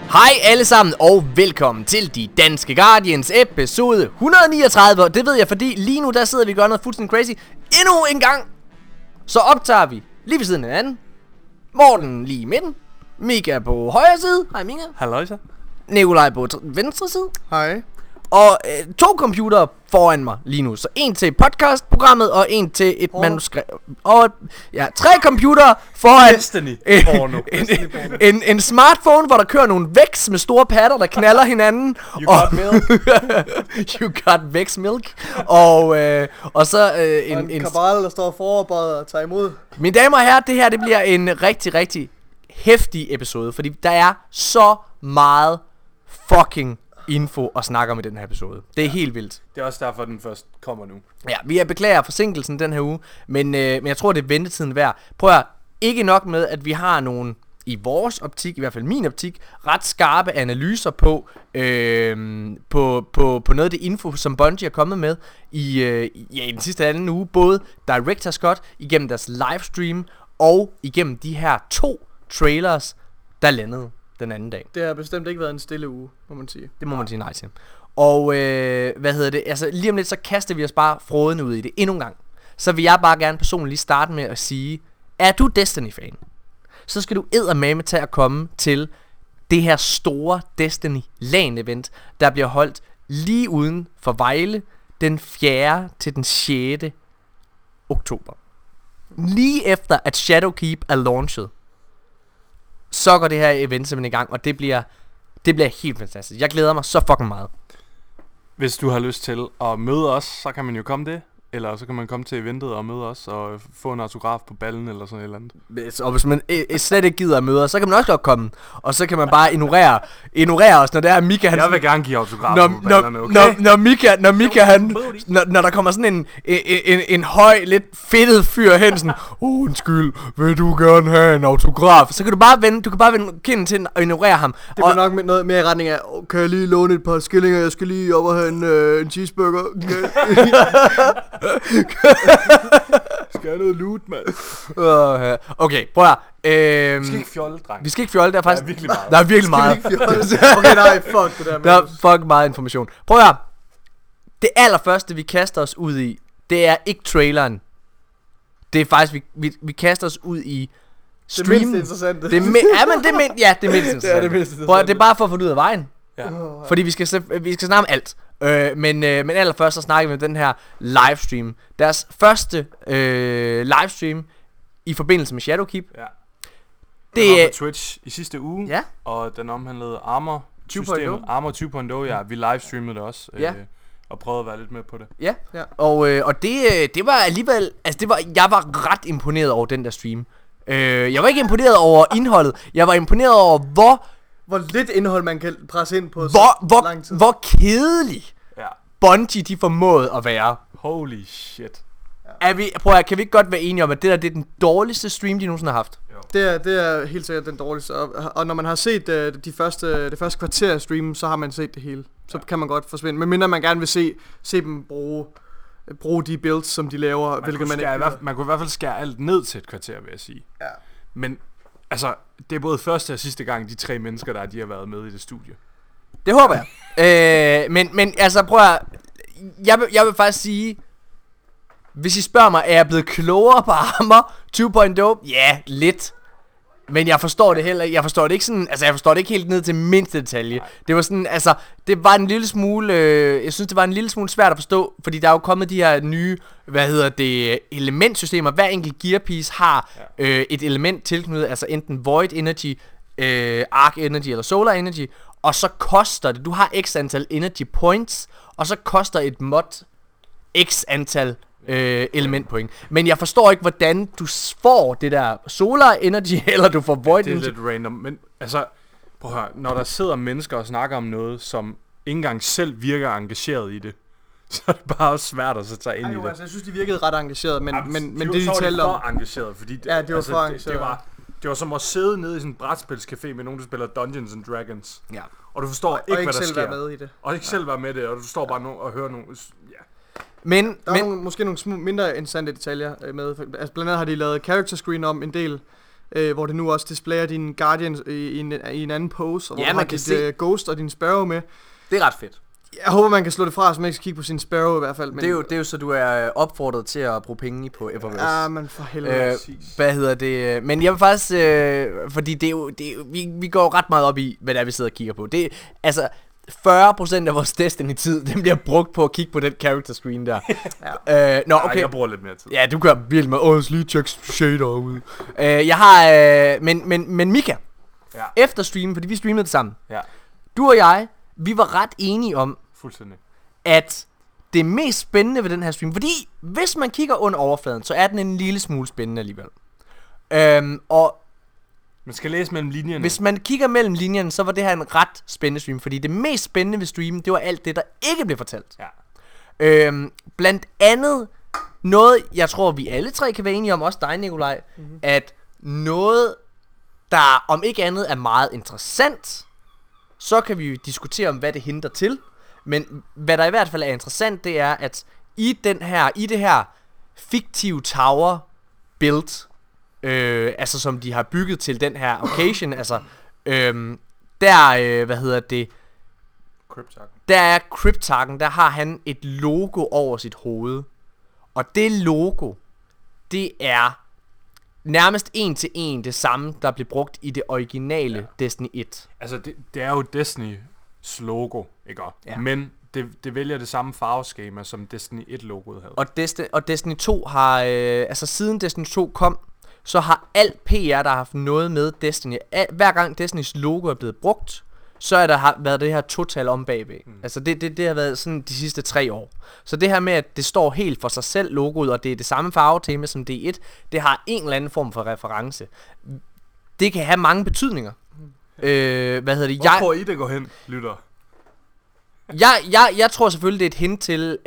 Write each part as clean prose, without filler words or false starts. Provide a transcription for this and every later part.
Hej alle sammen og velkommen til De Danske Guardians episode 139. Og det ved jeg, fordi lige nu der sidder vi og gør noget fuldstændig crazy. Endnu en gang så optager vi lige ved siden af hinanden. Morten lige i midten, Mika på højre side. Hej Mika. Halløjsa. Nikolaj på venstre side. Hej. Og to computere foran mig lige nu. Så en til podcastprogrammet og en til et manuskript. Og ja, 3 computere foran Destiny porno. en smartphone, hvor der kører nogle væks med store patter, der knaller hinanden. You got milk. You got Vex milk. Og så en kabal, der står forarbejdet og tager imod. Mine damer og herrer, det her det bliver en rigtig, rigtig heftig episode. Fordi der er så meget fucking info at snakke om i den her episode. Det er helt vildt. Det er også derfor, den først kommer nu. Ja, vi beklager forsinkelsen den her uge, men jeg tror, det er ventetiden værd. Prøv at ikke nok med, at vi har nogle, i vores optik, i hvert fald min optik, ret skarpe analyser på noget af det info, som Bungie er kommet med i den sidste anden uge. Både Director's Cut, igennem deres livestream, og igennem de her 2 trailers, der landede den anden dag. Det har bestemt ikke været en stille uge, må man sige. Det må man sige nej til. Og altså lige om lidt, så kaster vi os bare frådende ud i det endnu en gang. Så vil jeg bare gerne personligt lige starte med at sige, er du Destiny-fan, så skal du eddermame tage at komme til det her store Destiny LAN-event, der bliver holdt lige uden for Vejle, den 4. til den 6. oktober. Lige efter at Shadowkeep er launchet, så går det her event simpelthen i gang, og det bliver helt fantastisk. Jeg glæder mig så fucking meget. Hvis du har lyst til at møde os, så kan man jo komme det. Eller så kan man komme til eventet og møde os og få en autograf på ballen eller sådan et eller andet. Og hvis man slet ikke gider at møde os, så kan man også godt komme. Og så kan man bare ignorere os, når det er Mika han... Jeg vil gerne give autografer på ballerne, okay? Når der kommer sådan en høj, lidt fedtet fyr hen, sådan, undskyld, vil du gerne have en autograf? Så kan du bare vende kinden til at ignorere ham. Det bliver nok noget mere i retning af, kan jeg lige låne et par skillinger, jeg skal lige op og have en cheeseburger. Skal jeg noget loot, mand? Okay, prøv at vi skal ikke fjolle, dreng. Vi skal ikke fjolle, der er faktisk... virkelig meget. Der er virkelig meget. Okay, nej, fuck det der. Der er fucking meget information. Prøv at det allerførste, vi kaster os ud i, det er ikke traileren. Det er faktisk, vi kaster os ud i streamen. Det mindst interessante. Det mindst interessante. Det mindst Prøv at, det er bare for at få det ud af vejen. Ja. Fordi vi skal snakke om alt. Men allerførst så snakker vi om den her livestream. Deres første livestream i forbindelse med Shadowkeep. Ja. Det var på Twitch i sidste uge. Ja. Og den omhandlede Armor 2.0. Armor 2.0, ja. Vi livestreamede det også. Ja. Og prøvede at være lidt med på det. Ja. Og det var alligevel, altså jeg var ret imponeret over den der stream. Jeg var ikke imponeret over indholdet. Jeg var imponeret over hvor lidt indhold man kan presse ind på så lang tid. Hvor kedelig Bungie de formåede at være. Holy shit. Kan vi ikke godt være enige om, at det er den dårligste stream, de nogensinde har haft? Det er helt sikkert den dårligste. Og når man har set det første kvarter af streamen, så har man set det hele. Så kan man godt forsvinde. Men mindre man gerne vil se dem bruge de builds, som de laver. Man kunne i hvert fald skære alt ned til et kvarter, vil jeg sige. Ja. Men altså, det er både første og sidste gang, de 3 mennesker, de har været med i det studie. Det håber jeg. Men altså, prøv at... Jeg vil faktisk sige... Hvis I spørger mig, er jeg blevet klogere på Armor 2.0? Ja, lidt. Men jeg forstår det heller ikke. Jeg forstår det ikke sådan... Altså, jeg forstår det ikke helt ned til mindste detalje. Det var sådan, altså... Det var en lille smule... jeg synes, det var en lille smule svært at forstå. Fordi der er jo kommet de her nye... elementsystemer. Hver enkelt gearpiece har et element tilknyttet. Altså enten Void Energy, Arc Energy eller Solar Energy. Og så koster det... Du har x antal energy points. Og så koster et mod x antal... elementpoint. Men jeg forstår ikke, hvordan du får det der Solar Energy, eller du får Void Energy. Det er lidt random, men altså, prøv at høre, når der sidder mennesker og snakker om noget, som ikke engang selv virker engageret i det, så er det bare svært at så tage ind i det. Altså, jeg synes, de virkede ret engageret, men det de talte om... for engageret, fordi det var for engageret. Det var som at sidde nede i sådan en brætspilscafé med nogen, der spiller Dungeons and Dragons. Ja. Og du forstår ikke, hvad der sker. Og ikke selv være med i det. Og ikke selv være med i det, og du står bare og hører nogen... Ja. Men der er måske nogle mindre interessante detaljer med. Altså blandt andet har de lavet character screen om en del. hvor det nu også displayer din Guardian i en anden pose, og hvor Ja, du man har kan dit se. Ghost og din Sparrow med. Det er ret fedt. Jeg håber, man kan slå det fra, så man ikke skal kigge på sin Sparrow i hvert fald. Men, Det er jo så, du er opfordret til at bruge penge på Eververse. Ja, men for helvede. Hvad hedder det? Men jeg vil faktisk, fordi vi går ret meget op i, hvad det er, vi sidder og kigger på. Det altså 40% af vores Destiny-tid, den bliver brugt på at kigge på den character screen der. Okay. Jeg bruger lidt mere tid. Ja, du gør virkelig med, jeg skal lige tjekke shader ud. Jeg har, men Mika, efter streamen, fordi vi streamede det sammen. Ja. Du og jeg, vi var ret enige om, Fuldstændig. at det mest spændende ved den her stream, fordi hvis man kigger under overfladen, så er den en lille smule spændende alligevel. Og Man skal læse mellem linjerne. hvis man kigger mellem linjerne, så var det her en ret spændende stream, fordi det mest spændende ved streamen, det var alt det, der ikke blev fortalt. Ja. Blandt andet noget, jeg tror, vi alle tre kan være enige om, også dig, Nikolaj, at noget, der om ikke andet er meget interessant, så kan vi jo diskutere om, hvad det hindrer til. Men hvad der i hvert fald er interessant, det er, at i det her fiktive tower build, altså som de har bygget til den her occasion, altså der er Cryptarken, der har han et logo over sit hoved. Og det logo, det er nærmest en til en det samme, der blev brugt i det originale Destiny 1. Altså, det er jo Destiny's logo, ikke? Ja. Men det vælger det samme farveskema, som Destiny 1-logoet havde. Og Destiny 2 har, altså siden Destiny 2 kom, så har alt PR, der har haft noget med Destiny, hver gang Destinys logo er blevet brugt, så er der været det her total om bagved. Altså det har været sådan de sidste 3 år. Så det her med, at det står helt for sig selv logoet, og det er det samme farvetema som D1, det har en eller anden form for reference. Det kan have mange betydninger. Hvor tror I, det går hen, lytter? Jeg tror selvfølgelig, det er et hint til...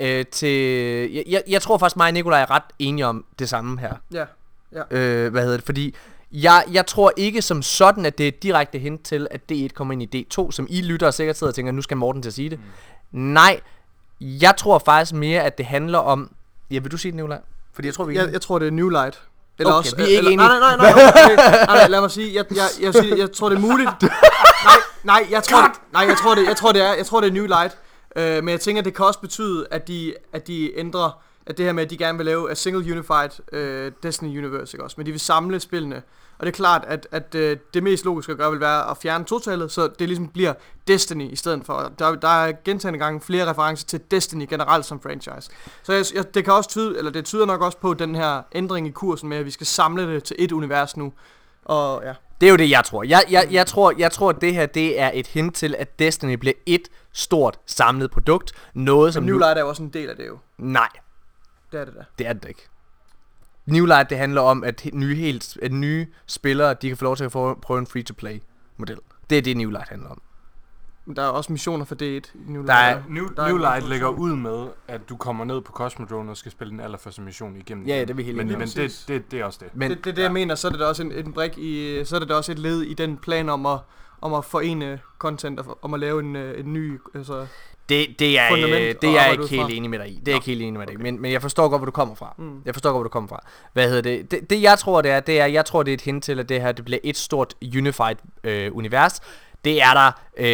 Jeg tror faktisk, mig og Nikolaj er ret enige om det samme her. Ja. Fordi jeg tror ikke som sådan, at det er et direkte hint til, at D1 kommer ind i D2, som I lytter og sikkert sidder og tænker, nu skal Morten til at sige det. Nej, jeg tror faktisk mere, at det handler om... Ja, vil du sige det, Nikolaj? Fordi jeg tror, vi jeg tror, det er New Light. Eller okay, også, vi er ikke enige. Nej, lad mig sige, jeg tror det er muligt. Jeg tror det er New Light. Men jeg tænker, det kan også betyde, at de ændrer, at det her med, at de gerne vil lave a single unified Destiny Universe, ikke også? Men de vil samle spillene. Og det er klart, at det mest logiske at gøre vil være at fjerne totalet, så det ligesom bliver Destiny i stedet for. Der er gentagne gange flere referencer til Destiny generelt som franchise. Så det kan også tyde, eller det tyder nok også på den her ændring i kursen med, at vi skal samle det til et univers nu. Og ja. Det er jo det, jeg tror. Jeg tror, at det her, det er et hint til, at Destiny bliver et stort samlet produkt. Noget som New Light er jo også en del af det jo. Nej. Det er det da. Det er det ikke. New Light, det handler om, at nye spillere, de kan få lov til at prøve en free-to-play model. Det er det, New Light handler om. Men der er også missioner for D1 i New Light. Light. New Light lægger ud med, at du kommer ned på Cosmodrome og skal spille den allerførste mission igennem. Ja, det er vi helt enige om. Men det er også det. Men det er det, jeg mener, så er det da også en brik i, så er det da også et led i den plan om at forene content, og om at lave en ny, altså... Det er jeg ikke helt enig med dig i. Det er ikke helt enig med dig i. Men jeg forstår godt, hvor du kommer fra. Jeg forstår godt, hvor du kommer fra. Hvad hedder det? Det jeg tror, jeg tror, det er et hint til, at det her det bliver et stort unified univers. Det er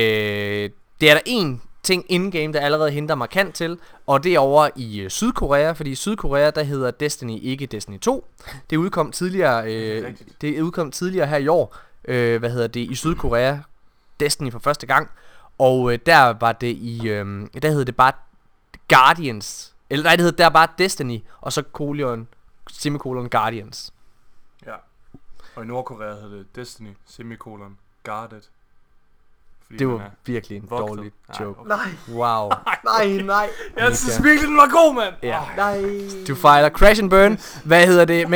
der en ting in-game, der allerede henter markant til, og det er over i Sydkorea, fordi i Sydkorea, der hedder Destiny ikke Destiny 2. Det udkom tidligere her i år, i Sydkorea, Destiny for første gang. Og der var det der hed det bare Guardians. Eller nej, det hed der bare Destiny, og så semikolon Guardians. Ja. Og i Nordkorea hed det Destiny, semikolon Guarded. Fordi det var virkelig en dårlig joke. Nej. Wow. Nej. Jeg synes virkelig, den var god, mand. Ja. Nej. Du fejler Crash and Burn. Hvad hedder det?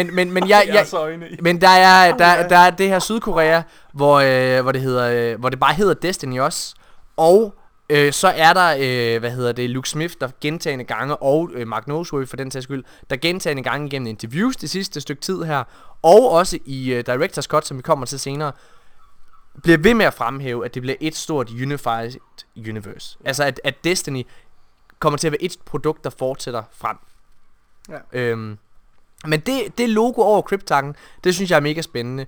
Men der er det her Sydkorea, hvor det bare hedder Destiny også. Og så er der, Luke Smith, der gentagne gange, og Mark Noseworthy for den sags skyld, der gentagne gange gennem interviews det sidste stykke tid her, og også i Director's Cut, som vi kommer til senere, bliver ved med at fremhæve, at det bliver et stort unified universe. Altså at Destiny kommer til at være et produkt, der fortsætter frem. Ja. Men det logo over Cryptarken, det synes jeg er mega spændende.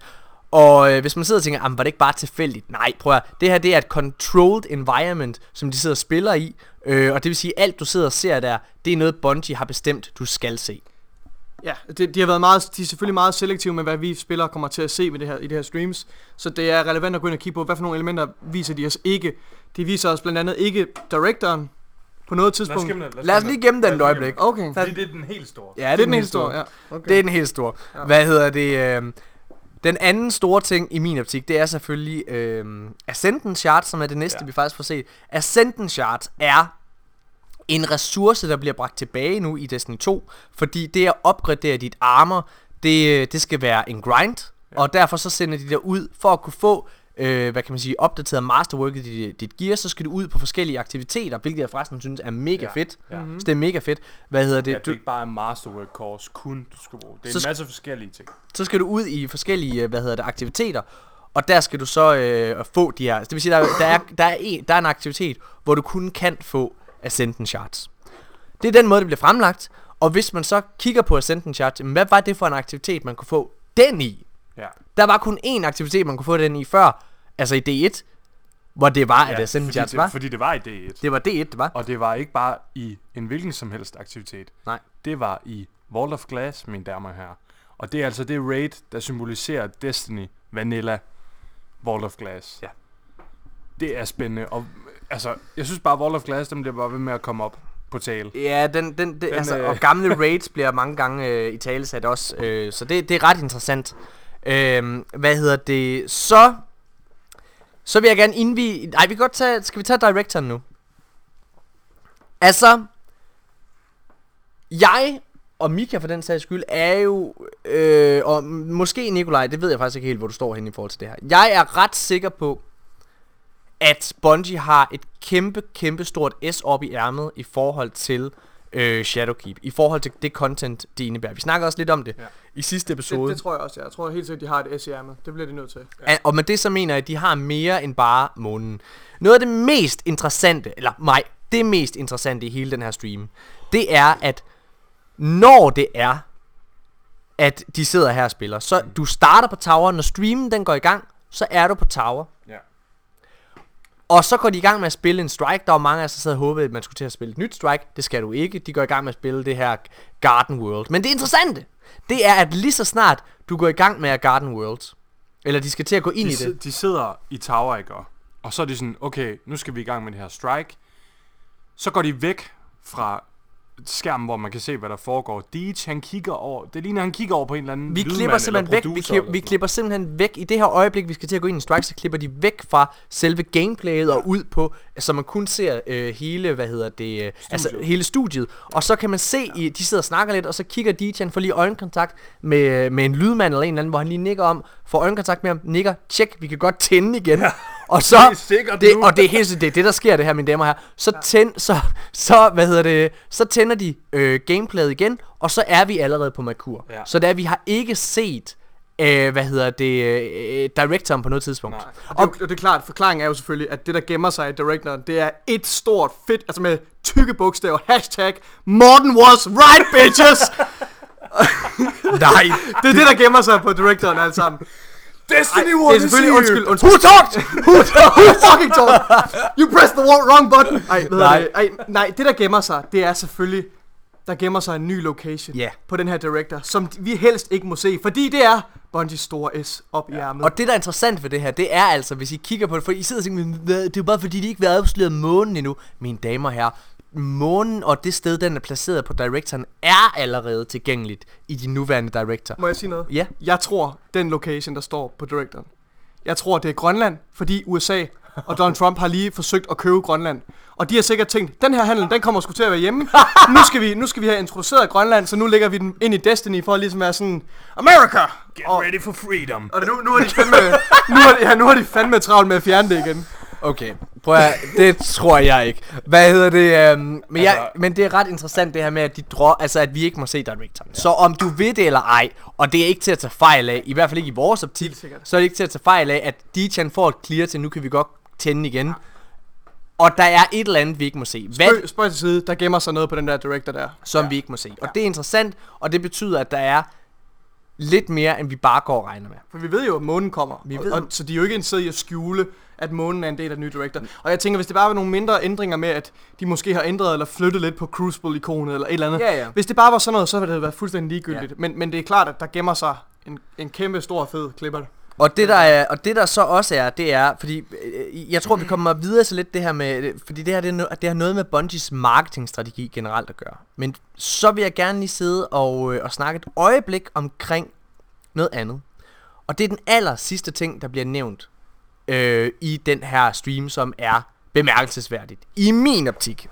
Og hvis man sidder og tænker, var det ikke bare tilfældigt? Nej, prøv at det her, det er et controlled environment, som de sidder og spiller i. Og det vil sige, alt du sidder og ser der, det er noget Bungie har bestemt, du skal se. Ja, de har været meget, de er selvfølgelig meget selektive med, hvad vi spillere kommer til at se med det her, i det her streams. Så det er relevant at gå ind og kigge på, hvad for nogle elementer viser de os ikke. De viser os blandt andet ikke directoren på noget tidspunkt. Lad os lige gemme den et øjeblik. Okay. Fordi det er den helt store. Ja, Det er den helt store, ja. Okay. Det er den helt store. Ja. Hvad hedder det? Den anden store ting i min optik, det er selvfølgelig Ascendant Shards, som er det næste, vi faktisk får set. Ascendant Shards er en ressource, der bliver bragt tilbage nu i Destiny 2, fordi det at opgradere dit armor, det skal være en grind, og derfor så sender de dig ud for at kunne få hvad kan man sige, opdateret masterworket i dit gear, så skal du ud på forskellige aktiviteter, hvilket jeg forresten synes er mega fedt. Så det er mega fedt. Hvad hedder det? Ja, det er ikke bare en masterwork course, kun du skal bruge. Det er en masse forskellige ting. Så skal du ud i forskellige, aktiviteter, og der skal du så få de her. Det vil sige, der er en aktivitet, hvor du kun kan få Ascendant Shards. Det er den måde, det bliver fremlagt, og hvis man så kigger på Ascendant Shards, hvad var det for en aktivitet, man kunne få den i? Ja. Der var kun én aktivitet, man kunne få den i før, altså i D1, hvor det var, at Ascendant Shards var. Fordi det var i D1. Det var D1, det var. Og det var ikke bare i en hvilken som helst aktivitet. Nej. Det var i Vault of Glass, mine damer og herrer. Og det er altså det raid, der symboliserer Destiny Vanilla Vault of Glass. Ja. Det er spændende. Og altså, jeg synes bare, Vault of Glass, den bliver bare ved med at komme op på tale. Ja, altså, og gamle raids bliver mange gange i tale sat også, så det er ret interessant. Hvad hedder det? Så vil jeg gerne indvige. Nej, vi kan godt tage. Skal vi tage directoren nu? Altså, jeg og Mika for den sags skyld er jo og måske Nikolaj, det ved jeg faktisk ikke helt, hvor du står henne i forhold til det her. Jeg er ret sikker på, at Bungie har et kæmpe stort S op i ærmet i forhold til Shadowkeep, i forhold til det content, de indebærer. Vi snakker også lidt om det i sidste episode. Det tror jeg også, ja. Jeg tror helt sikkert, de har et S i ærmet. Det bliver de nødt til. Ja. Og med det så mener jeg, at de har mere end bare månen. Noget af det mest interessante, det mest interessante i hele den her stream, det er, at når det er, at de sidder her og spiller, så du starter på tower, når streamen den går i gang, så er du på tower. Ja. Og så går de i gang med at spille en strike. Der var mange af os, der sad og håbede, at man skulle til at spille et nyt strike. Det skal du ikke. De går i gang med at spille det her Garden World. Men det interessante, det er, at lige så snart du går i gang med at Garden World, eller de skal til at gå ind i det. De sidder i tower, ikke? Og så er de sådan, okay, nu skal vi i gang med det her strike. Så går de væk fra skærmen, hvor man kan se, hvad der foregår. Deej, han kigger over. Det ligner, han kigger over på en eller anden Vi klipper simpelthen væk. I det her øjeblik, vi skal til at gå ind i strike, så klipper de væk fra selve gameplayet og ud på, så man kun ser hele, altså hele studiet. Og så kan man se, de sidder og snakker lidt, og så kigger Deej, han får lige øjenkontakt med en lydmand eller en eller anden, hvor han lige nikker om, får øjenkontakt med ham, nikker, tjek, vi kan godt tænde igen. Ja. Og så det er helt det der sker det her, mine damer her. Så tænder de gameplayet igen, og så er vi allerede på Merkur. Ja. Så vi har ikke set directoren på noget tidspunkt. Og det er klart, forklaringen er jo selvfølgelig, at det der gemmer sig i directoren, det er et stort fedt, altså med tykke bogstaver, #Morten was right, bitches. Nej, det er det der gemmer sig på directoren alt sammen. Destiny was det er selvfølgelig undskyld. Who talked? Who fucking talked? You pressed the wrong button. Nej, det der gemmer sig, det er selvfølgelig, der gemmer sig en ny location på den her director, som vi helst ikke må se, fordi det er Bungies store S op i ærmet. Og det der er interessant ved det her, det er altså, hvis I kigger på det, for I sidder og tænker, det er jo bare fordi, de ikke har afsløret månen endnu. Mine damer og herrer, månen og det sted, den er placeret på directoren, er allerede tilgængeligt i de nuværende director. Må jeg sige noget? Ja. Jeg tror, den location, der står på directoren, jeg tror, det er Grønland, fordi USA og Donald Trump har lige forsøgt at købe Grønland. Og de har sikkert tænkt, den her handel, den kommer sgu til at være hjemme. Nu skal vi have introduceret Grønland, så nu lægger vi den ind i Destiny for at ligesom være sådan, America! Get ready for freedom. Og nu har de fandme travlt med at fjerne det igen. Okay, prøv at, det tror jeg ikke. Hvad hedder det? Men det er ret interessant det her med, at at vi ikke må se directoren. Ja. Så om du ved det eller ej, og det er ikke til at tage fejl af, i hvert fald ikke i vores optik, så er det ikke til at tage fejl af, at Deej får et clear til, nu kan vi godt tænde igen. Ja. Og der er et eller andet, vi ikke må se. Spørg til side, der gemmer sig noget på den der director der. Som vi ikke må se. Og det er interessant, og det betyder, at der er lidt mere, end vi bare går og regner med. For vi ved jo, at månen kommer, så de er jo ikke interesseret i at skjule, at månen er en del af New Director. Og jeg tænker, hvis det bare var nogle mindre ændringer med, at de måske har ændret eller flyttet lidt på Crucible-ikonet eller et eller andet. Ja. Hvis det bare var sådan noget, så ville det være fuldstændig ligegyldigt. Ja. Men det er klart, at der gemmer sig en kæmpe stor fed klipper. Og det der så også er, det er, fordi jeg tror vi kommer videre til lidt det her med, fordi det her det har noget med Bungies marketingstrategi generelt at gøre. Men så vil jeg gerne lige sidde og snakke et øjeblik omkring noget andet. Og det er den aller sidste ting, der bliver nævnt i den her stream, som er bemærkelsesværdigt i min optik.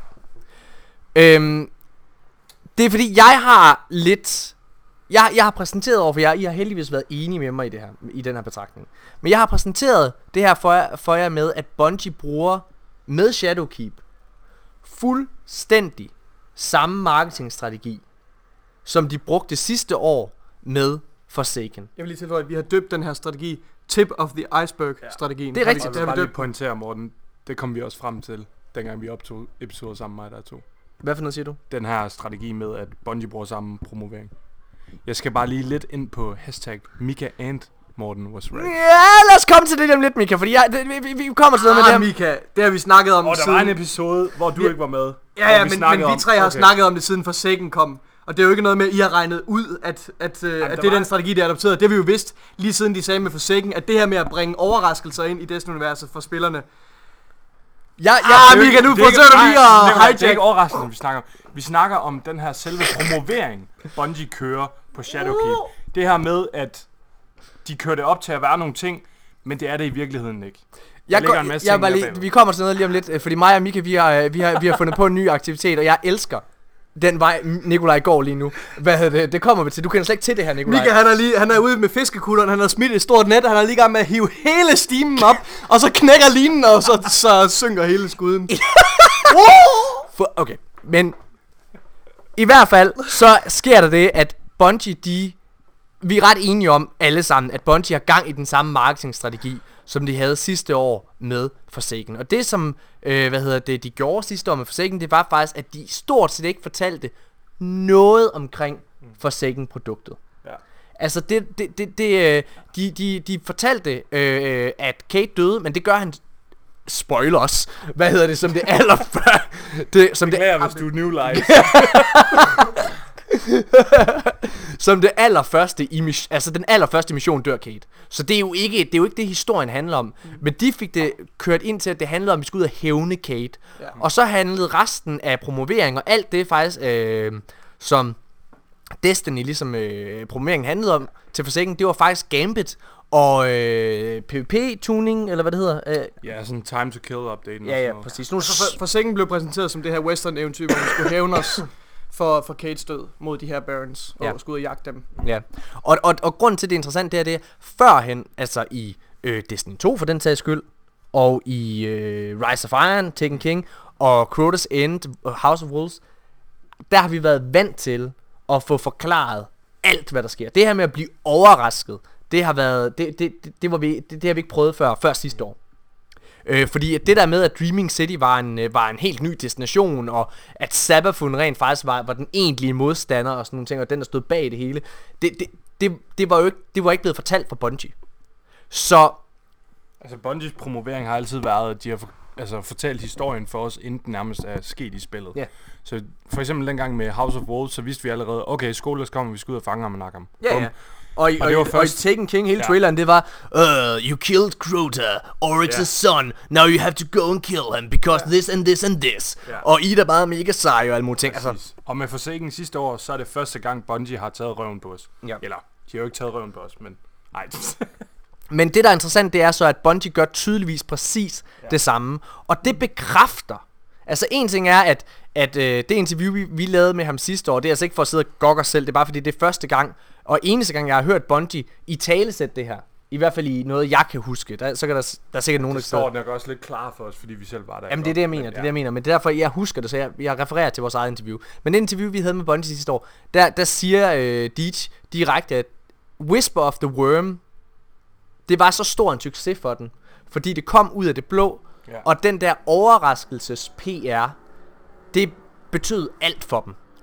Det er fordi jeg har lidt jeg har præsenteret overfor jer, I har heldigvis været enige med mig i det her, i den her betragtning. Men jeg har præsenteret det her for jer med, at Bungie bruger med Shadowkeep fuldstændig samme marketingstrategi, som de brugte sidste år med Forsaken. Jeg vil lige tilføje, at vi har døbt den her strategi Tip of the Iceberg-strategien. Det er rigtigt. Og jeg vil bare lige pointere, Morten, det kom vi også frem til, dengang vi optog episoder sammen med mig, der to. Hvad for noget siger du? Den her strategi med, at Bungie bruger samme promovering. Jeg skal bare lige lidt ind på hashtag Mika and Morten was right. Ja, lad os komme til det lidt, Mika, fordi vi kommer til noget med det her. Mika, det har vi snakket om der var en episode, hvor du ikke var med. Ja, men vi tre har snakket om det siden Forsaken kom. Og det er jo ikke noget med, at I har regnet ud, at det er den strategi, der er adopteret. Det har vi jo vidst, lige siden de sagde med Forsaken, at det her med at bringe overraskelser ind i Destiny-universet for spillerne. Mika, nu forsøger du lige at hijack. Det er ikke overraskende, vi snakker om. Vi snakker om den her selve promovering, Bungie kører på Shadowkeep. Det her med, at de kører det op til at være nogle ting, men det er det i virkeligheden ikke. Vi kommer til noget lige om lidt, fordi mig og Mika, vi har fundet på en ny aktivitet, og jeg elsker den vej, Nikolaj går lige nu. Det kommer vi til. Du kender slet ikke til det her, Nikolaj. Mika, han er ude med fiskekutteren, han har smidt et stort net, og han er lige i gang med at hive hele stimen op, og så knækker linen, og så synker hele skuden. Okay, men i hvert fald, så sker der det, at Bungie, vi er ret enige om alle sammen, at Bungie har gang i den samme marketingstrategi, som de havde sidste år med Forsaken. Og det som, de gjorde sidste år med Forsaken, det var faktisk, at de stort set ikke fortalte noget omkring Forsaken-produktet. Ja. Altså, de fortalte, at Kate døde, men det gør han spoilers. Som det allerførste. Beklager, hvis du er new life. Som det allerførste den allerførste mission dør Kate. Så det er jo ikke det historien handler om. Men de fik det kørt ind til, at det handlede om, at vi skulle ud og hævne Kate. Ja. Og så handlede resten af promovering og alt det faktisk, som Destiny ligesom promoveringen handlede om til Forsaken, det var faktisk Gambit og PvP-tuning, eller hvad det hedder. Ja, sådan time to kill update. Ja, præcis. Nu Forsaken blev præsenteret som det her western-eventyr, hvor vi skulle hævne os for Kates død mod de her Barons, og skulle ud og jagte dem. Ja, og grunden til det er interessant, det er det, førhen, altså i Destiny 2 for den sags skyld, og i Rise of Iron, Taken King, og Crota's End, House of Wolves, der har vi været vant til at få forklaret alt, hvad der sker. Det her med at blive overrasket, det har været, det har vi ikke prøvet før sidste år. Fordi det der med, at Dreaming City var en helt ny destination, og at Savathûn rent faktisk var den egentlige modstander, og sådan nogle ting, og den der stod bag det hele, det var ikke blevet fortalt fra Bungie. Så altså Bungies promovering har altid været, at de har fortalt historien for os, inden den nærmest er sket i spillet. Ja. Så for eksempel dengang med House of Wolves, så vidste vi allerede, okay, Skolas kommer, vi skal ud og fange ham og nakke ham. Ja. Og i Taken King, hele traileren, det var you killed Crota, Oryx's son, now you have to go and kill him, because this and this and this. Og I er bare mega seje og alle mulige ting. Altså. Og med Forsaken sidste år, så er det første gang Bungie har taget røven på os. Ja. Eller, de har jo ikke taget røven på os, men nej. Men det der er interessant, det er så, at Bungie gør tydeligvis præcis det samme. Og det bekræfter. Altså en ting er, at det interview, vi lavede med ham sidste år, det er altså ikke for at sidde og gokke os selv, det er bare fordi det er første gang, og eneste gang, jeg har hørt Bungie i talesætte det her. I hvert fald i noget, jeg kan huske. Så kan der er sikkert nogen, der står nok også lidt klar for os, fordi vi selv var der. Jamen det er det, jeg mener. Det er det, jeg mener. Men det er derfor, jeg husker det, så jeg refererer til vores eget interview. Men det interview, vi havde med Bungie sidste år, der siger Deej direkte, at Whisper of the Worm, det var så stor en succes for den, fordi det kom ud af det blå, og den der overraskelses-PR, det betød alt for dem.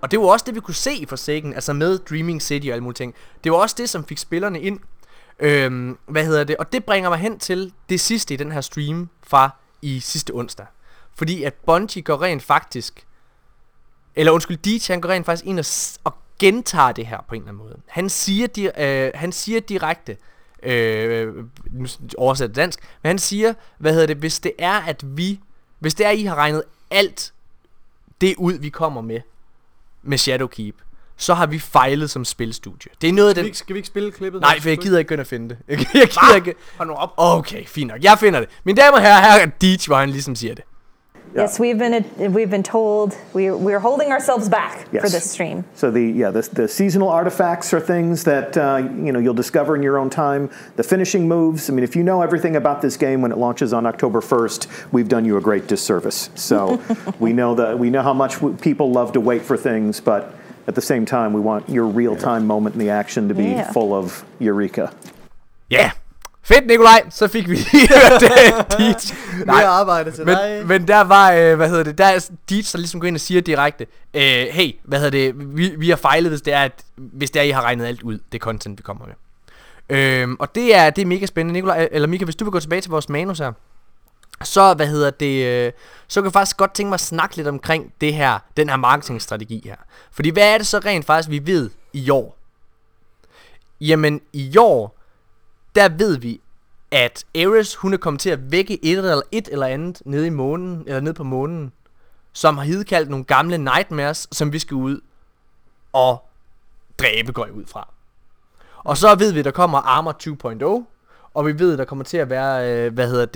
Og det var også det, vi kunne se i Forsaken, altså med Dreaming City og alle mulige ting. Det var også det, som fik spillerne ind. Og det bringer mig hen til det sidste i den her stream fra i sidste onsdag. Fordi at Bungie går rent faktisk, DJ han går rent faktisk ind og gentager det her på en eller anden måde. Han siger direkte, nu oversætter det dansk, men han siger, hvis det er, I har regnet alt det ud, vi kommer med Shadowkeep, så har vi fejlet som spilstudie. Det er noget af den... Skal vi ikke spille klippet? Nej, for jeg gider ikke gå ind og finde det. Jeg gider ikke... Hold nu op. Okay, fint nok. Jeg finder det. Mine damer og herrer, her er Deej, hvor han ligesom siger det. Yes, we've been told we're holding ourselves back for this stream. So the seasonal artifacts are things that you'll discover in your own time. The finishing moves. I mean, if you know everything about this game when it launches on October 1st, we've done you a great disservice. So we know how much people love to wait for things, but at the same time, we want your real-time moment in the action to be full of eureka. Ja. Fedt, Nikolaj, så fik vi lige Deej. Mere arbejde til dig. Men der var, der er Deej, der ligesom går ind og siger direkte, hey, vi har fejlet, hvis det er, I har regnet alt ud, det content, vi kommer med. Og det er mega spændende, Nikolaj, eller Mika, hvis du vil gå tilbage til vores manus her, så, så kan jeg faktisk godt tænke mig at snakke lidt omkring den her marketingstrategi her. Fordi hvad er det så rent faktisk, vi ved i år? Jamen, i år, der ved vi, at Ares, hun er kommet til at vække et eller andet nede i månen, eller nede på månen, som har hidkaldt nogle gamle nightmares, som vi skal ud og dræbe, går jeg ud fra. Og så ved vi, der kommer Armor 2.0, og vi ved, der kommer til at være,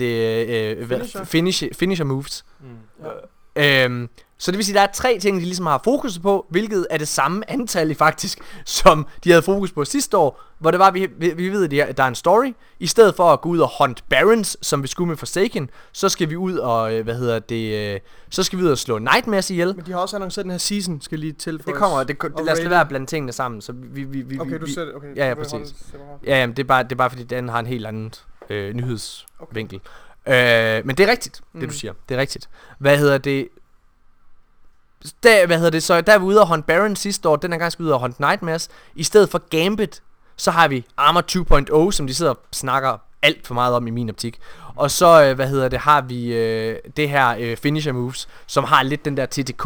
finisher moves. Så det vil sige, at der er 3 ting, de ligesom har fokus på, hvilket er det samme antal faktisk, som de havde fokus på sidste år, hvor det var, vi ved, at der er en story. I stedet for at gå ud og hunt Barons, som vi skulle med Forsaken, så skal vi ud og, så skal vi ud og slå Nightmares ihjel. Men de har også annonceret den her season, skal lige tilføjes. Det kommer, lad os være blandt tingene sammen, så okay, du ser det, okay. Ja, præcis. Ja, det er bare fordi, den har en helt anden nyhedsvinkel. Okay. Men det er rigtigt, det du siger. Det er rigtigt. Så der er vi ude og hunt Baron sidste år. Den er gang ude og hunt Nightmares. I stedet for Gambit, så har vi Armor 2.0, som de sidder og snakker alt for meget om i min optik. Og så, har vi det her finisher moves, som har lidt den der TTK,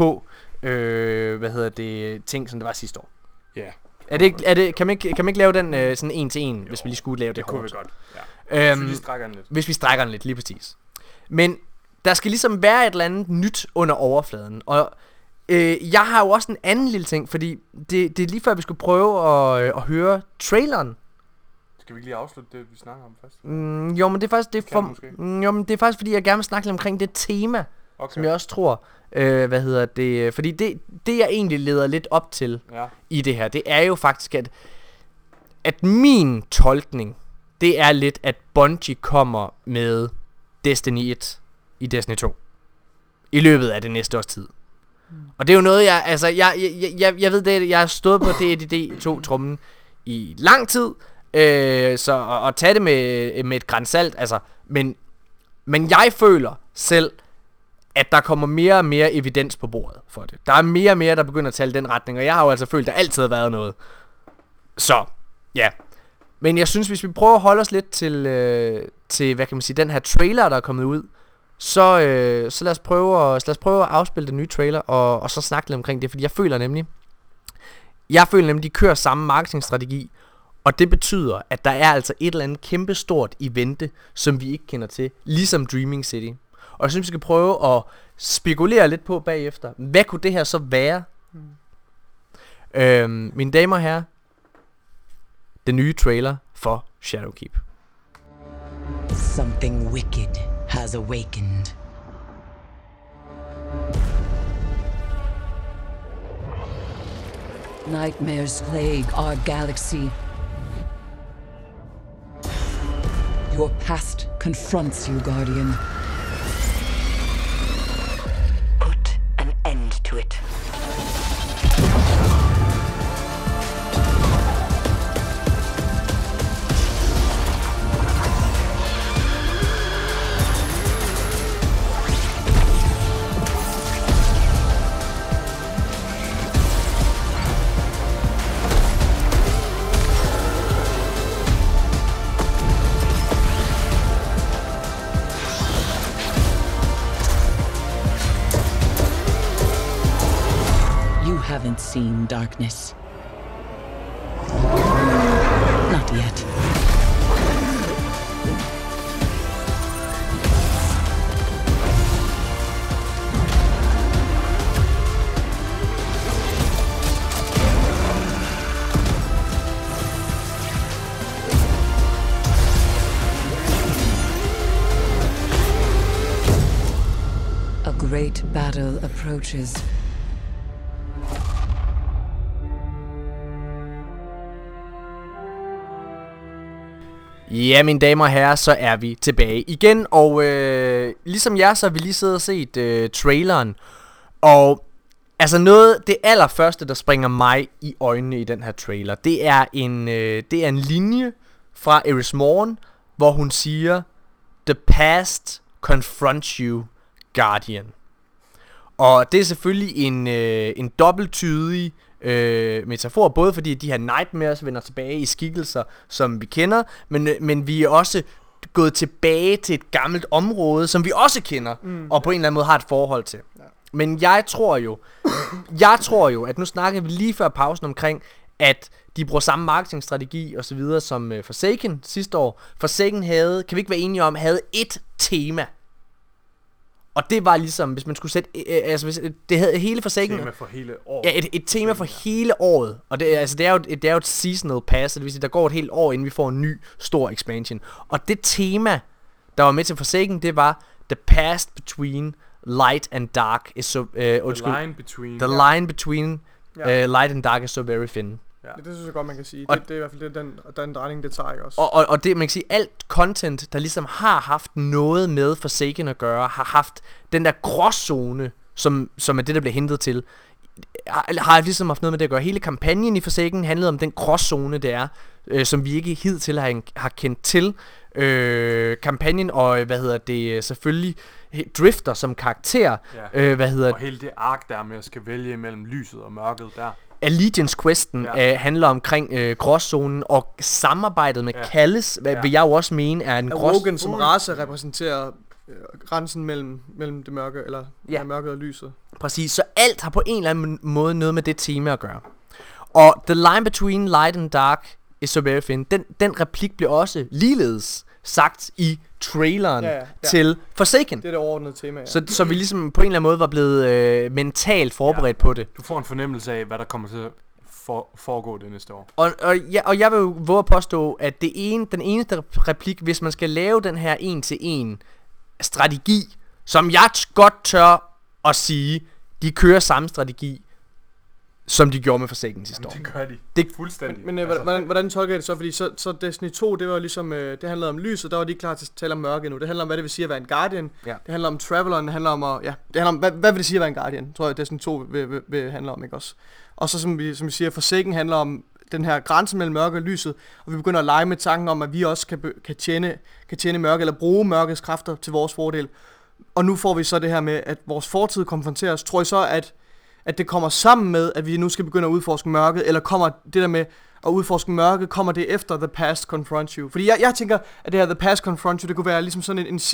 ting, som det var sidste år. Ja. Yeah. Kan man ikke lave den sådan en til en, hvis vi lige skulle lave det kunne hårdt? vi godt, ja. Hvis vi strækker den lidt, lige præcis. Men der skal ligesom være et eller andet nyt under overfladen. Og jeg har jo også en anden lille ting, fordi det er lige før vi skulle prøve at høre traileren. Skal vi ikke lige afslutte det, vi snakker om først? Jo, men det er faktisk fordi jeg gerne vil snakke lidt omkring det tema, som jeg også tror, fordi det jeg egentlig leder lidt op til i det her, det er jo faktisk at min tolkning, det er lidt at Bungie kommer med Destiny 1 i Destiny 2 i løbet af det næste års tid. Og det er jo noget jeg ved det, jeg har stået på DDD 2 trummen i lang tid, så at tage det med et gran salt, altså, men jeg føler selv, at der kommer mere og mere evidens på bordet for det. Der er mere og mere, der begynder at tale den retning, og jeg har jo altså følt, at der altid har været noget. Så, ja. Men jeg synes, hvis vi prøver at holde os lidt til hvad kan man sige, den her trailer, der er kommet ud, så lad os prøve at afspille den nye trailer, og så snakke lidt omkring det, fordi jeg føler nemlig, de kører samme marketingstrategi, og det betyder, at der er altså et eller andet kæmpestort i vente, som vi ikke kender til, ligesom Dreaming City. Og jeg synes, vi skal prøve at spekulere lidt på bagefter, hvad kunne det her så være? Mine damer og herrer, den nye trailer for Shadowkeep. Something wicked has awakened. Nightmares plague our galaxy. Your past confronts you, Guardian. Put an end to it. haven't seen darkness. Not yet. A great battle approaches. Ja, mine damer og herrer, så er vi tilbage igen, og ligesom jer, så har vi lige siddet og set traileren, og altså det allerførste, der springer mig i øjnene i den her trailer, det er en linje fra Eris Morn, hvor hun siger, "The past confronts you, Guardian." Og det er selvfølgelig en dobbelttydig metafor, både fordi de her nightmares vender tilbage i skikkelser, som vi kender, men vi er også gået tilbage til et gammelt område, som vi også kender, og på en eller anden måde har et forhold til. Ja. Men jeg tror jo, at nu snakker vi lige før pausen omkring, at de bruger samme marketingstrategi og så videre som Forsaken sidste år. Forsaken havde, kan vi ikke være enige om, havde et tema. Og det var ligesom, hvis man skulle sætte, hvis det havde hele Forsaken. Tema for hele året. Ja, et tema for hele året. Og det er jo et seasonal pass, det vil sige, der går et helt år, inden vi får en ny stor expansion. Og det tema, der var med til Forsaken, det var The past between light and dark is so The line between light and dark is so very thin. Ja. Det synes jeg godt, man kan sige. Det er i hvert fald den drejning, det tager, ikke også? Og det, man kan sige, alt content, der ligesom har haft noget med Forsaken at gøre, har haft den der gråzone, som er det, der bliver hentet til, har ligesom haft noget med det at gøre. Hele kampagnen i Forsaken handlede om den gråzone, det er, som vi ikke hidtil har kendt til. Kampagnen og, selvfølgelig Drifter som karakter. Ja. Og hele det ark der med at skal vælge mellem lyset og mørket der. Allegiance-questen handler omkring gråzonen, og samarbejdet med Callis, vil jeg jo også mene er en gråzone. Rogan som race repræsenterer grænsen mellem det mørke, eller mørket og lyset. Præcis, så alt har på en eller anden måde noget med det tema at gøre. Og The line between light and dark is so very thin. Den replik bliver også ligeledes sagt i traileren til Forsaken. Det er det overordnede tema, ja. Så vi ligesom på en eller anden måde var blevet mentalt forberedt på det. Du får en fornemmelse af, hvad der kommer til at foregå det næste år. Og jeg vil jo våge at påstå, at den eneste replik, hvis man skal lave den her 1-til-1 strategi, som jeg godt tør at sige, de kører samme strategi, som de gjorde med Forsaken sidste år. Det gør de. Det er fuldstændig. Men hvordan tolker jeg det så? Fordi så Destiny 2, det var ligesom, det handlede om lyset, der var de klar til at tale om mørke nu. Det handler om, hvad det vil sige at være en Guardian. Ja. Det handler om Traveleren, det handler om, hvad vil det sige at være en Guardian? Tror jeg, Destiny 2 vil handle om, ikke også? Og så som vi siger, Forsaken handler om den her grænse mellem mørke og lyset, og vi begynder at lege med tanken om, at vi også kan tjene mørke, eller bruge mørkets kræfter til vores fordel. Og nu får vi så det her med, at vores fortid konfronteres. Tror I så, at det kommer sammen med, at vi nu skal begynde at udforske mørket, eller kommer det der med at udforske mørket, kommer det efter The Past Confronts You? Fordi jeg tænker, at det her The Past Confronts You, det kunne være ligesom sådan en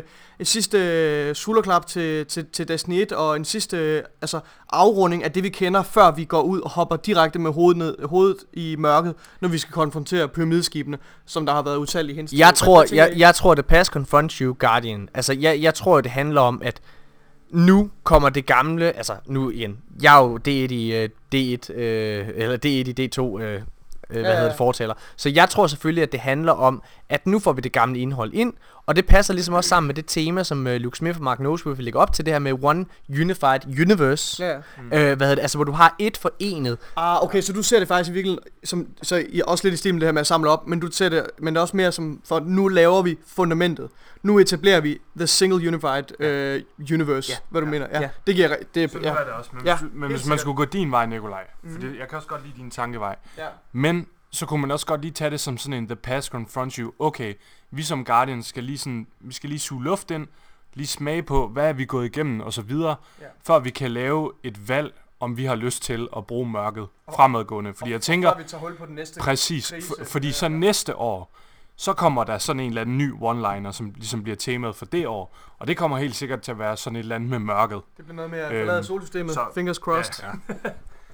sidste skulderklap til Destiny 1, og en sidste afrunding af det, vi kender, før vi går ud og hopper direkte med hovedet i mørket, når vi skal konfrontere pyramideskibene, som der har været utallige hints til. Jeg tror, The Past Confronts You, Guardian. Altså, jeg tror, det handler om, at nu kommer det gamle, altså nu igen, jeg er jo D1 i D1, eller D1 i D2, fortaler. Så jeg tror selvfølgelig, at det handler om, at nu får vi det gamle indhold ind, og det passer ligesom også sammen med det tema, som Luke Smith og Mark Noseworthy lægger op til, det her med One Unified Universe. Hvor du har et forenet. Okay, så du ser det faktisk i virkeligheden som, så også lidt i stil med det her med at samle op, men du ser det, men det er også mere som, for nu laver vi fundamentet. Nu etablerer vi The Single Unified Universe, hvad du mener. Ja. Det giver det. Så er det også. Men hvis man skulle gå din vej, Nikolaj, for jeg kan også godt lide din tankevej. Ja. Men så kunne man også godt lige tage det som sådan en The Past Confronts You. Okay, vi som Guardians skal lige suge luft ind, lige smage på, hvad er vi gået igennem og så videre, før vi kan lave et valg, om vi har lyst til at bruge mørket fremadgående. Fordi jeg tænker, vi tager hul på den næste præcis, fordi så næste år, så kommer der sådan en eller anden ny one-liner, som ligesom bliver temaet for det år. Og det kommer helt sikkert til at være sådan et eller andet med mørket. Det bliver noget med at forlade solsystemet. Fingers crossed.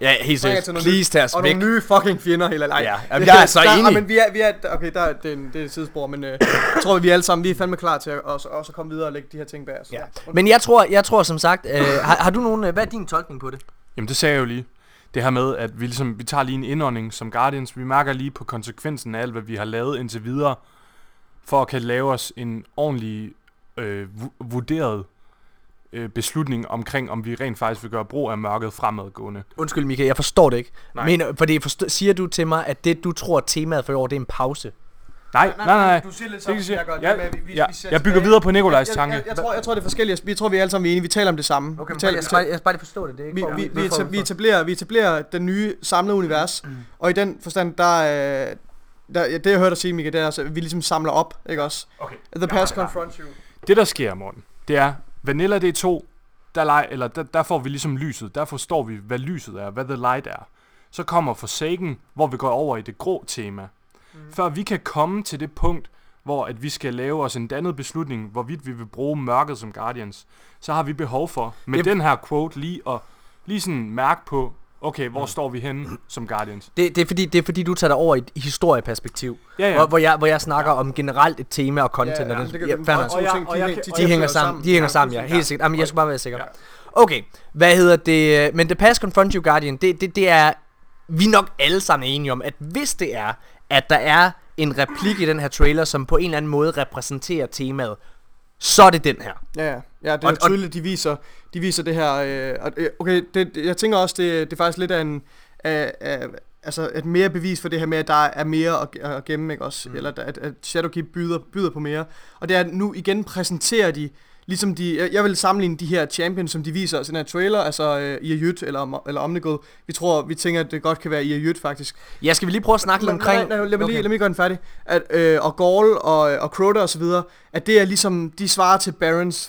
Ja, helt seriøst. Please tag os og væk. nogle nye fucking fjender helt alene. Ja, jeg er så enig. Men vi er okay, det er et sidespor, men jeg tror, vi alle sammen, vi er fandme klar til at også komme videre og lægge de her ting bag os. Ja. Men jeg tror som sagt, har du nogen, hvad er din tolkning på det? Jamen det sagde jeg jo lige. Det her med, at vi tager lige en indånding som Guardians. Vi mærker lige på konsekvensen af alt, hvad vi har lavet indtil videre, for at kan lave os en ordentlig vurderet beslutning omkring, om vi rent faktisk vil gøre brug af mørket fremadgående. Undskyld Michael, jeg forstår det ikke. Siger du til mig, at det du tror temaet for i år, det er en pause? Nej. Du siger lidt sådan, jeg gør. Jeg bygger videre på Nikolajs tanke. Jeg tror, det er forskelligt. Vi tror, vi er alle sammen enige. Vi taler om det samme. Okay, jeg skal bare lige forstå det. Det er ikke vi etablerer den nye samlede univers, og i den forstand, det jeg hørte dig sige, Michael, det er, at vi ligesom samler op, ikke også? Okay. The past confronts you. Det der sker, Morten, det er, Vanilla D2, der får vi ligesom lyset. Der forstår vi, hvad lyset er, hvad The Light er. Så kommer Forsaken, hvor vi går over i det grå tema. Før vi kan komme til det punkt, hvor at vi skal lave os en dannet beslutning, hvorvidt vi vil bruge mørket som Guardians, så har vi behov for, med den her quote, lige sådan mærke på, okay, hvor står vi henne som Guardians? Det er fordi du tager dig over i et historieperspektiv, hvor jeg snakker om generelt et tema og content. De hænger sammen, ja, helt sikkert. Jamen, jeg skal bare være sikker. Okay, hvad hedder det? Men The Past Confront You Guardian, det er vi nok alle sammen enige om, at hvis det er, at der er en replik i den her trailer, som på en eller anden måde repræsenterer temaet, så er det den her. Ja, det er tydeligt, de viser det her. Okay, jeg tænker også, det er faktisk lidt af en altså et mere bevis for det her med, at der er mere at gemme, ikke også? Eller at Shadowkeep byder på mere. Og det er, nu igen præsenterer de, ligesom jeg vil sammenligne de her champions, som de viser os i den her trailer, altså Iryt eller Omnigod. Vi tænker, at det godt kan være Iryt faktisk. Ja, skal vi lige prøve at snakke lidt omkring? Lad mig gøre den færdig. Og Gaul og Crota og så videre, at det er ligesom, de svarer til Barons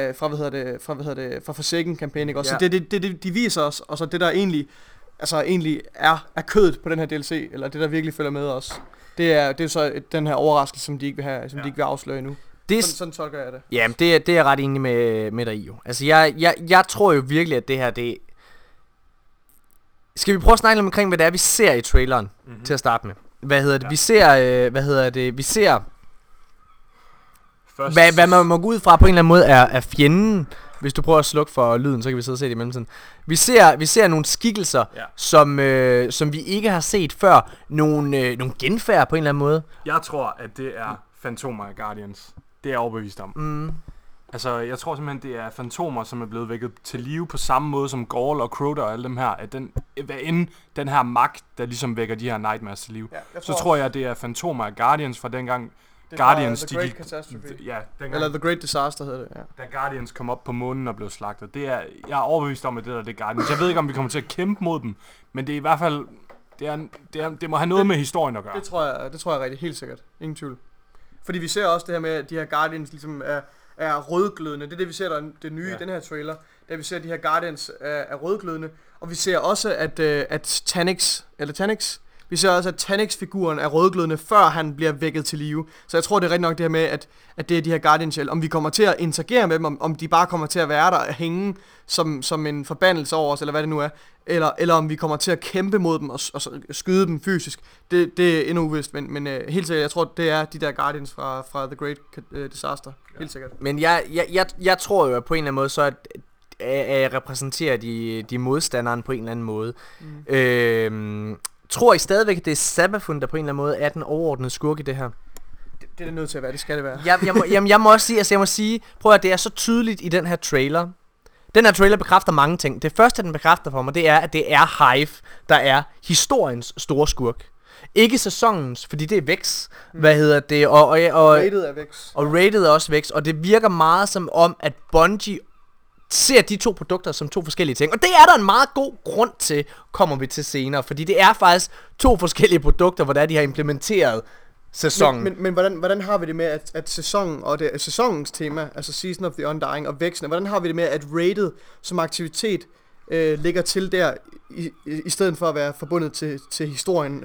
fra Forsaken-kampagnen, ikke også? Så det de viser os, og så det der egentlig er kødet på den her DLC, eller det der virkelig følger med os. Det er så den her overraskelse, som de ikke vil have, som de ikke vil afsløre endnu. Sådan tolker jeg det. Jamen, det er jeg ret enig med dig i jo. Altså, jeg tror jo virkelig, at det her, det... Skal vi prøve at snakke lidt omkring, hvad det er, vi ser i traileren, til at starte med? Hvad hedder det? Ja. Vi ser... Hvad man må gå ud fra på en eller anden måde er fjenden. Hvis du prøver at slukke for lyden, så kan vi sidde og se det i mellemtiden. Vi ser nogle skikkelser, som vi ikke har set før. Nogle genfærd på en eller anden måde. Jeg tror, at det er fantomer af Guardians. Det er jeg overbevist om. Altså, jeg tror simpelthen, det er fantomer, som er blevet vækket til live på samme måde som Gaul og Crota og alle dem her. At hvad end den her magt, der ligesom vækker de her Nightmares til live, så tror jeg, det er fantomer af Guardians fra dengang. Guardians, The Great Catastrophe. Dengang, eller The Great Disaster hedder det, da Guardians kom op på månen og blev slagtet. Jeg er overbevist om, at det er Guardians. Jeg ved ikke, om vi kommer til at kæmpe mod dem, men det er i hvert fald, det må have noget med historien at gøre. Det tror jeg rigtig, helt sikkert. Ingen tvivl. Fordi vi ser også det her med, at de her Guardians ligesom er rødglødende. Det er det, vi ser, der det nye i den her trailer. Da vi ser, at de her Guardians er rødglødende. Og vi ser også, at Taniks, vi ser også, at Taniks-figuren er rødglødende, før han bliver vækket til live. Så jeg tror, det er rigtig nok det her med, at det er de her Guardians, om vi kommer til at interagere med dem, om de bare kommer til at være der og hænge som en forbandelse over os, eller hvad det nu er. Eller om vi kommer til at kæmpe mod dem og skyde dem fysisk. Det er endnu uvist, men helt sikkert, jeg tror, det er de der Guardians fra The Great Disaster. Helt sikkert. Men jeg tror jo på en eller anden måde, så at repræsenterer de modstanderen på en eller anden måde. Tror I stadigvæk, at det er Savathun, der på en eller anden måde er den overordnede skurk i det her? Det er det nødt til at være, det skal det være. Jeg må også sige, prøv at det er så tydeligt i den her trailer. Den her trailer bekræfter mange ting. Det første, den bekræfter for mig, det er, at det er Hive, der er historiens store skurk. Ikke sæsonens, fordi det er Vex. Hvad hedder det? Og rated er Vex. Og rated er også Vex. Og det virker meget som om, at Bungie ser de to produkter som to forskellige ting. Og det er der en meget god grund til, kommer vi til senere. Fordi det er faktisk to forskellige produkter, hvor de har implementeret sæsonen. Men hvordan har vi det med, at sæsonen og det sæsonens tema, altså Season of the Undying og Vexene, hvordan har vi det med, at rated som aktivitet ligger til der, i stedet for at være forbundet til historien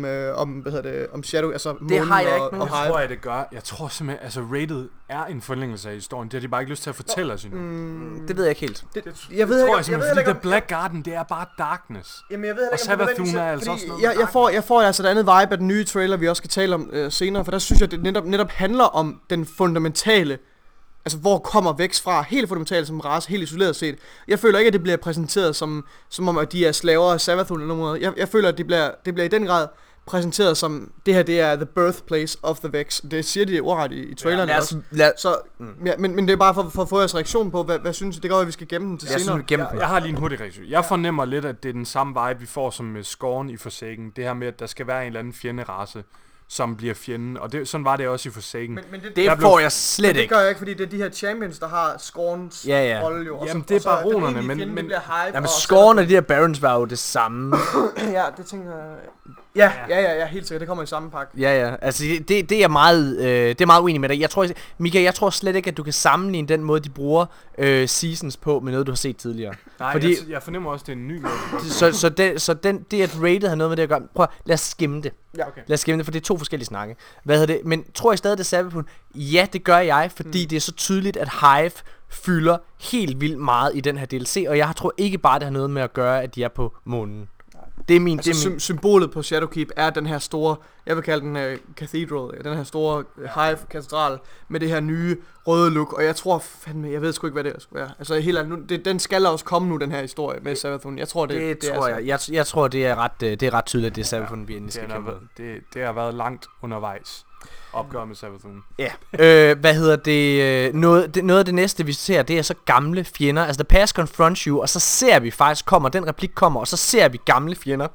om Shadow, altså Det har jeg ikke og Det Hive. tror jeg, det gør. Jeg tror simpelthen, altså Rated er en forlængelse af historien. Det har de bare ikke lyst til at fortælle os endnu. Det ved jeg ikke helt. Jeg ved tror ikke, jeg simpelthen, fordi The Black Garden, det er bare darkness. Jamen, jeg ved Og Savathûn er altså også noget jeg får altså et andet vibe af den nye trailer, vi også skal tale om senere, for der synes jeg, det netop handler om den fundamentale, altså hvor kommer vækst fra, helt fundamentalt som race, helt isoleret set. Jeg føler ikke, at det bliver præsenteret som om, at de er slaver af Savathûn eller nogen måde. Jeg føler, at det bliver i den grad præsenteret som, det her det er the birthplace of the Vex. Det siger de ordret i traileren også. Så, men det er bare for at få jeres reaktion på, hvad synes I? Det går, at vi skal gemme den til senere. Jeg har lige en hurtig reaktion. Jeg fornemmer lidt, at det er den samme vibe, vi får som med Scorn i Forsaken. Det her med, at der skal være en eller anden fjenderace, som bliver fjenden. Og sådan var det også i Forsaken. Men Det får jeg slet det ikke. gør jeg ikke, fordi det er de her champions, der har Scorns rolle jo. Jamen, det er baronerne, men Jamen, Scorn og de her Barons var jo det samme. Ja, det tænker jeg. Ja, helt sikkert. Det kommer i samme pakke. Ja. Altså, det er meget uenig med dig. Jeg tror slet ikke, at du kan sammenligne den måde, de bruger seasons på med noget, du har set tidligere. Nej, fordi jeg fornemmer også, det er en ny måde. Så det at Rated har noget med det at gøre. Prøv, lad os skimme det. Ja, okay. Lad os skimme det, for det er 2 forskellige snakke. Hvad hedder det? Men tror jeg stadig, det er Savathûn? Ja, det gør jeg, fordi det er så tydeligt, at Hive fylder helt vildt meget i den her DLC, og jeg tror ikke bare, det har noget med at gøre, at de er på månen. Det er min... Symbolet på Shadowkeep er den her store, jeg vil kalde den cathedral, den her store Hive-katedral med det her nye røde look, og jeg tror fandme, jeg ved sgu ikke, hvad det skulle være. Altså helt ærligt, den skal også komme nu, den her historie med Savathûn. Jeg tror, det tror er jeg. Jeg tror, det er ret tydeligt, at det er Savathûn, vi endelig skal kæmpe. Det har været langt undervejs. Opgør med Savathûn. Ja. Hvad hedder det? Noget af det næste, vi ser, det er så gamle fjender. Altså, the past confronts you, og så ser vi faktisk den replik kommer, og så ser vi gamle fjender.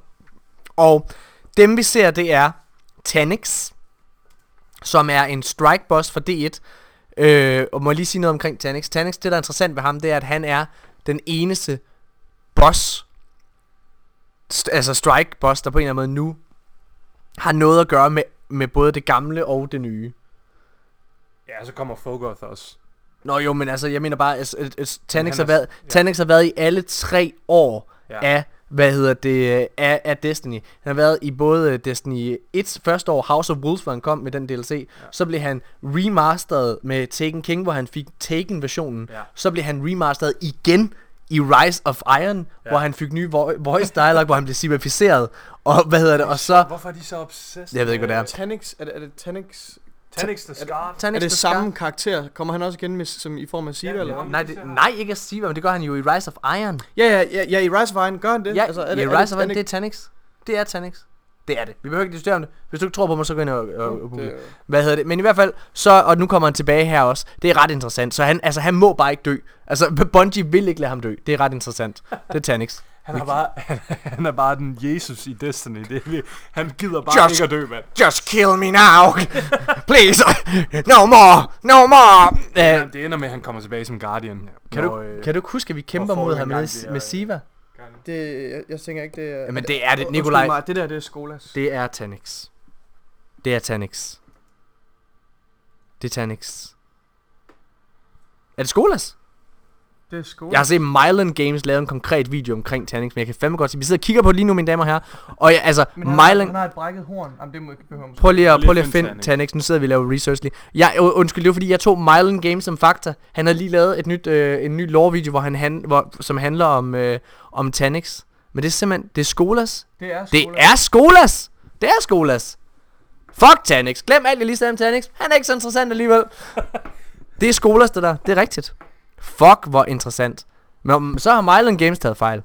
Og dem vi ser, det er Taniks, som er en strike boss for D1. Og må jeg lige sige noget omkring Taniks. Taniks, det der er interessant ved ham, det er, at han er den eneste boss, altså strike boss, der på en eller anden måde nu har noget at gøre med både det gamle og det nye. Ja, så kommer Fogoth også. Nå jo, men altså, jeg mener bare, Taniks har været i alle 3 år af, af Destiny. Han har været i både Destiny 1 første år, House of Wolves, hvor han kom med den DLC. Så blev han remasteret med Taken King, hvor han fik Taken-versionen. Så blev han remasteret igen i Rise of Iron, hvor han fik nye voice dialogue, hvor han blev civificeret. Og og så... Hvorfor er de så obsessed? Jeg ved ikke, hvad det er. Taniks, er det Taniks? Taniks the Scar. Er det samme karakter? Kommer han også igen med, som i form af Siva, eller hvad? Nej, ikke af Siva, men det gør han jo i Rise of Iron. Ja, i Rise of Iron gør han det? Ja, altså, i Rise of Iron, det er Taniks. Det er Taniks. Det er det. Vi behøver ikke diskutere om det. Hvis du ikke tror på mig, så gå ind og google. Hvad hedder det? Men i hvert fald, så, og nu kommer han tilbage her også. Det er ret interessant. Så han må bare ikke dø. Altså, Bungie vil ikke lade ham dø. Det er ret interessant. Det er Taniks. Han er bare den Jesus i Destiny. Han gider bare ikke at dø, mand. Just kill me now. Please. No more. Det ender med, at han kommer tilbage som Guardian. Kan du huske, at vi kæmper mod ham med Siva? Jeg tænker ikke, det er... Jamen det er det, Nikolaj. Det der, det er Skolas. Det er Taniks. Det er Taniks. Er det Skolas? Det er Skolas. Jeg har set Mylan Games lave en konkret video omkring Taniks, men jeg kan fandme godt sige, vi sidder og kigger på det lige nu, mine damer og herrer. Og Mylan... Han har et brækket horn. Jamen, det må ikke behøve. Prøv lige at finde Taniks. Nu sidder vi og laver research lige. Undskyld, det var fordi jeg tog Mylan Games som fakta. Han har lige lavet en ny lore-video, som handler om Taniks. Men det er simpelthen, det er Skolas. Det er Skolas. Fuck Taniks. Glem alt, jeg lige sagde om Taniks. Han er ikke så interessant alligevel. Det er Skolas, det der. Det er rigtigt. Fuck, hvor interessant. Men så har Mylan Games taget fejl.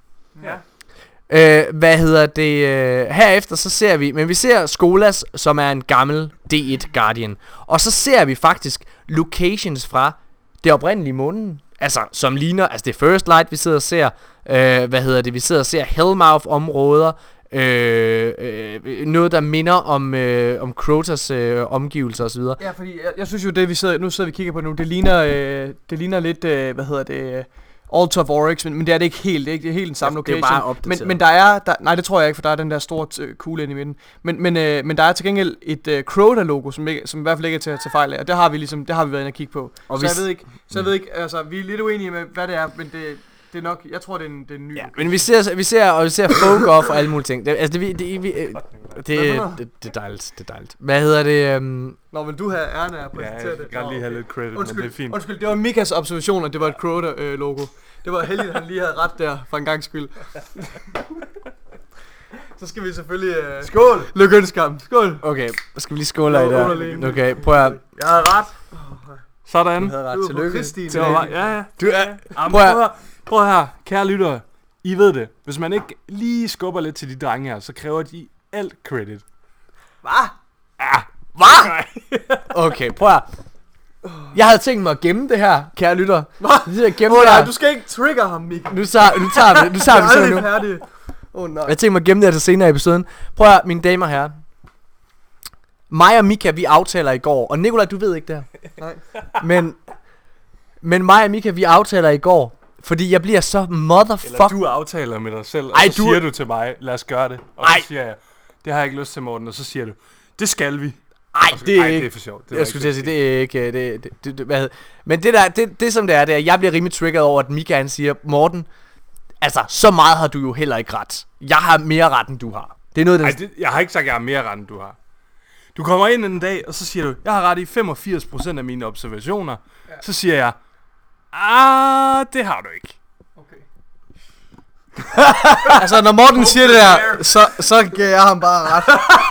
Ja. Herefter så ser vi ser Skolas, som er en gammel D1 Guardian. Og så ser vi faktisk locations fra det oprindelige månen. Altså, som ligner, altså det er First Light, vi sidder og ser. Vi sidder og ser Hellmouth-områder. Noget der minder om Crotas omgivelser og så videre. Ja, fordi jeg synes jo det vi sidder vi kigger på nu, det ligner lidt Altar of Oryx, men det er det ikke helt. Det er helt den samme location. Det er bare opdateret. Men der er nej, det tror jeg ikke, for der er den der store kugle inde i midten. Men der er til gengæld et Crota logo, som i hvert fald ikke er til at tage fejl af, og det har vi været inde og kigge på. Og så jeg ved ikke, altså vi er lidt uenige med hvad det er, men Det er nok, jeg tror, det er en ny. Ja, men vi ser folk off og alle mulige ting. Det er dejligt, det er dejligt. Hvad hedder det? Nå, vil du have æren af at præsentere det? Jeg kan lige have lidt credit, men det er fint. Undskyld, det var Mikas observation, at det var et Crota-logo. Det var heldigt, at han lige havde ret der, for en gang skyld. Så skal vi selvfølgelig... Skål! Lykønske ham. Skål! Okay, skal vi lige skåle i der? Okay, prøv at... Jeg havde ret. Sådan. Du havde ret. Du Tillykke. Ja. Du er... Prøv her, kære lyttere. I ved det. Hvis man ikke lige skubber lidt til de drenge her, så kræver de alt credit. Hvad? Ja. Hvad? Okay, prøv at... Jeg havde tænkt mig at gemme det her, kære lytter. Hvad? Nej, du skal ikke trigger ham, Mik. Nu tager vi sådan nu. Nej. Jeg tænker mig at gemme det her til senere i episoden. Prøv at, mine damer og herrer. Mig og Mika, vi aftaler i går. Og Nikolaj, du ved ikke det her. Nej. Men mig og Mika, vi aftaler i går. Fordi jeg bliver så motherfuck... Eller du aftaler med dig selv, og så siger du til mig, lad os gøre det. Og så siger jeg, det har jeg ikke lyst til, Morten. Og så siger du, det skal vi. Det er ikke... det er for sjovt. Jeg skulle til at sige, det er ikke... Hvad men det som det er, jeg bliver rimelig triggeret over, at Mika han siger, Morten, altså, så meget har du jo heller ikke ret. Jeg har mere ret, end du har. Det er noget, der... jeg har ikke sagt, at jeg har mere ret, end du har. Du kommer ind en dag, og så siger du, jeg har ret i 85% af mine observationer. Ja. Så siger jeg, det har du ikke. Okay. Altså, når Morten siger det der, så giver jeg ham bare ret.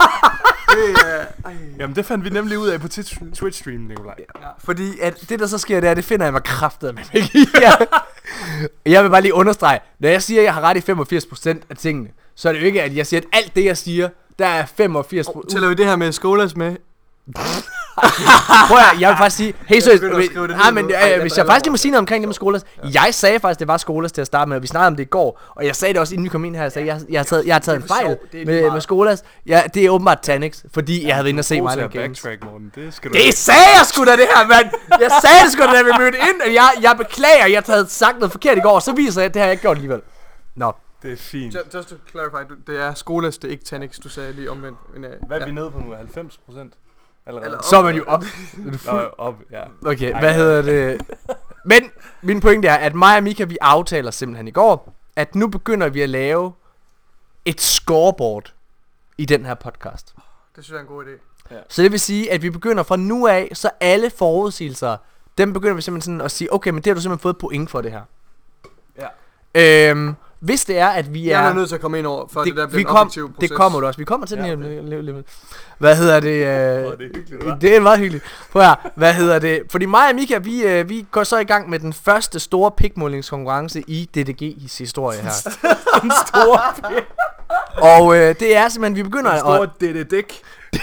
Jamen, det fandt vi nemlig ud af på Twitch-stream, Nikolaj. Ja. Fordi at det, der så sker, det finder jeg mig kraftet med. Jeg vil bare lige understrege, når jeg siger, at jeg har ret i 85% af tingene, så er det jo ikke, at jeg siger, at alt det, jeg siger, der er 85%. Tæller vi det her med Skolas med? Prøv at, jeg vil faktisk sige, hey seriøst, hvis jeg faktisk lige må sige noget omkring det med Skolas. Jeg sagde faktisk, det var Skolas til at starte med, og vi snakkede om det i går, og jeg sagde det også, inden vi kom ind her, jeg sagde, jeg har taget en fejl med Skolas. Ja, det er åbenbart Tanix, fordi jeg havde været inde og se mig Games. Det sagde jeg sgu da det her, mand! Jeg sagde det sgu da, da vi mødte ind, at jeg beklager, jeg havde sagt noget forkert i går, og så viser jeg, at det har jeg ikke gjort alligevel. Nå. Det er fint. Just to clarify, det er Skolas, det er ikke Tanix, du sagde lige omvendt. Hvad er vi nede på nu? 90%? Allerede. Så er man jo op. Op, ja. Okay, hvad hedder det? Men min pointe er, at mig og Mika, vi aftaler simpelthen i går, at nu begynder vi at lave et scoreboard i den her podcast. Det synes jeg er en god idé. Ja. Så det vil sige, at vi begynder fra nu af, så alle forudsigelser, dem begynder vi simpelthen sådan at sige, okay, men det har du simpelthen fået point for det her. Ja. Hvis det er, at vi er... Jeg er nødt til at komme ind over, for det der bliver en objektiv proces. Det kommer du også. Vi kommer til den her... Hvad hedder det? Det er hyggeligt, det er meget hyggeligt. Prøv at, hvad hedder det? Fordi mig og Mika, vi går så i gang med den første store pikmålingskonkurrence i DDG's historie her. En stor pik. Og det er simpelthen, vi begynder at... En stor DDDik.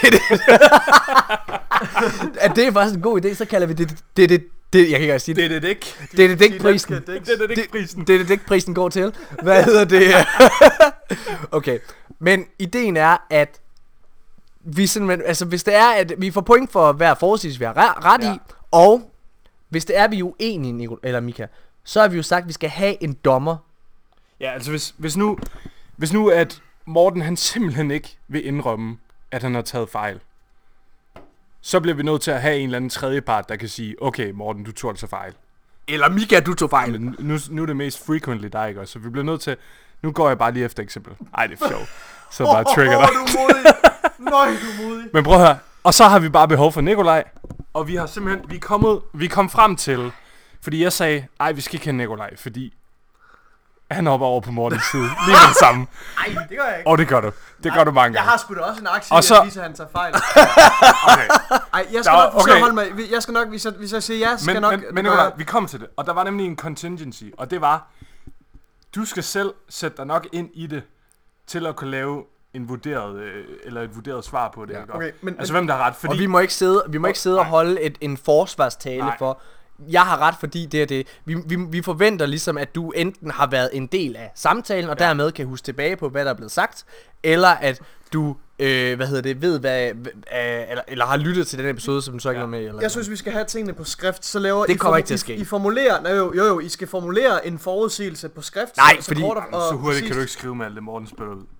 At det er faktisk en god idé, så kalder vi det jeg kan ikke sige det. DDDik-prisen. DDDik-prisen går til. Hvad hedder det? Okay. Men ideen er, at vi simpelthen, altså hvis det er, at vi får point for hver forudsigelse, vi har ret i, og hvis det er, vi er uenige, eller Mika, så har vi jo sagt, at vi skal have en dommer. Ja, altså hvis nu at Morten han simpelthen ikke vil indrømme, at han har taget fejl, så bliver vi nødt til at have en eller anden tredjepart, der kan sige, okay Morten, du tog altså fejl. Eller Mika, du tog fejl. Men nu er det mest frequently dig, ikke også? Så vi bliver nødt til, nu går jeg bare lige efter eksempel. Ej, det er sjovt. Så bare trigger dig. Du er modig. Nej, du er modig. Men prøv at høre. Og så har vi bare behov for Nikolaj. Og vi har simpelthen, vi kom frem til, fordi jeg sagde, ej, vi skal ikke have Nikolaj, fordi han hopper over på Mortens side. Lige med det samme. Ej, det gør jeg ikke. Og det gør du. Det gør du mange gange. Jeg har sgu da også en aktie, og så... at vise, at han tager fejl. Okay. Ej, jeg skal nok forsøge at holde mig. Jeg skal nok, hvis jeg siger ja, skal nok... Men Nikolaj, vi kom til det. Og der var nemlig en contingency. Og det var, du skal selv sætte dig nok ind i det, til at kunne lave en vurderet, eller et vurderet svar på det. Ja. Okay, altså hvem der har ret. Fordi... Og vi må ikke sidde og holde en forsvarstale for... Jeg har ret, fordi det er det. Vi forventer ligesom, at du enten har været en del af samtalen, og dermed kan huske tilbage på, hvad der er blevet sagt, eller at du, ved hvad, eller har lyttet til den episode, som du så ikke var med. Eller jeg synes, vi skal have tingene på skrift, så laver det kommer ikke til at ske. I formulerer, I skal formulere en forudsigelse på skrift. Nej, så fordi... Så hurtigt kan du ikke skrive med alt det, Morten spiller ud.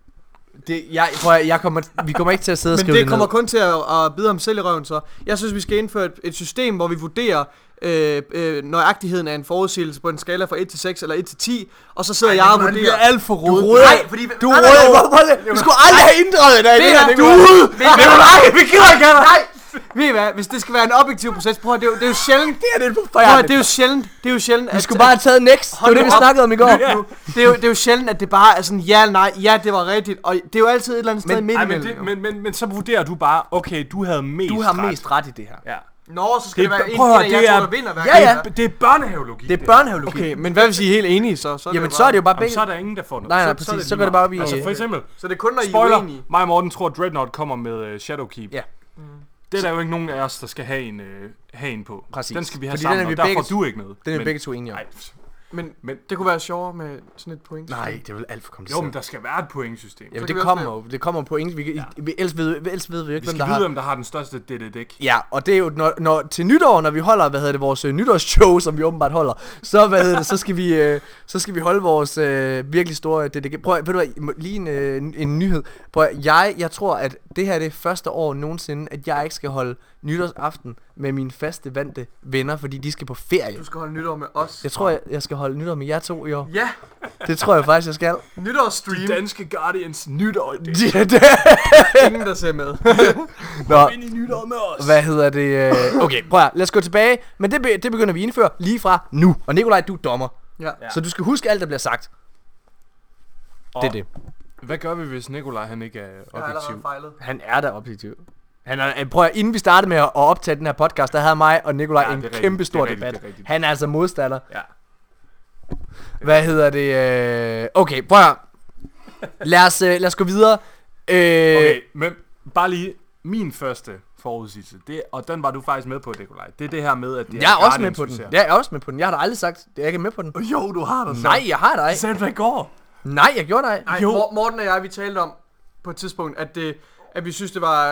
Vi kommer ikke til at sidde og skrive det ned. Men det kommer kun til at bide ham selv i røven, så. Jeg synes, vi skal indføre et system, hvor vi vurderer nøjagtigheden af en forudsigelse på en skala fra 1 til 6 eller 1 til 10, og så sidder jeg og Det bliver vurderer. alt for rodet. Nej, fordi... Du skulle aldrig have inddraget dig i det her. Du er ude! Vi gider ikke have dig! Nej! Ved I hvad, hvis det skal være en objektiv proces, prøv at det er jo sjældent. Det er jo sjældent. Vi skulle bare have taget next. Det var det, vi snakkede om i går. Det er jo sjældent, at det bare er sådan, ja eller nej, ja, det var rigtigt. Og det er jo altid et eller andet sted midt imellem. Men så vurderer du bare, okay, du havde mest Du har mest ret i det her. Ja. Nå, så skal det være en af jer to, der vinder hver gang. Det er børnehavelogik. Det er børnehavelogik. Okay, men hvad hvis I er helt enige, så Jamen, så er det jo bare begge. Så er der ingen, der får noget. Nej, præcis. Så går det bare op i... Altså for eksempel, så det er kun, når I er spoiler, uenige. mig og Morten tror, at Dreadnought kommer med Shadowkeep. Ja. Det er der jo ikke nogen af os, der skal have en på. Præcis. Den skal vi have Fordi sammen, den er og vi der begge- får du ikke noget. Den er vi begge to enige om. Nej, Men det kunne være sjovere med sådan et point. Nej, det er vel alt for kompliceret. jo, men der skal være et pointsystem. Jamen, kan det vi kommer også jo. Det kommer på ingen... Ellers ved vi jo ikke, Vi skal der vide, har... hvem der har den største dæk. Ja, og det er jo, når til nytår, når vi holder, vores nytårsshow, som vi åbenbart holder, så, så skal vi holde vores virkelig store DDG. Prøv, ved du hvad, lige en nyhed. Prøv, jeg tror, at det her er det første år nogensinde, at jeg ikke skal holde nytårsaften med mine faste vante venner, fordi de skal på ferie. Du skal holde nytår med os. Jeg tror, jeg skal holde nytår med jer to i år. Ja, Det tror jeg faktisk, jeg skal. nytårsstream. Danske Guardians nytår. Ingen, der ser med. Nå, Ind i nytår med os. hvad hedder det? Okay, prøv at lad os gå tilbage. Men det begynder vi at indføre lige fra nu. Og Nikolaj, du er dommer. Ja. Så du skal huske alt, der bliver sagt. Det er det. Hvad gør vi, hvis Nikolaj han ikke er Jeg har allerede objektiv? fejlet. Han er da objektiv. Prøv at, inden vi startede med at optage den her podcast, der havde mig og Nikolaj Ja, en det er rigtigt, kæmpe stor det er rigtigt, debat. det er rigtigt. Han er altså modstander. Ja. Hvad hedder det? Okay, prøv at, lad os gå videre. Okay, men bare lige min første forudsigelse, og den var du faktisk med på, Nikolaj. Det er det her med, at det Jeg er også med Guardians, på du den. ser. Jeg er også med på den. Jeg har da aldrig sagt, at jeg ikke er med på den. Jo, du har det. Nej, jeg har dig. Sagde du i går? Nej, jeg gjorde dig. Nej, Morten og jeg, vi talte om på et tidspunkt, at vi synes, det var...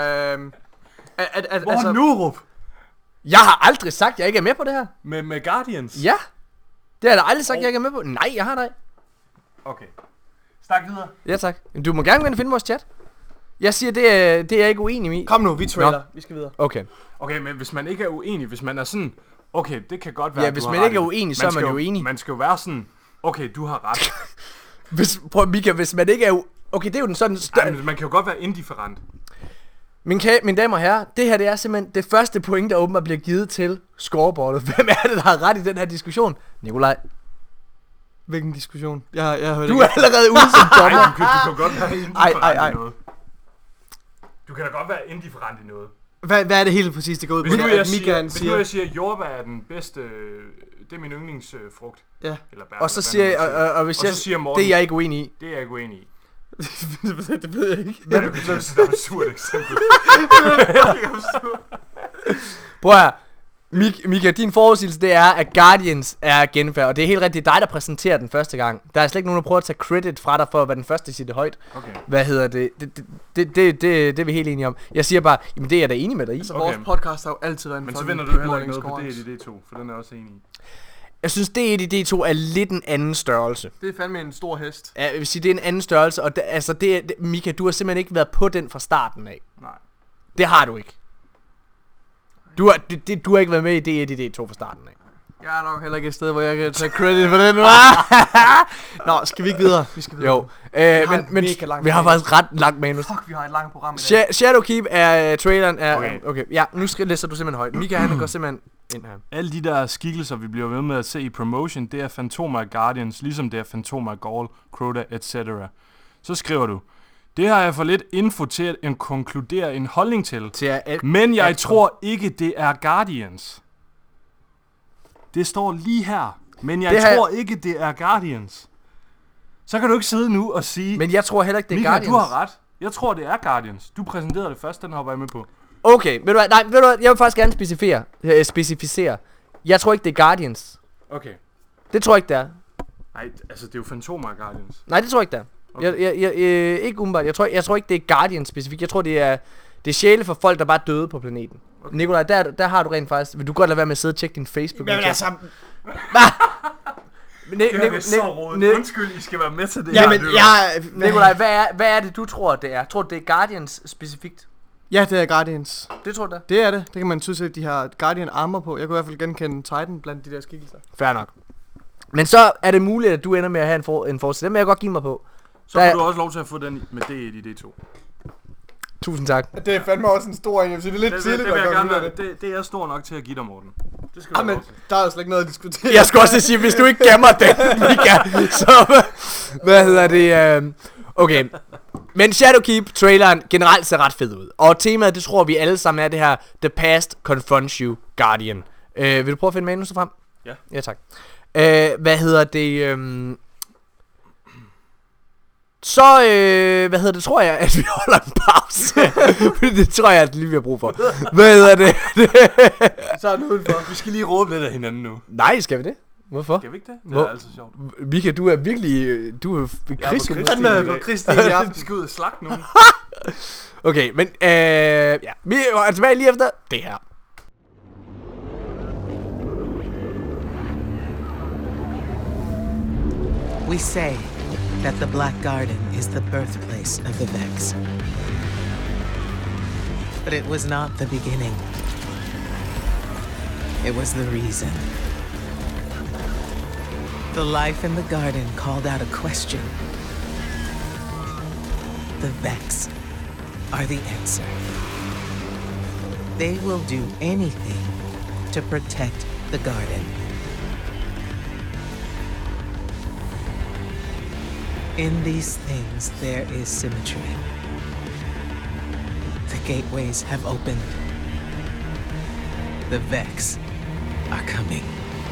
Hvor Nurup? Jeg har aldrig sagt, at jeg ikke er med på det her. Med Guardians? Ja. Det har jeg da aldrig sagt, at jeg ikke er med på. Nej, jeg har dig. Okay. Snak videre. Ja, tak. Du må gerne gå ind og finde vores chat. Jeg siger, det er jeg ikke uenig i. Kom nu, vi trailer. Nå. Vi skal videre. Okay. Okay, men hvis man ikke er uenig, hvis man er sådan, okay, det kan godt være, Ja, at hvis du har man ikke ret er i. uenig, så er man jo enig. Man skal jo være sådan, okay, du har ret. Prøv, Mika, hvis man ikke er... Okay, det er jo den sådan... Ej, men man kan jo godt være indifferent. Mine damer og herrer, det her det er simpelthen det første point, der åbenbart bliver givet til scoreboardet. Hvem er det, der har ret i den her diskussion? Nikolaj. Hvilken diskussion? Jeg hørte Du er allerede ude som dommer. Nej, du kan godt være indifferent Ej. i noget. Du kan da godt være indifferent i noget. Hvad er det helt præcis, det går ud på? Hvis nu At jeg siger, at jordbær er den bedste, det er min yndlingsfrugt. Ja. Eller bær, Og så eller hvad siger man jeg, og hvis Og så jeg, siger Morten, det er jeg ikke uenig i. det er jeg ikke uenig i. det ved jeg ikke. Men det er et absurd eksempel. Prøv at Mika, din forudsigelse det er, at Guardians er genfærd, og det er helt rigtigt, det er dig, der præsenterer den første gang. Der er slet ikke nogen, der prøver at tage credit fra dig for at være den første, der siger det højt. Okay. Hvad hedder det? Det er vi helt enige om. Jeg siger bare, jamen det er jeg da enig med dig i. Så vores podcast har jo altid været en Men så fucking vinder du heller ikke noget på pitmålingskonkurrence. DD2, for den er jeg også enig i. Jeg synes, DD2 er lidt en anden størrelse. Det er fandme en stor hest. Ja, jeg vil sige, det er en anden størrelse, og Mika, du har simpelthen ikke været på den fra starten af. Nej. Det har du ikke. Du har ikke været med i DD2 fra starten af. Jeg er nok heller ikke et sted, hvor jeg kan tage credit for den. Nå, skal vi ikke videre? Vi skal videre. Jo, men mega langt vi har manus. faktisk ret langt manus. Fuck, vi har et langt program i dag. Shadowkeep er traileren er Okay. ja, nu læser du simpelthen højt. Mika han går simpelthen ind her. Alle de der skikkelser, vi bliver ved med at se i promotion, det er Phantoma Guardians, ligesom det er Phantoma Gaul, Crota, etc. Så skriver du, det har jeg for lidt info til at konkludere en holdning til, men jeg tror ikke, det er Guardians. Det står lige her, men jeg tror ikke, det er Guardians. Så kan du ikke sidde nu og sige, Men jeg tror heller ikke det er Mika, Guardians. du har ret. Jeg tror, det er Guardians. Du præsenterede det først, den hopper jeg med på. Okay, ved du hvad, jeg vil faktisk gerne specificere. Jeg tror ikke det er Guardians. Okay. Det tror jeg ikke det er. Nej, altså det er jo Phantoma Guardians. Nej, det tror jeg ikke det er. Okay. Jeg ikke umiddelbart. Jeg tror ikke det er Guardians specifikt. Jeg tror det er sjæle for folk der bare døde på planeten. Okay. Nikolaj, der har du rent faktisk. Vil du godt lade være med at sidde og tjekke din Facebook? Men altså... Undskyld, I skal være med til det. Jamen, Nikolaj, hvad er det du tror det er? Tror du det er Guardians specifikt? Ja, det er Guardians. Det tror du da? Det er det. Det kan man tydeligt se, at de har Guardian armor på. Jeg kunne i hvert fald genkende Titan blandt de der skikkelser. Fair nok. Men så er det muligt, at du ender med at have en forside. Den vil jeg godt give mig på. Så får du også lov til at få den med D1 i D2. Tusind tak. Det er fandme også en stor en. Jeg synes, det er lidt tidligt at komme ud af det. Det er stor nok til at give dig, Morten. Det skal du men der er jo slet ikke noget at diskutere. Jeg skulle også sige, hvis du ikke gemmer den, Mika, så... Hvad hedder det? Okay. Men Shadowkeep-traileren generelt ser ret fed ud. Og temaet, det tror vi alle sammen er det her The Past Confronts You, Guardian. Vil du prøve at finde manuset frem? Ja. Ja, tak. Hvad hedder det? Så, tror jeg, at vi holder en pause. Det tror jeg, at lige vi har brug for. Hvad hedder det? Så er den udenfor. Vi skal lige råbe lidt af hinanden nu. Nej, skal vi det? Hvorfor? Skal vi ikke det? Det er altid sjovt. Mika, du er virkelig... Du er Christian. Han er på Kristi i aften. Vi skal ud og slagte nogen. Okay, men ja. Vi er tilbage lige efter det her. We say that the Black Garden is the birthplace of the Vex. But it was not the beginning. It was the reason. The life in the garden called out a question. The Vex are the answer. They will do anything to protect the garden. In these things, there is symmetry. The gateways have opened. The Vex are coming.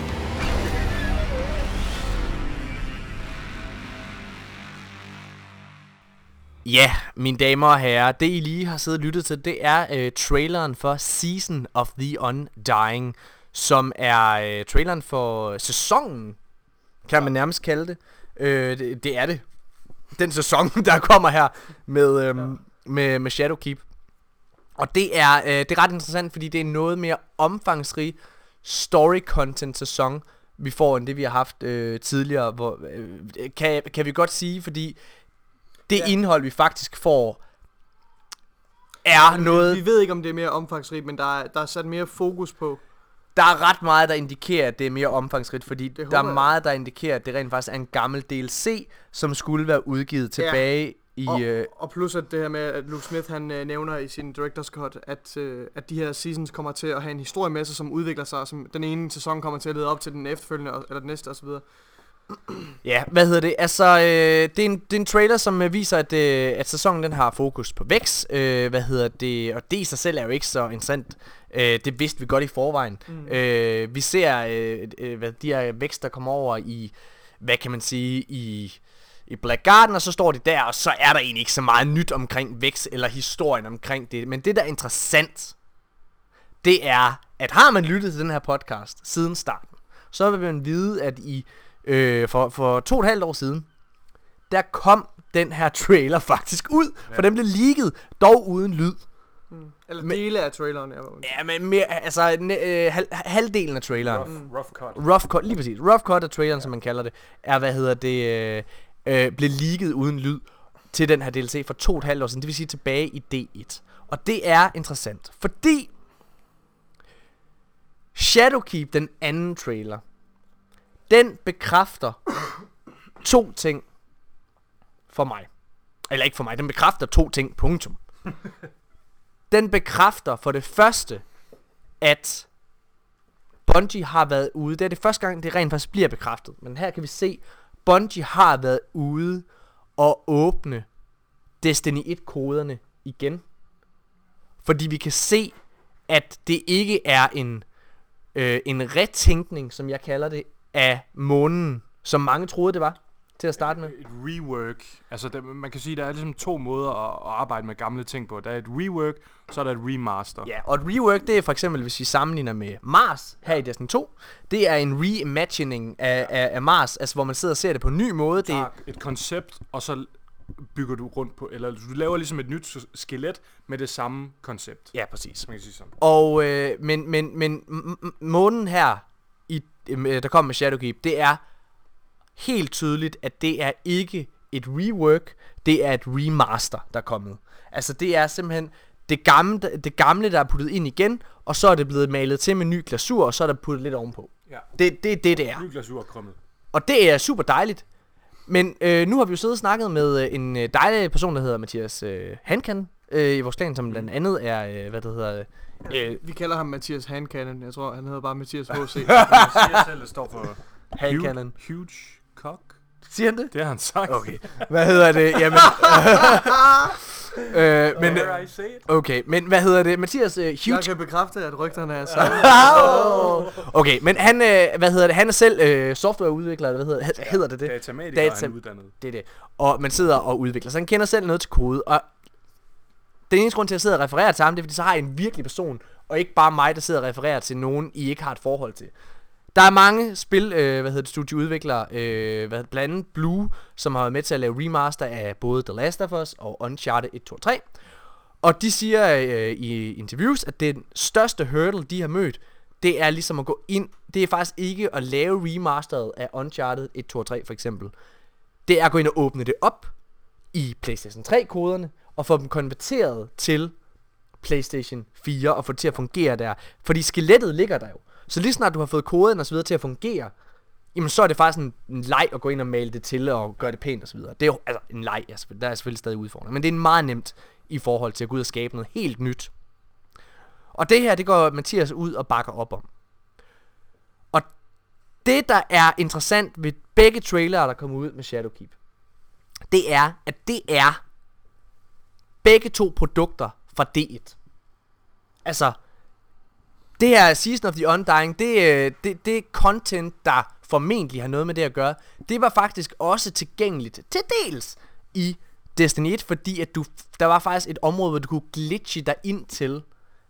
Ja, mine damer og herrer, det I lige har siddet og lyttet til, det er traileren for Season of the Undying, som er traileren for sæsonen, kan man nærmest kalde det. Det er det. Den sæson, der kommer her med Shadowkeep. Og det er ret interessant, fordi det er noget mere omfangsrig story content sæson, vi får, end det vi har haft tidligere. Hvor, kan vi godt sige, fordi det indhold, vi faktisk får, er noget... Vi ved ikke, om det er mere omfangsrigt, men der er sat mere fokus på. Der er ret meget, der indikerer, at det er mere omfangsrigt, fordi der er meget, der indikerer, at det rent faktisk er en gammel DLC, som skulle være udgivet tilbage i... Og plus at det her med, at Luke Smith han nævner i sin Director's Cut, at de her seasons kommer til at have en historie med sig, som udvikler sig, som den ene sæson kommer til at lede op til den efterfølgende, eller den næste osv. Ja, hvad hedder det? Altså, det er en trailer, som viser, at sæsonen den har fokus på Vex. Hvad hedder det? Og det i sig selv er jo ikke så interessant. Det vidste vi godt i forvejen. Vi ser de her Vex, der kommer over i, hvad kan man sige, i Black Garden, og så står de der, og så er der egentlig ikke så meget nyt omkring Vex, eller historien omkring det. Men det, der er interessant, det er, at har man lyttet til den her podcast siden starten, så vil man vide, at for 2,5 år siden, der kom den her trailer faktisk ud, for den blev leaget, dog uden lyd. Eller dele af traileren. Ja, men mere, altså halvdelen af traileren. Rough cut. Rough cut, lige præcis. Rough cut af traileren, som man kalder det, er, blev leaget uden lyd til den her DLC for 2,5 år siden, det vil sige tilbage i D1. Og det er interessant, fordi Shadowkeep, den anden trailer, den bekræfter 2 ting for mig. Eller ikke for mig, den bekræfter 2 ting, punktum. Den bekræfter for det første, at Bungie har været ude. Det er det første gang, det rent faktisk bliver bekræftet. Men her kan vi se, Bungie har været ude og åbne Destiny 1-koderne igen. Fordi vi kan se, at det ikke er en retænkning, som jeg kalder det, af månen, som mange troede det var til at starte med. Et rework. Altså man kan sige, der er ligesom 2 måder at arbejde med gamle ting på. Der er et rework, så er der et remaster. Ja, og et rework, det er for eksempel, hvis vi sammenligner med Mars her i Destiny 2. Det er en reimagining af Mars, altså hvor man sidder og ser det på en ny måde. Det er et koncept, og så bygger du rundt på, eller du laver ligesom et nyt skelet med det samme koncept. Ja, præcis. Man kan sige sådan. Og men månen her der kommer med Shadowkeep, det er helt tydeligt, at det er ikke et rework, det er et remaster, der er kommet. Altså det er simpelthen det gamle, der er puttet ind igen, og så er det blevet malet til med ny glasur, og så er der puttet lidt ovenpå. Ja. Det er. Ny glasur krummet. Og det er super dejligt. Men nu har vi jo siddet og snakket med en dejlig person, der hedder Mathias Hankan i vores klan, som blandt andet er, hvad det hedder... Vi kalder ham Mathias Handcannon. Jeg tror, han hedder bare Mathias H.C. Mathias selv står for Handcannon. Huge cock. Siger han det? Det har han sagt. Okay. Hvad hedder det? Jamen... Okay, men hvad hedder det? Mathias Huge... Jeg kan bekræfte, at rygterne er sammen. Okay, men han, hvad hedder det? Han er selv softwareudvikler, hvad hedder det? Datamatiker han uddannet. Det er det. Og man sidder og udvikler, så han kender selv noget til kode, og den eneste grund til, at jeg sidder og refererer til ham, det er, fordi så har jeg en virkelig person, og ikke bare mig, der sidder og refererer til nogen, I ikke har et forhold til. Der er mange spil, studieudviklere, blandt andet Blue, som har været med til at lave remaster af både The Last of Us og Uncharted 1, 2 og 3. Og de siger i interviews, at den største hurdle, de har mødt, det er ligesom at gå ind. Det er faktisk ikke at lave remasteret af Uncharted 1, 2 og 3 for eksempel. Det er at gå ind og åbne det op i PlayStation 3-koderne, og få dem konverteret til PlayStation 4 og få det til at fungere der. Fordi skelettet ligger der jo. Så lige snart du har fået koden og så videre til at fungere, jamen så er det faktisk en leg at gå ind og male det til og gøre det pænt og så videre. Det er jo altså en leg, der er selvfølgelig stadig udfordring, men det er meget nemt i forhold til at gå ud og skabe noget helt nyt. Og det her, det går Mathias ud og bakker op om. Og det, der er interessant ved begge trailere, der kommer ud med Shadowkeep, det er, at det er begge to produkter fra D1. Altså, det her Season of the Undying, det er content, der formentlig har noget med det at gøre. Det var faktisk også tilgængeligt, til dels, i Destiny 1, fordi at der var faktisk et område, hvor du kunne glitche dig ind til.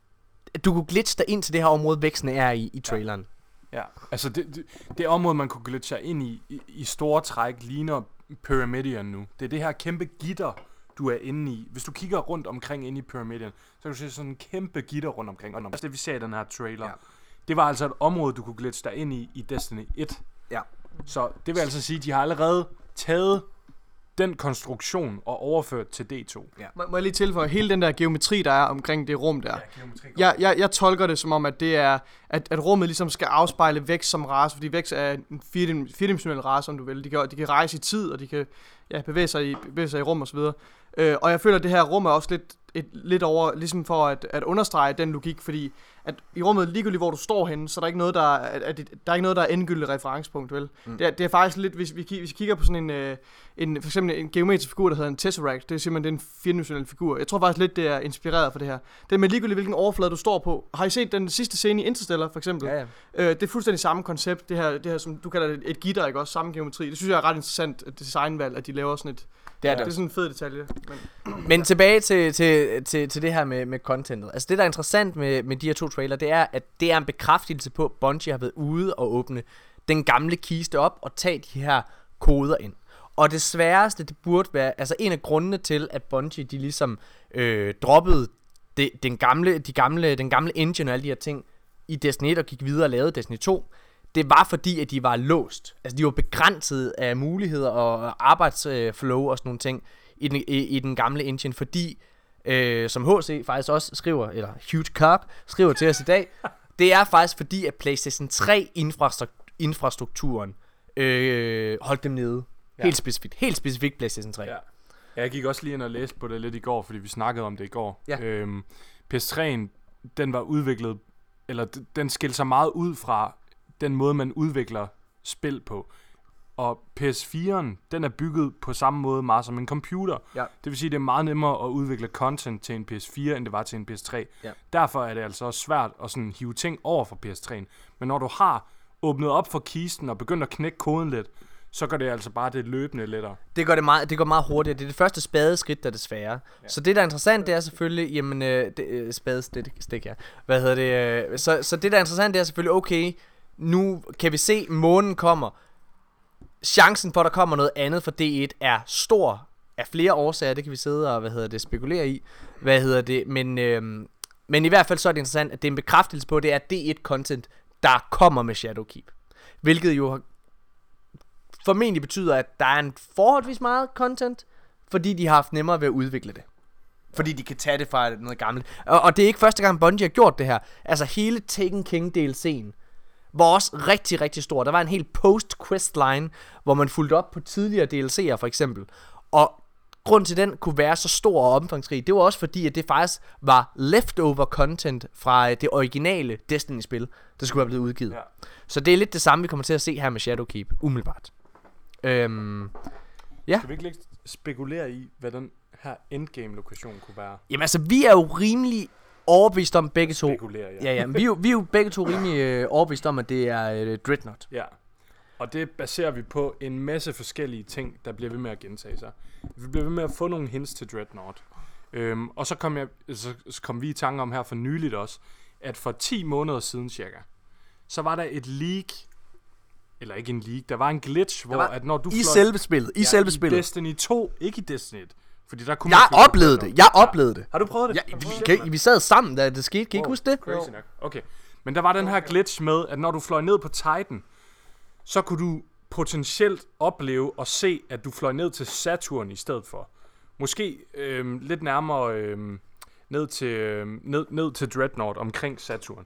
Du kunne glitche dig ind til det her område, væksten er i traileren. Ja, altså det område, man kunne glitche sig ind i store træk, ligner Pyramidion nu. Det er det her kæmpe gitter, du er inde i. Hvis du kigger rundt omkring inde i Pyramidion, så kan du se sådan en kæmpe gitter rundt omkring. Og det vi ser i den her trailer, det var altså et område, du kunne glitche dig ind i Destiny 1. Ja. Så det vil altså sige, at de har allerede taget den konstruktion og overført til D2. Ja. Må jeg lige tilføje, hele den der geometri, der er omkring det rum der. Jeg tolker det som om, at det er, at rummet ligesom skal afspejle vækst som race, fordi vækst er en firedimensionel race, om du vil. De kan rejse i tid, og de kan bevæge sig i rum og så videre. Og jeg føler, at det her rum er også lidt over, ligesom for at understrege den logik, fordi at i rummet, ligegyldigt hvor du står henne, så er der ikke noget, der er ikke noget, der er endegyldigt referencepunkt, vel? Det er faktisk lidt, hvis vi kigger på sådan for eksempel en geometrisk figur, der hedder en tesseract, det er simpelthen en firedimensionel figur. Jeg tror faktisk lidt, det er inspireret for det her. Det med ligegyldigt, hvilken overflade du står på. Har I set den sidste scene i Interstellar, for eksempel? Ja. Det er fuldstændig samme koncept, det her som du kalder et gitter, ikke også? Samme geometri. Det synes jeg er ret interessant designvalg, at de laver sådan et... Det er sådan en fed detalje. Men tilbage til det her med contentet. Altså det, der er interessant med de her to trailer, det er, at det er en bekræftelse på, at Bungie har været ude og åbne den gamle kiste op og tage de her koder ind. Og det sværeste, det burde være, altså en af grundene til, at Bungie, de ligesom droppede den gamle engine og alle de her ting i Destiny 1 og gik videre og lavede Destiny 2, det var fordi, at de var låst. Altså de var begrænset af muligheder og arbejdsflow og sådan nogle ting i den gamle engine, fordi som HC faktisk også skriver, eller Huge Cock skriver til os i dag, det er faktisk fordi, at PlayStation 3 infrastrukturen holdt dem nede. Helt specifikt PlayStation 3. Ja. Jeg gik også lige ind og læste på det lidt i går, fordi vi snakkede om det i går. Ja. PS3'en, den var udviklet, eller den skilte sig meget ud fra den måde, man udvikler spil på. Og PS4'en, den er bygget på samme måde meget som en computer. Ja. Det vil sige, det er meget nemmere at udvikle content til en PS4, end det var til en PS3. Ja. Derfor er det altså også svært at sådan hive ting over fra PS3'en. Men når du har åbnet op for kisten og begyndt at knække koden lidt, så gør det altså bare det løbende lettere. Det går meget hurtigt. Det er det første spadeskridt, der er det svære. Ja. Så det, der er interessant, det er selvfølgelig, jamen, spadestik, ja. Hvad hedder det? Så det, der er interessant, det er selvfølgelig, okay, nu kan vi se, månen kommer. Chancen for, at der kommer noget andet for D1 er stor af flere årsager. Det kan vi sidde og, spekulere i. Men i hvert fald så er det interessant, at det er en bekræftelse på, at det er D1-content, der kommer med Shadowkeep. Hvilket jo formentlig betyder, at der er en forholdsvis meget content, fordi de har haft nemmere ved at udvikle det. Fordi de kan tage det fra noget gammelt. Og det er ikke første gang Bungie har gjort det her. Altså hele Taken King DLC'en var også rigtig, rigtig stor. Der var en helt post-quest-line, hvor man fulgte op på tidligere DLC'er for eksempel. Og grund til den kunne være så stor og omfangsrig, det var også fordi, at det faktisk var leftover content fra det originale Destiny-spil, der skulle have blevet udgivet. Ja. Så det er lidt det samme, vi kommer til at se her med Shadowkeep, umiddelbart. Ja. Skal vi ikke lidt spekulere i, hvad den her endgame-lokation kunne være? Jamen altså, vi er jo rimelig overbevist om begge to. Spekulere, ja. Vi er jo begge to rimelig overbevist om, at det er Dreadnought. Ja. Og det baserer vi på en masse forskellige ting, der bliver ved med at gentage sig. Vi bliver ved med at få nogle hints til Dreadnought. Og så kom vi i tanke om her for nyligt også, at for 10 måneder siden cirka, så var der et leak, eller ikke en leak, der var en glitch, hvor at når du i selve spillet, i Destiny 2, ikke i Destiny 1. Fordi der kunne jeg oplevede det. Har du prøvet det? Ja, vi sad sammen, da det skete. Kan I ikke huske det? Crazy nok. Okay. Men der var den her glitch med, at når du fløj ned på Titan, så kunne du potentielt opleve og se, at du fløj ned til Saturn i stedet for. Måske lidt nærmere ned til Dreadnought omkring Saturn.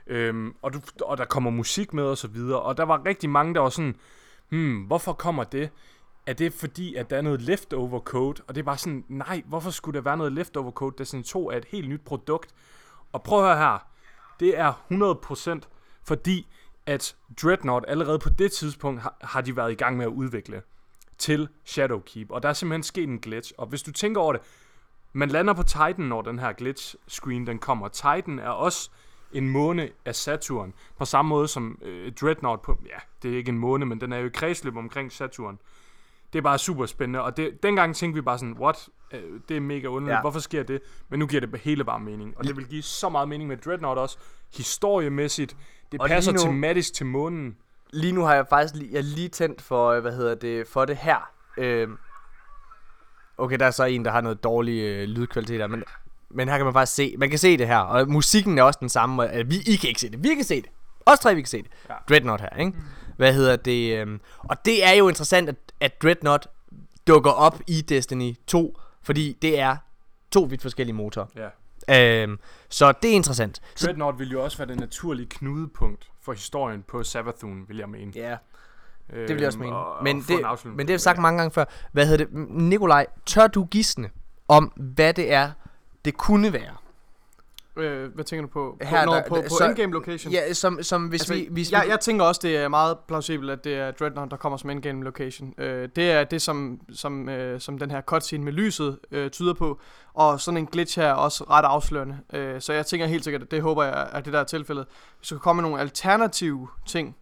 Og der kommer musik med og så videre. Og der var rigtig mange, der var sådan, hvorfor kommer det? Er det fordi, at der er noget leftover code? Og det er bare sådan, nej, hvorfor skulle der være noget leftover code? Destiny 2 er et helt nyt produkt. Og prøv at høre her. Det er 100% fordi, at Dreadnought allerede på det tidspunkt har de været i gang med at udvikle til Shadowkeep. Og der er simpelthen sket en glitch. Og hvis du tænker over det, man lander på Titan, når den her glitch screen den kommer. Titan er også en måne af Saturn. På samme måde som Dreadnought på, ja, det er ikke en måne, men den er jo i kredsløb omkring Saturn. Det er bare super spændende, og dengang tænkte vi bare sådan, what? Det er mega underligt, ja. Hvorfor sker det? Men nu giver det hele bare mening, og det vil give så meget mening med Dreadnought også, historiemæssigt, det og passer tematisk til månen. Lige nu har jeg faktisk lige tændt for, for det her. Okay, der er så en, der har noget dårlig lydkvalitet der, men her kan man faktisk se, man kan se det her, og musikken er også den samme, I kan ikke se det, vi kan se det. Os tre, vi kan se det. Ja. Dreadnought her, ikke? Og det er jo interessant, at Dreadnought dukker op i Destiny 2, fordi det er 2 vidt forskellige motorer. Ja. Så det er interessant. Dreadnought vil jo også være det naturlige knudepunkt for historien på Savathûn, vil jeg mene. Ja, det vil jeg også mene. Men det har sagt mange gange før. Nikolaj, tør du gisne om, hvad det er, det kunne være? Hvad tænker du på? Her, på endgame location? Ja, som hvis altså, vi... Jeg tænker også, det er meget plausibelt, at det er Dreadnought, der kommer som endgame location. Det er det, som den her cutscene med lyset tyder på. Og sådan en glitch her er også ret afslørende. Så jeg tænker helt sikkert, at det håber jeg, at det der er tilfældet. Hvis der kommer nogle alternative ting,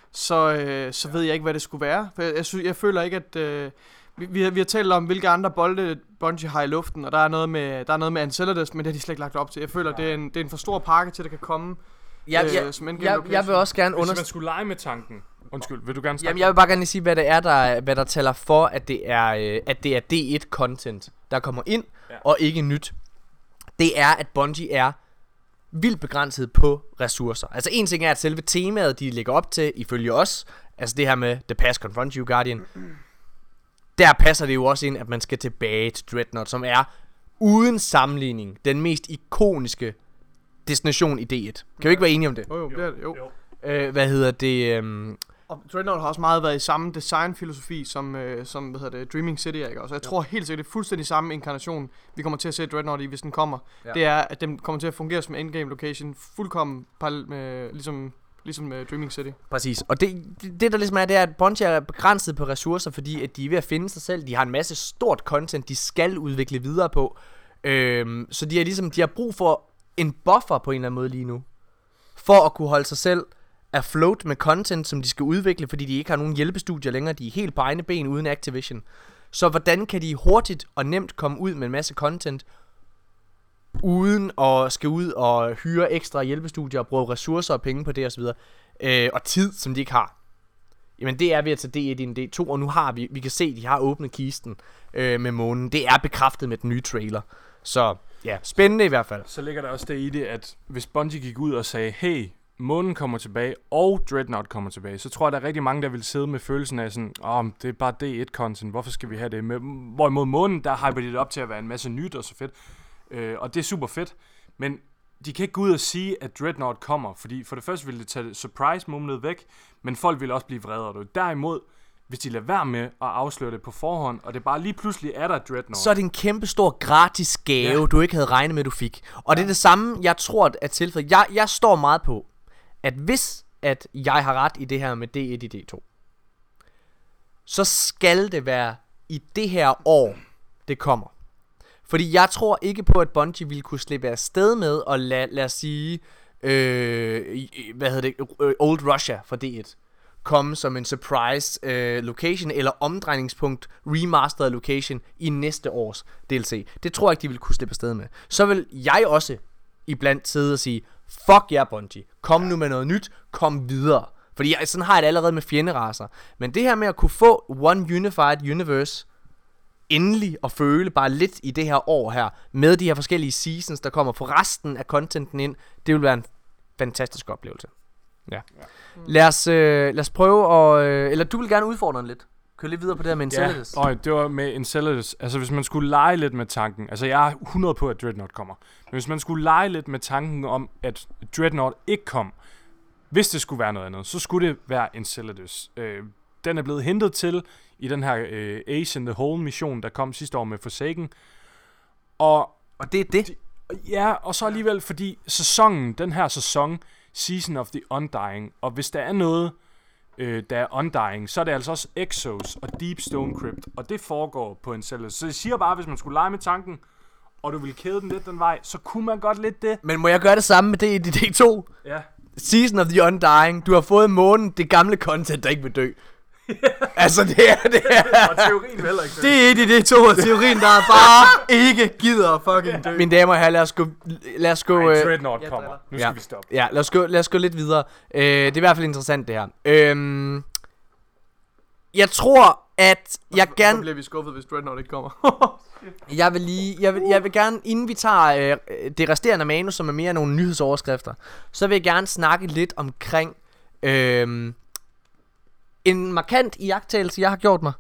så ved jeg ikke, hvad det skulle være. For jeg føler ikke, at... Vi har talt om, hvilke andre bolde Bungie har i luften, og der er noget med Enceladus, men det har de slet ikke lagt op til. Jeg føler, det er en for stor pakke til, at det kan komme som endgame location. Jeg vil også gerne Hvis man skulle lege med tanken. Undskyld, vil du gerne starte? Jamen, jeg vil bare gerne sige, hvad det er, hvad der taler for, at det er D1-content, der kommer ind, og ikke nyt. Det er, at Bungie er vildt begrænset på ressourcer. Altså en ting er, at selve temaet, de lægger op til, ifølge os, altså det her med The Past Confronts You, Guardian, der passer det jo også ind, at man skal tilbage til Dreadnought, som er uden sammenligning den mest ikoniske destination i D1. Kan vi ikke være enige om det? Jo, det er det, jo. Og Dreadnought har også meget været i samme designfilosofi som Dreaming City, ikke? Så jeg tror helt sikkert, det er fuldstændig samme inkarnation, vi kommer til at se Dreadnought i, hvis den kommer. Ja. Det er, at den kommer til at fungere som endgame location, fuldkommen ligesom Dreaming City. Præcis. Og det der ligesom er, det er, at Bungie er begrænset på ressourcer, fordi at de er ved at finde sig selv. De har en masse stort content, de skal udvikle videre på. Så de har brug for en buffer på en eller anden måde lige nu, for at kunne holde sig selv afloat med content, som de skal udvikle, fordi de ikke har nogen hjælpestudier længere. De er helt på egne ben uden Activision. Så hvordan kan de hurtigt og nemt komme ud med en masse content, uden at skal ud og hyre ekstra hjælpestudier og bruge ressourcer og penge på det osv. Og tid, som de ikke har. Jamen det er ved at tage D1 ind i D2, og nu har vi kan se, at de har åbnet kisten med månen. Det er bekræftet med den nye trailer. Så ja, spændende i hvert fald. Så ligger der også det i det, at hvis Bungie gik ud og sagde, hey, månen kommer tilbage, og Dreadnought kommer tilbage, så tror jeg, der er rigtig mange, der vil sidde med følelsen af sådan, det er bare D1-content, hvorfor skal vi have det med? Hvorimod månen, der hyper det op til at være en masse nyt og så fedt. Og det er super fedt. Men de kan ikke gå ud og sige, at Dreadnought kommer, fordi for det første ville det tage surprise-momentet væk, men folk vil også blive vrede. Derimod, hvis de lader være med at afsløre det på forhånd, og det bare lige pludselig er der Dreadnought, så er det en kæmpe stor gratis gave, du ikke havde regnet med, du fik. Og det er det samme, jeg tror, at tilfældet. Jeg står meget på, at hvis at jeg har ret i det her med D1 i D2, så skal det være i det her år, det kommer. Fordi jeg tror ikke på, at Bungie ville kunne slippe af sted med at lad os sige, Old Russia fra D1 komme som en surprise location eller omdrejningspunkt remastered location i næste års DLC. Det tror jeg ikke, de ville kunne slippe af sted med. Så vil jeg også iblandt sidde og sige, fuck jer Bungie, kom nu med noget nyt, kom videre. Fordi sådan har jeg det allerede med fjenderacer. Men det her med at kunne få One Unified Universe endelig at føle bare lidt i det her år her, med de her forskellige seasons, der kommer for resten af contenten ind, det vil være en fantastisk oplevelse. Ja. Lad os prøve at... eller du vil gerne udfordre den lidt. Kør lidt videre på det her med Enceladus. Ja, og det var med Enceladus. Altså hvis man skulle lege lidt med tanken, altså jeg er 100 på, at Dreadnought kommer. Men hvis man skulle lege lidt med tanken om, at Dreadnought ikke kom, hvis det skulle være noget andet, så skulle det være Enceladus. Den er blevet hentet til i den her Ace in the Hole mission, der kom sidste år med Forsaken. Og det er det? Ja, og så alligevel, fordi den her sæson, Season of the Undying, og hvis der er noget, der er Undying, så er det altså også Exos og Deep Stone Crypt, og det foregår på Enceladus. Så jeg siger bare, hvis man skulle lege med tanken, og du ville kæde den lidt den vej, så kunne man godt lidt det. Men må jeg gøre det samme med det i D2? Ja. Season of the Undying, du har fået månen, det gamle content, der ikke vil dø. Altså det er og teorien heller ikke. Det er et i D2, og teorien der bare ikke gider fucking dø. Mine damer og herrer, lad os gå Dreadnought kommer. Nu skal vi stoppe. Ja, lad os gå lidt videre. Det er i hvert fald interessant det her. Jeg tror at jeg gerne... Så bliver vi skuffet, hvis Dreadnought ikke kommer. jeg vil gerne, inden vi tager det resterende manus, som er mere nogle nyhedsoverskrifter, så vil jeg gerne snakke lidt omkring en markant iagttagelse, jeg har gjort mig.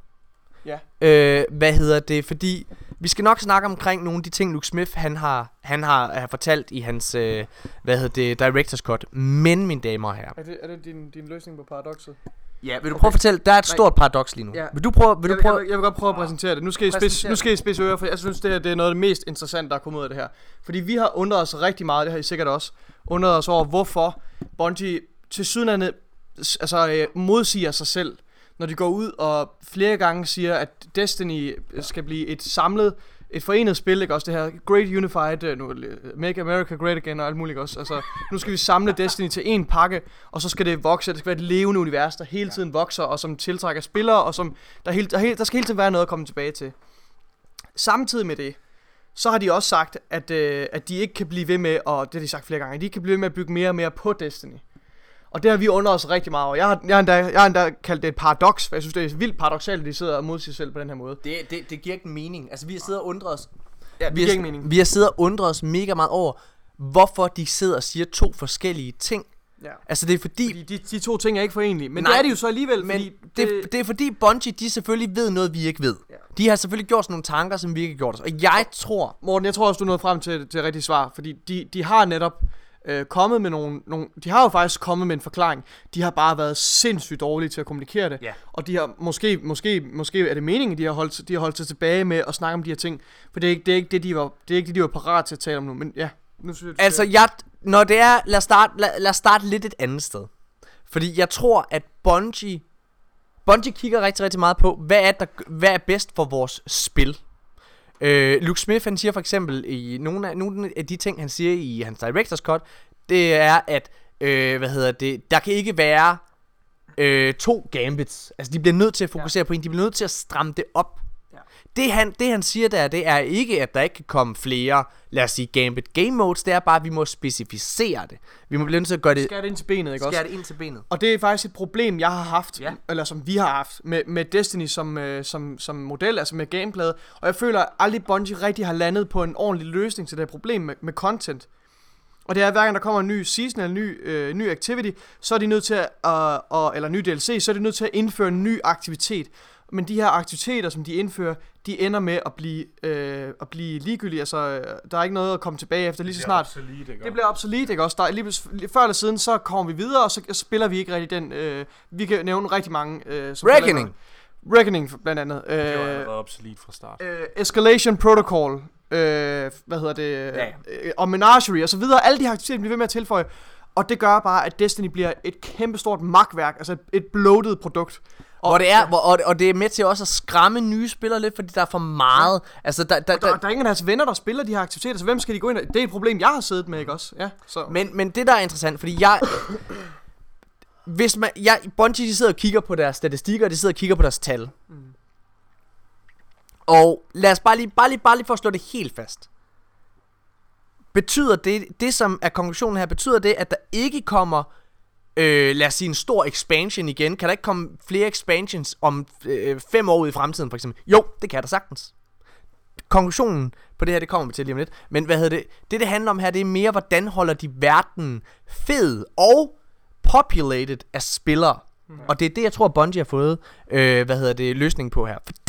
Ja. Fordi vi skal nok snakke omkring nogle af de ting, Luke Smith han har fortalt i hans director's cut. Men mine damer og herrer, Er det din løsning på paradokset? ja, vil du prøve at fortælle? Der er et stort paradoks lige nu. Ja. Vil du prøve? Jeg vil godt prøve at præsentere det. Nu skal I spidse ører, for jeg synes det er noget af det mest interessante, der er kommet ud af det her. Fordi vi har undret os rigtig meget, det har I sikkert også undret os over, hvorfor Bungie tilsyneladende modsiger sig selv, når de går ud og flere gange siger, at Destiny skal blive et forenet spil, ikke også det her Great Unified, Make America Great Again og alt muligt også. Altså, nu skal vi samle Destiny til en pakke, og så skal det vokse. Det skal være et levende univers, der hele tiden vokser, og som tiltrækker spillere, og som der skal hele tiden være noget at komme tilbage til. Samtidig med det, så har de også sagt, at de ikke kan blive ved med, og det har de sagt flere gange, at de ikke kan blive ved med at bygge mere og mere på Destiny. Og det har vi undret os rigtig meget over. Jeg har endda kaldt det et paradoks, for jeg synes, det er vildt paradoksalt, at de sidder og mod sig selv på den her måde. Det giver ikke mening. Altså, vi har siddet og undret os. Ja, det giver ikke mening. Vi har siddet og undret os mega meget over, hvorfor de sidder og siger to forskellige ting. Ja. Altså, det er fordi de to ting er ikke forenelige. Men nej, det er de jo så alligevel. Men det er fordi Bungie, de selvfølgelig ved noget, vi ikke ved. Ja. De har selvfølgelig gjort sådan nogle tanker, som vi ikke har gjort os. Og jeg tror... Morten, jeg tror også, du nåede frem til det rigtige svar. Fordi de har netop... kommet med nogle, de har jo faktisk kommet med en forklaring. De har bare været sindssygt dårlige til at kommunikere det. Ja. Og de har måske er det meningen, de har holdt sig tilbage med at snakke om de her ting, for det er ikke det de var parat til at tale om nu. Men ja, nu synes jeg, altså når det er, lad os starte lidt et andet sted. Fordi jeg tror at Bungie kigger rigtig rigtig meget på, hvad er bedst for vores spil. Luke Smith han siger for eksempel i nogle af de ting han siger i hans director's cut, det er at der kan ikke være 2 gambits. Altså de bliver nødt til at fokusere på en, de bliver nødt til at stramme det op. Ja. Det han siger der, det er ikke at der ikke kan komme flere, lad os sige gambit game modes, det er bare at vi må specificere det. Vi må blive nødt til at gøre det. Skære det ind til benet, ikke også? Skære det ind til benet. Og det er faktisk et problem jeg har haft, eller som vi har haft med Destiny som model, altså med gameplayet. Og jeg føler at aldrig Bungie rigtig har landet på en ordentlig løsning til det her problem med content. Og det er hver gang der kommer en ny season eller ny activity, så er de nødt til at eller ny DLC, så er de nødt til at indføre en ny aktivitet. Men de her aktiviteter, som de indfører, de ender med at blive ligegyldige. Altså, der er ikke noget at komme tilbage efter lige så snart. Det bliver obsolet, ikke også? Der er lige før eller siden, så kommer vi videre, og så spiller vi ikke rigtig den. Vi kan nævne rigtig mange. Reckoning blandt andet. Det var allerede obsolet fra start. Escalation Protocol. Og Menagerie og så videre. Alle de her aktiviteter bliver ved med at tilføje. Og det gør bare, at Destiny bliver et kæmpestort makværk. Altså et bloated produkt. Og det er med til også at skræmme nye spillere lidt, fordi der er for meget. Altså, der er ingen af deres venner, der spiller de her aktiviteter, så hvem skal de gå ind? Det er et problem, jeg har siddet med, ikke også? Ja, så. Men det, der er interessant, fordi Bungie, de sidder og kigger på deres statistikker, og de sidder og kigger på deres tal. Og lad os bare lige for at slå det helt fast. Betyder det som er konklusionen her, betyder det, at der ikke kommer, lad os sige, en stor expansion igen? Kan der ikke komme flere expansions om 5 år ud i fremtiden, for eksempel? Jo, det kan der sagtens. Konklusionen på det her, det kommer vi til lige om lidt. Men det handler om her, det er mere, hvordan holder de verden fed og populated af spillere. Og det er det, jeg tror, Bungie har fået, løsningen på her. Fordi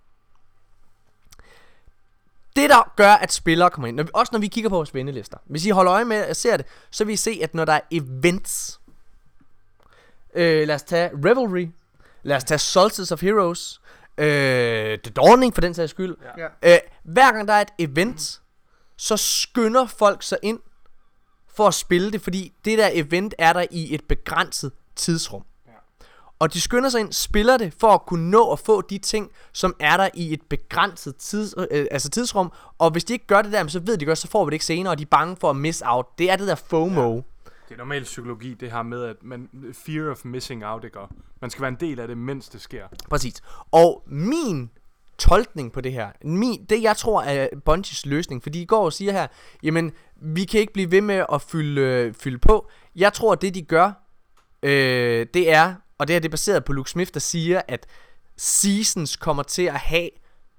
det, der gør, at spillere kommer ind, også når vi kigger på vores vennelister, hvis I holder øje med at se det, så vil I se, at når der er events, lad os tage Revelry, lad os tage Solstice of Heroes, The Dawning for den sags skyld, hver gang der er et event, så skynder folk sig ind for at spille det, fordi det der event er der i et begrænset tidsrum. Og de skynder sig ind, spiller det for at kunne nå at få de ting, som er der i et begrænset tidsrum. Og hvis de ikke gør det der, så ved de godt, så får vi det ikke senere, og de er bange for at miss out. Det er det der FOMO. Ja. Det er normal psykologi, det her med, at fear of missing out, ikke? Man skal være en del af det, mens det sker. Præcis. Og min tolkning på det her, det jeg tror er Bungies løsning, fordi de går og siger her, jamen, vi kan ikke blive ved med at fylde på. Jeg tror, at det de gør, det er, og det er baseret på Luke Smith, der siger, at seasons kommer til at have,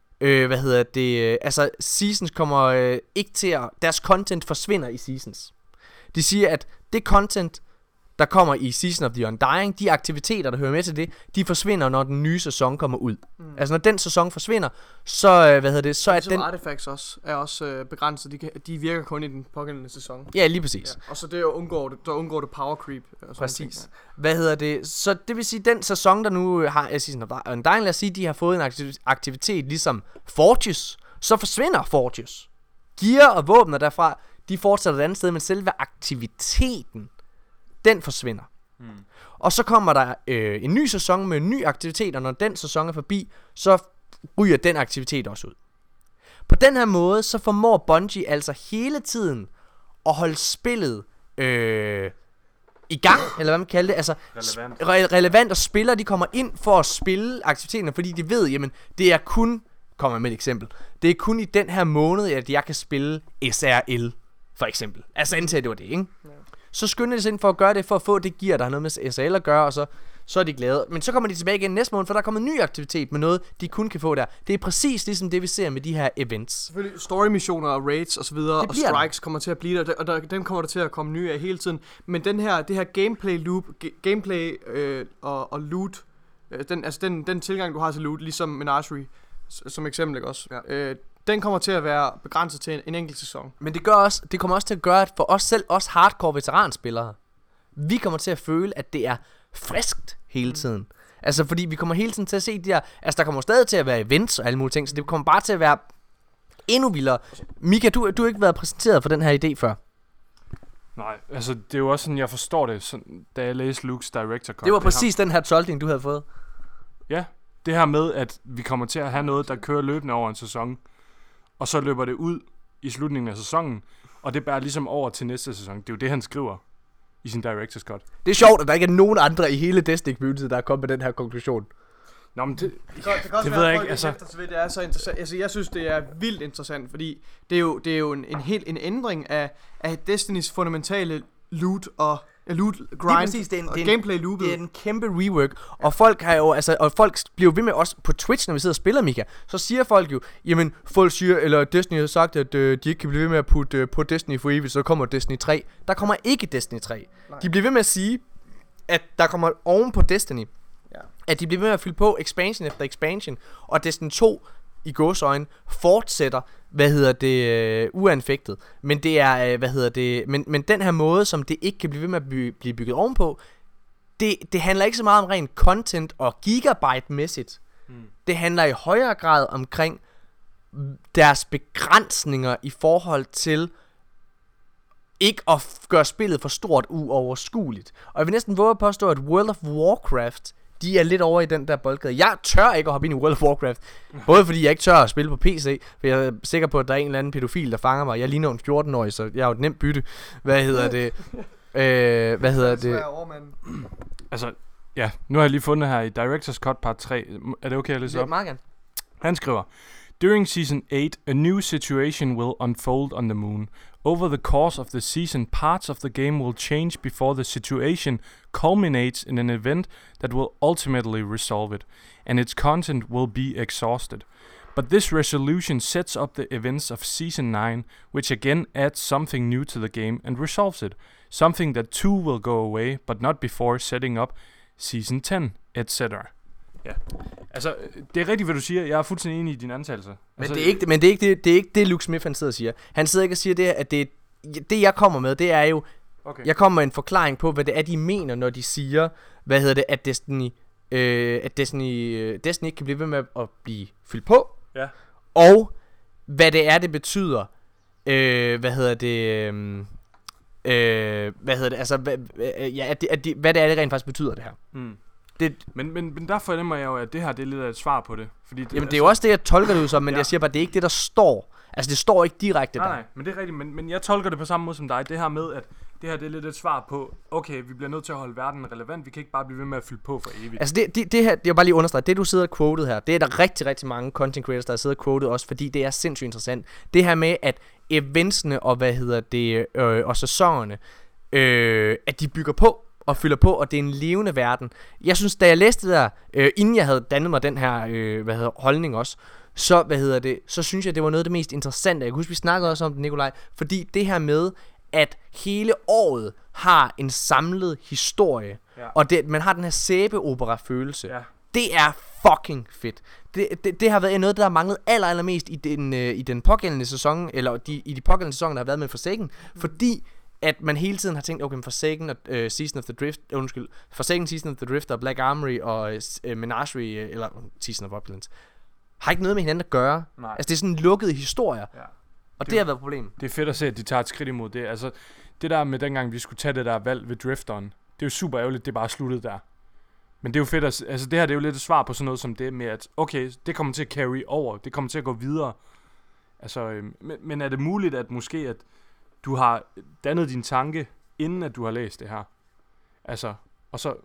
seasons kommer ikke til at, deres content forsvinder i seasons. De siger, at det content, der kommer i Season of the Undying, de aktiviteter, der hører med til det, de forsvinder, når den nye sæson kommer ud. Altså når den sæson forsvinder, så så er den artifacts også begrænset. De virker kun i den pågældende sæson. Ja, lige præcis. Ja. Og så det undgår det power creep. Præcis. Så det vil sige, den sæson, der nu har Season of the Undying, lad os sige, de har fået en aktivitet ligesom Forges, så forsvinder Forges. Gear og våbner derfra, de fortsætter et andet sted, men selve aktiviteten, den forsvinder. Og så kommer der en ny sæson med en ny aktivitet, og når den sæson er forbi, så ryger den aktivitet også ud. På den her måde, så formår Bungie altså hele tiden at holde spillet i gang, eller hvad man kalder det, altså relevant, og spillere, de kommer ind for at spille aktiviteterne, fordi de ved, jamen, det er kun, kommer med et eksempel, det er kun i den her måned, at jeg kan spille SRL, for eksempel. Altså indtil det var det, ikke? Ja. Så skynder de sig ind for at gøre det, for at få det gear, der har noget med SRL at gøre, og så er de glade. Men så kommer de tilbage igen næste måned, for der kommer en ny aktivitet med noget, de kun kan få der. Det er præcis ligesom det, vi ser med de her events. Selvfølgelig story-missioner og raids og så videre, og strikes kommer til at blive der, og dem kommer der til at komme nye af hele tiden. Men det her gameplay loop, og loot, den tilgang, du har til loot, ligesom Menagerie, som eksempel, ikke også? Ja. Den kommer til at være begrænset til en enkelt sæson. Men det kommer også til at gøre, at for os selv, os hardcore veteranspillere, vi kommer til at føle, at det er friskt hele tiden. Altså fordi vi kommer hele tiden til at se de der, altså der kommer stadig til at være events og alle mulige ting, så det kommer bare til at være endnu vildere. Mika, du har ikke været præsenteret for den her idé før. Nej, altså det er jo også sådan, jeg forstår det, sådan, da jeg læste Luke's Director Cut. Det var præcis den her tolkning, du havde fået. Ja, det her med, at vi kommer til at have noget, der kører løbende over en sæson, og så løber det ud i slutningen af sæsonen, og det bærer ligesom over til næste sæson. Det er jo det, han skriver i sin Director's Cut. Det er sjovt, at der ikke er nogen andre i hele Destiny-community, der er kommet med den her konklusion. Nå, men det ved jeg ikke. Altså, det er så interessant. Altså, jeg synes, det er vildt interessant, fordi det er jo en ændring af Destinys fundamentale loot og loot grind og gameplay loopet. Det er en kæmpe rework, og folk har jo og folk bliver ved med os på Twitch, når vi sidder og spiller, Mika. Så siger folk jo, jamen folk siger, eller Destiny har sagt, at de ikke kan blive ved med at putte på Destiny for evigt, så kommer Destiny 3. Der kommer ikke Destiny 3. Nej. De bliver ved med at sige, at der kommer oven på Destiny at de bliver ved med at fylde på expansion efter expansion, og Destiny 2 i gåseøjne fortsætter, uanfægtet. Men det er, men den her måde, som det ikke kan blive ved med at blive bygget ovenpå, det handler ikke så meget om rent content og gigabyte-mæssigt. Det handler i højere grad omkring deres begrænsninger i forhold til ikke at gøre spillet for stort uoverskueligt. Og jeg vil næsten våge at påstå, at World of Warcraft, de er lidt over i den der boldgade. Jeg tør ikke at hoppe ind i World of Warcraft. Både fordi jeg ikke tør at spille på PC, for jeg er sikker på, at der er en eller anden pædofil, der fanger mig. Jeg ligner en 14-årig, så jeg er jo et nemt bytte. Altså, ja, nu har jeg lige fundet her i Director's Cut part 3. Er det okay at læse op? Meget gerne. Han skriver: During Season 8, a new situation will unfold on the moon. Over the course of the season, parts of the game will change before the situation culminates in an event that will ultimately resolve it, and its content will be exhausted. But this resolution sets up the events of Season 9, which again adds something new to the game and resolves it. Something that too will go away, but not before setting up Season 10, etc. Ja, altså, det er rigtigt, hvad du siger. Jeg er fuldstændig enig i dine antagelser. Altså, Men det er ikke det, Luke Smith han sidder og siger. Han sidder ikke og siger det, at det jeg kommer med, det er jo, okay. Jeg kommer med en forklaring på, hvad det er, de mener, når de siger, at Destiny ikke kan blive ved med at blive fyldt på. Ja. Og hvad det er, det betyder. Hvad det er, det rent faktisk betyder, det her. Men der fornemmer jeg jo, at det her, det er lidt af et svar på det. Fordi det er jo også det, jeg tolker det ud som, men jeg siger bare, det er ikke det, der står. Altså, det står ikke direkte der. Nej, men det er rigtigt. Men jeg tolker det på samme måde som dig. Det her med, at det her, det er lidt et svar på, okay, vi bliver nødt til at holde verden relevant. Vi kan ikke bare blive ved med at fylde på for evigt. Altså, det her, det er bare lige understreget. Det, du sidder og quoted her, det er der rigtig, rigtig mange content creators, der sidder og quoted også, fordi det er sindssygt interessant. Det her med, at eventsene og, og sæsonerne, at de bygger på og fylder på, og det er en levende verden. Jeg synes, da jeg læste det der, inden jeg havde dannet mig den her holdning også, så synes jeg, det var noget af det mest interessante. Jeg kan huske, vi snakkede også om det, Nikolaj, fordi det her med, at hele året har en samlet historie, og man har den her sæbeopera-følelse. Ja. Det er fucking fedt. Det har været noget, der har manglet allermest i den pågældende sæson, eller i de pågældende sæsoner, der har været med Forsaken, fordi at man hele tiden har tænkt, okay, Forsaken og Season of the Drift, Forsaken, Season of the Drift og Black Armory og Menagerie, eller Season of Opulence, har ikke noget med hinanden at gøre. Nej. Altså, det er sådan lukkede historier. Ja. Og det har været et problem. Det er fedt at se, at de tager et skridt imod det. Altså, det der med dengang, vi skulle tage det der valg ved Drifteren, det er jo super ærgerligt, det er bare sluttet der. Men det er jo fedt at, altså det her, det er jo lidt et svar på sådan noget som det med, at okay, det kommer til at carry over, det kommer til at gå videre. Altså, men er det muligt, at måske, at du har dannet din tanke, inden at du har læst det her? Altså, og så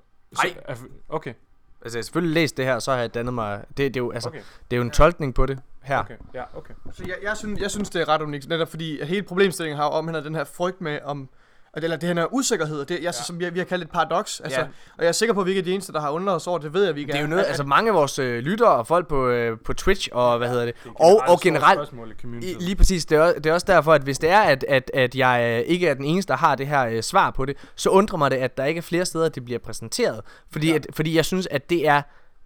okay. Altså, jeg har selvfølgelig læst det her, så har jeg dannet mig. Det er jo, altså, det er jo en tolkning på det her. Okay. Ja, okay. Så jeg synes, det er ret unikt, netop fordi hele problemstillingen har omhandler den her frygt med, eller det her er usikkerhed. Det, som vi har kaldt et paradoks. Altså, og jeg er sikker på, at vi ikke er de eneste, der har undret os over det. Ved jeg, vi ikke er. Det er jo noget, altså mange af vores lyttere og folk på Twitch og og generelt lige præcis. Det er også derfor, at hvis det er, at jeg ikke er den eneste, der har det her svar på det, så undrer mig det, at der ikke er flere steder, det bliver præsenteret. Fordi jeg synes, at det er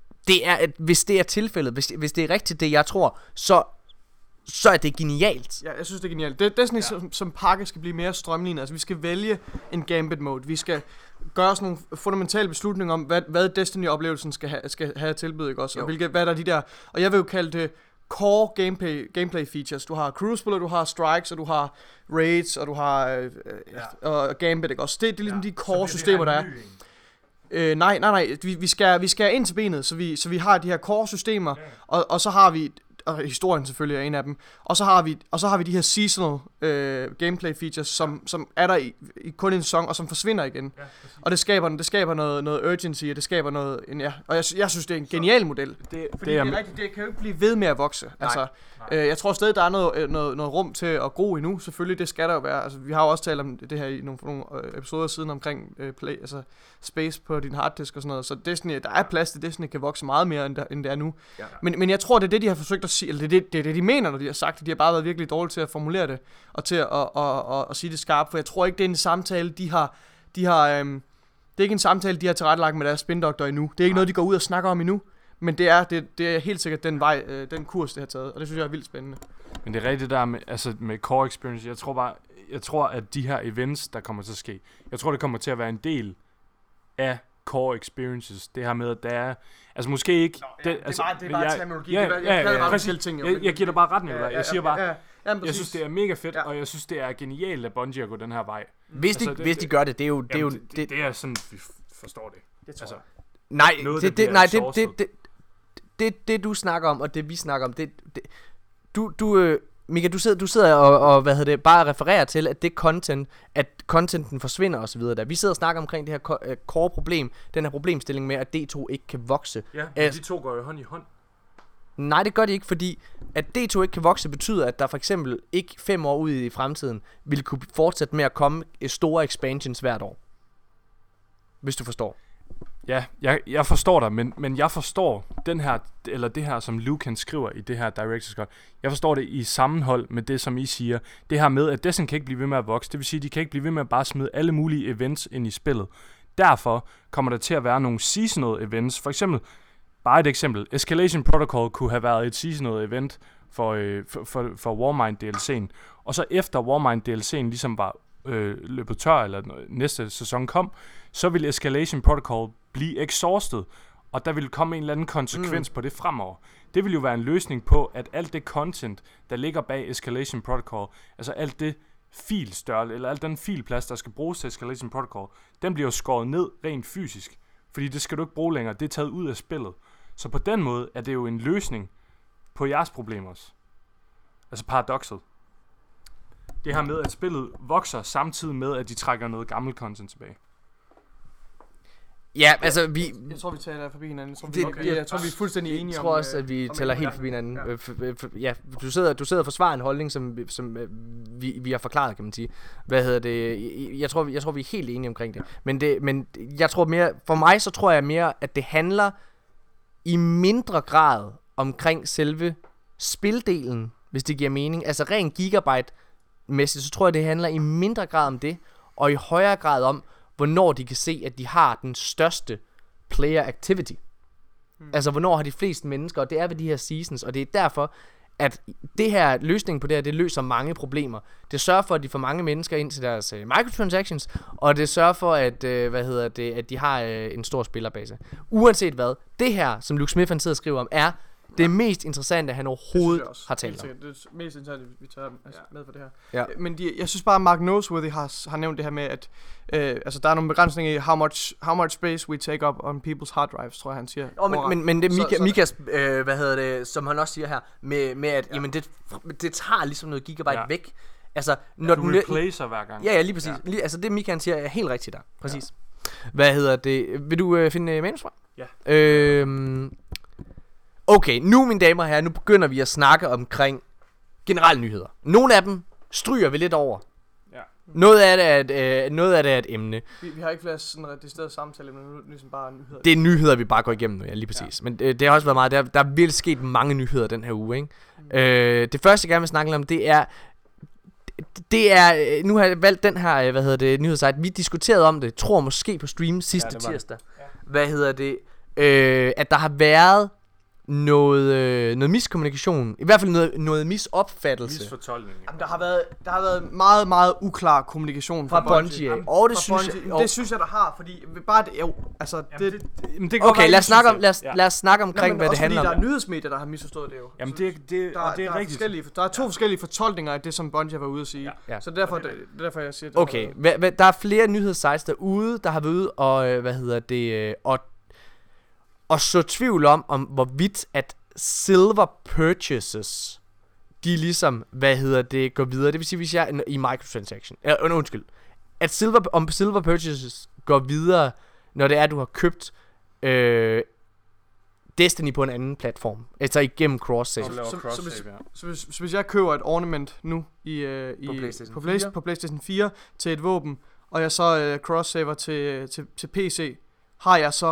at hvis det er tilfældet, hvis det er rigtigt det, jeg tror, så er det genialt. Ja, jeg synes, det er genialt. Destiny som pakke skal blive mere strømlignet. Altså, vi skal vælge en gambit mode. Vi skal gøre sådan nogle fundamentale beslutninger om, hvad Destiny-oplevelsen skal have tilbyde, ikke også? Og hvad der er de der... Og jeg vil jo kalde det core gameplay features. Du har Crucible, og du har Strikes, og du har Raids, og du har og Gambit, ikke også? Det er ligesom de core-systemer, der er. Nej. Vi skal ind til benet, så vi har de her core-systemer, og så har vi... og historien selvfølgelig er en af dem. Og så har vi de her seasonal gameplay features, som er der i kun en sæson, og som forsvinder igen. Ja, og det skaber noget urgency, og det skaber noget og jeg synes det er en genial model. Fordi det er rigtigt, det kan jo ikke blive ved med at vokse. Altså, jeg tror stadig der er noget rum til at gro endnu. Selvfølgelig, det skal der jo være. Altså, vi har jo også talt om det her i nogle episoder siden omkring space på din harddisk og sådan noget. Så Destiny, der er plads til, Destiny kan vokse meget mere end det er nu. Ja. Men jeg tror det er det de har forsøgt at sige, eller det er det de mener, når de har sagt det. De har bare været virkelig dårlige til at formulere det og til at sige det skarpt, for jeg tror ikke det er en samtale de Det er ikke en samtale, de har tilrettelagt med deres spindoktor endnu. Det er ikke noget, de går ud og snakker om endnu. Men det er helt sikkert den vej, den kurs, det har taget. Og det synes jeg er vildt spændende. Men det er rigtigt der med core experience. Jeg tror, at de her events, der kommer til at ske, jeg tror, det kommer til at være en del af core experiences. Det her med, at der er... Altså måske ikke... Det er bare terminologi. Jeg giver dig bare ret, Nicolaj. Jeg siger bare... Jeg synes, det er mega fedt, og jeg synes, det er genialt, at Bungie at gå den her vej. Hvis de gør det, det er jo... Det er sådan, vi forstår det. Altså, nej, det du snakker om, og det vi snakker om, Mika, du sidder og bare refererer til, at det content, at contenten forsvinder og så videre der. Vi sidder og snakker omkring det her core problem, den her problemstilling med, at D2 ikke kan vokse. Ja, men de to går jo hånd i hånd. Nej, det gør de ikke, fordi at D2 ikke kan vokse, betyder, at der for eksempel ikke 5 år ud i fremtiden vil kunne fortsætte med at komme store expansions hvert år. Hvis du forstår. Ja, jeg forstår dig, men jeg forstår den her, eller det her, som Luke kan skriver i det her Director's Cut. Jeg forstår det i sammenhold med det, som I siger. Det her med, at Destiny kan ikke blive ved med at vokse. Det vil sige, at de kan ikke blive ved med at bare smide alle mulige events ind i spillet. Derfor kommer der til at være nogle seasonal events. For eksempel, bare et eksempel. Escalation Protocol kunne have været et seasonal event for Warmind DLC'en. Og så efter Warmind DLC'en ligesom var løbet tør, eller næste sæson kom, så vil Escalation Protocol blive exhausted, og der vil komme en eller anden konsekvens på det fremover. Det vil jo være en løsning på, at alt det content, der ligger bag Escalation Protocol, altså alt det filstørrelse, eller alt den filplads, der skal bruges til Escalation Protocol, den bliver jo skåret ned rent fysisk, fordi det skal du ikke bruge længere, det er taget ud af spillet. Så på den måde er det jo en løsning på jeres problemer også. Altså paradokset. Det her med, at spillet vokser samtidig med, at de trækker noget gammelt content tilbage. Ja, altså Jeg tror, vi taler forbi hinanden. Jeg tror, vi er fuldstændig enige om... Jeg tror også, at vi taler helt forbi hinanden. Ja, du sidder og forsvarer en holdning, som vi har forklaret, kan man sige. Jeg tror, vi er helt enige omkring det. Men jeg tror mere... For mig, så tror jeg mere, at det handler i mindre grad omkring selve spildelen, hvis det giver mening. Altså rent gigabyte-mæssigt, så tror jeg, det handler i mindre grad om det, og i højere grad om, hvornår de kan se, at de har den største player activity. Altså, hvornår har de fleste mennesker, og det er ved de her seasons, og det er derfor, at det her løsning på det her, det løser mange problemer. Det sørger for, at de får mange mennesker ind til deres microtransactions, og det sørger for, at, at de har en stor spillerbase. Uanset hvad, det her, som Luke Smith han sidder og skriver om, er det mest interessante, han overhovedet har talt om. Det er det mest interessante, vi tager med for det her. Ja. Men jeg synes bare, at Mark Noseworthy har nævnt det her med, at altså, der er nogle begrænsninger i, how much space we take up on people's hard drives, tror jeg, han siger. Men det Mikas, som han også siger her, med at jamen, det tager ligesom noget gigabyte væk. Altså, når du replacer hver gang. Ja, lige præcis. Ja. Altså, det Mika han siger er helt rigtigt der. Præcis. Ja. Vil du finde manus fra? Ja. Okay, nu mine damer og herrer, nu begynder vi at snakke omkring generelle nyheder. Nogle af dem stryger vi lidt over. Ja. Noget af det er et emne. Vi har ikke flere sådan deciderede samtaler, men nu ligesom bare nyheder. Det er nyheder, vi bare går igennem nu, ja, lige præcis. Ja. Men det har også været meget, der er virkelig sket mange nyheder den her uge, ikke? Det første, jeg gerne vil snakke om, det er, nu har jeg valgt den her, nyhedssite. Vi diskuterede om det, tror måske på stream sidste tirsdag. Ja. At der har været noget miskommunikation, i hvert fald noget misopfattelse. Misfortolkning. Jamen, der har været meget, meget uklar kommunikation fra Bungie. Og det synes jeg, det synes jeg der har, fordi bare det, jo, altså det okay, lad os snakke omkring hvad det handler om. Der er nyhedsmedier, der har misforstået det jo. Jamen det er rigtigt. Der er to forskellige fortolkninger af det, som Bungie har været ude at sige. Ja. Så derfor jeg siger det. Okay, der er flere nyhedssites derude, der har været ude og og så tvivl om hvorvidt at silver purchases de ligesom går videre. Det vil sige, hvis jeg i microtransaction at silver purchases går videre, når det er du har købt Destiny på en anden platform, altså igennem cross-save. Så hvis jeg køber et ornament nu på PlayStation 4 til et våben, og jeg så cross-saver til PC, har jeg så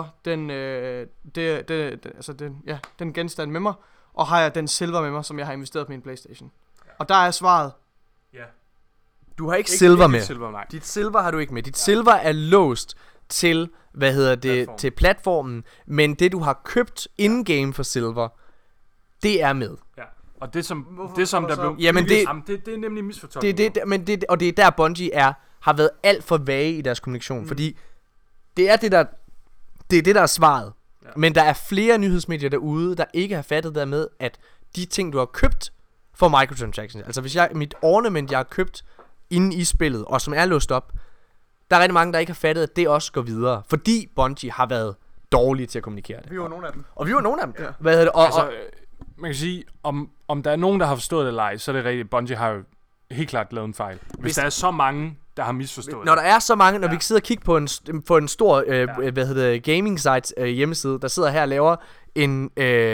den genstand med mig, og har jeg den silver med mig, som jeg har investeret på min PlayStation. Ja. Og der er svaret. Ja. Du har ikke silver med. Silver, dit silver har du ikke med. Dit silver er låst til, til platformen, men det du har købt in-game for Silver, det er med. Ja. Og det som der blev... Jamen det er nemlig misfortolket. Og det er der Bungie har været alt for vage i deres kommunikation, fordi det er det der er svaret. Ja. Men der er flere nyhedsmedier derude, der ikke har fattet der med, at de ting du har købt for microtransactions, altså hvis mit ornament jeg har købt inde i spillet, og som er låst op, der er rigtig mange der ikke har fattet, at det også går videre, fordi Bungie har været dårlige til at kommunikere det. Vi var nogle af dem. Og vi var nogle af dem. Ja. Hvad hedder det? Altså, man kan sige, om der er nogen der har forstået det eller ej, så er det rigtigt. Bungie har jo helt klart lavet en fejl. Hvis der er så mange der har misforstået når der er så mange, når vi sidder og kigger på en stor gaming site hjemmeside, der sidder her og laver en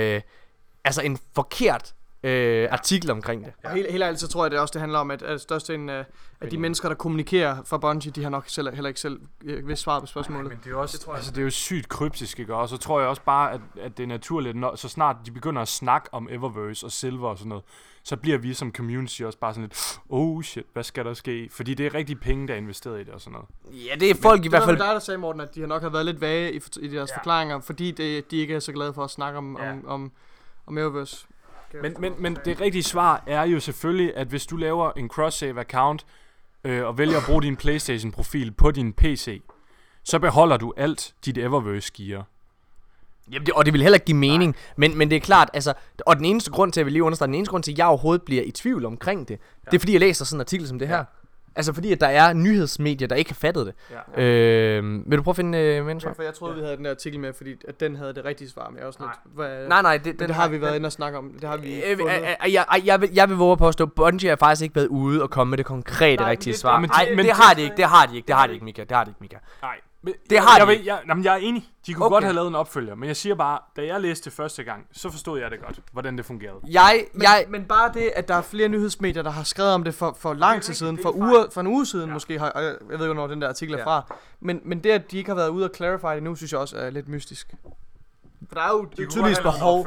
forkert artikel omkring det. Ja. Og helt ærligt, så tror jeg det også, det handler om, at størstedelen af de mennesker, der kommunikerer fra Bungie, de har nok heller ikke selv vidst svaret på spørgsmålet. Men det er jo også, det er jo sygt kryptisk, ikke? Og så tror jeg også bare, at det er naturligt, så snart de begynder at snakke om Eververse og Silver og sådan noget, så bliver vi som community også bare sådan lidt, shit, hvad skal der ske? Fordi det er rigtig penge, der er investeret i det og sådan noget. Ja, det er folk i hvert fald... Det var dig, der sagde, Morten, at de har nok have været lidt vage i deres forklaringer, fordi de ikke er så glade for at snakke om Eververse. Men det rigtige svar er jo selvfølgelig, at hvis du laver en cross-save account og vælger at bruge din PlayStation-profil på din PC, så beholder du alt dit Eververse-gear. Jamen og det vil heller ikke give mening, men det er klart, altså, og den eneste grund til, at vi lige understreger, den eneste grund til, at jeg overhovedet bliver i tvivl omkring det, det er fordi, jeg læser sådan en artikel som det her. Altså fordi, at der er nyhedsmedier, der ikke har fattet det. Ja. Vil du prøve at finde mennesker? Ja, for jeg troede, vi havde den der artikel med, fordi at den havde det rigtige svar med. Også lidt, nej, det har vi været inde og snakke om. Det har vi jeg vil våge at påstå, at Bungie har faktisk ikke været ude og komme med det konkrete rigtige svar. Nej, det har de ikke. Det har de ikke, Mika. Nej. Jeg er enig. De kunne godt have lavet en opfølger, men jeg siger bare, da jeg læste det første gang, så forstod jeg det godt, hvordan det fungerede. Men bare det, at der er flere nyhedsmedier, der har skrevet om det for lang tid siden, for en uge siden måske, jeg ved ikke, hvornår den der artikel er fra, men det, at de ikke har været ude og clarify det nu, synes jeg også er lidt mystisk. For der er jo tydeligvis behov.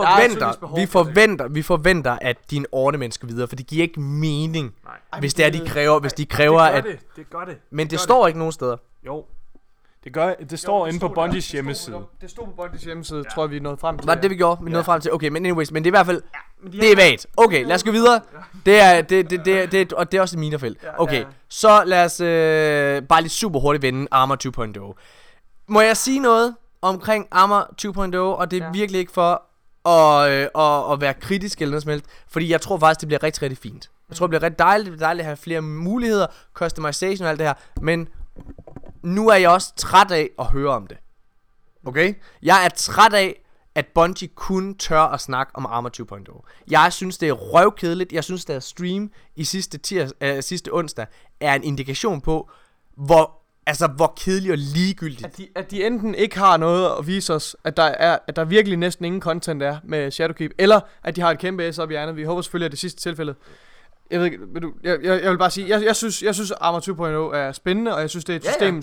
Vi forventer, at din ornament skal videre, for det giver ikke mening, hvis de kræver, at... Det gør det. Men det står ikke nogen steder. Jo. Det står inde på Bungies hjemmeside. Det stod på Bungies hjemmeside, tror jeg, vi nåede frem til. Var det vi gjorde? Vi nåede frem til. Okay, men anyways, men det er i hvert fald det er vagt. Okay, lad os gå videre. Det er og det er også et minerfelt. Okay, så lad os bare lige super hurtigt vende Arma 2.0. Må jeg sige noget omkring Arma 2.0, og det er virkelig ikke for at være kritisk eller noget som helst, fordi jeg tror faktisk det bliver rigtig rigtig fint. Jeg tror det bliver rigtig dejligt, det bliver dejligt at have flere muligheder, customization og alt det her, men nu er jeg også træt af at høre om det. Okay? Jeg er træt af, at Bungie kun tør at snakke om Arma 2.0. Jeg synes, det er røvkedeligt. Jeg synes, at stream i sidste onsdag er en indikation på, hvor kedeligt og ligegyldigt. At de enten ikke har noget at vise os, at der virkelig næsten ingen content er med Shadowkeep, eller at de har et kæmpe S op i hjernet. Vi håber selvfølgelig, at det sidste tilfælde. Jeg ved ikke, jeg vil bare sige, jeg synes Arma 2.0 er spændende, og jeg synes det er et system,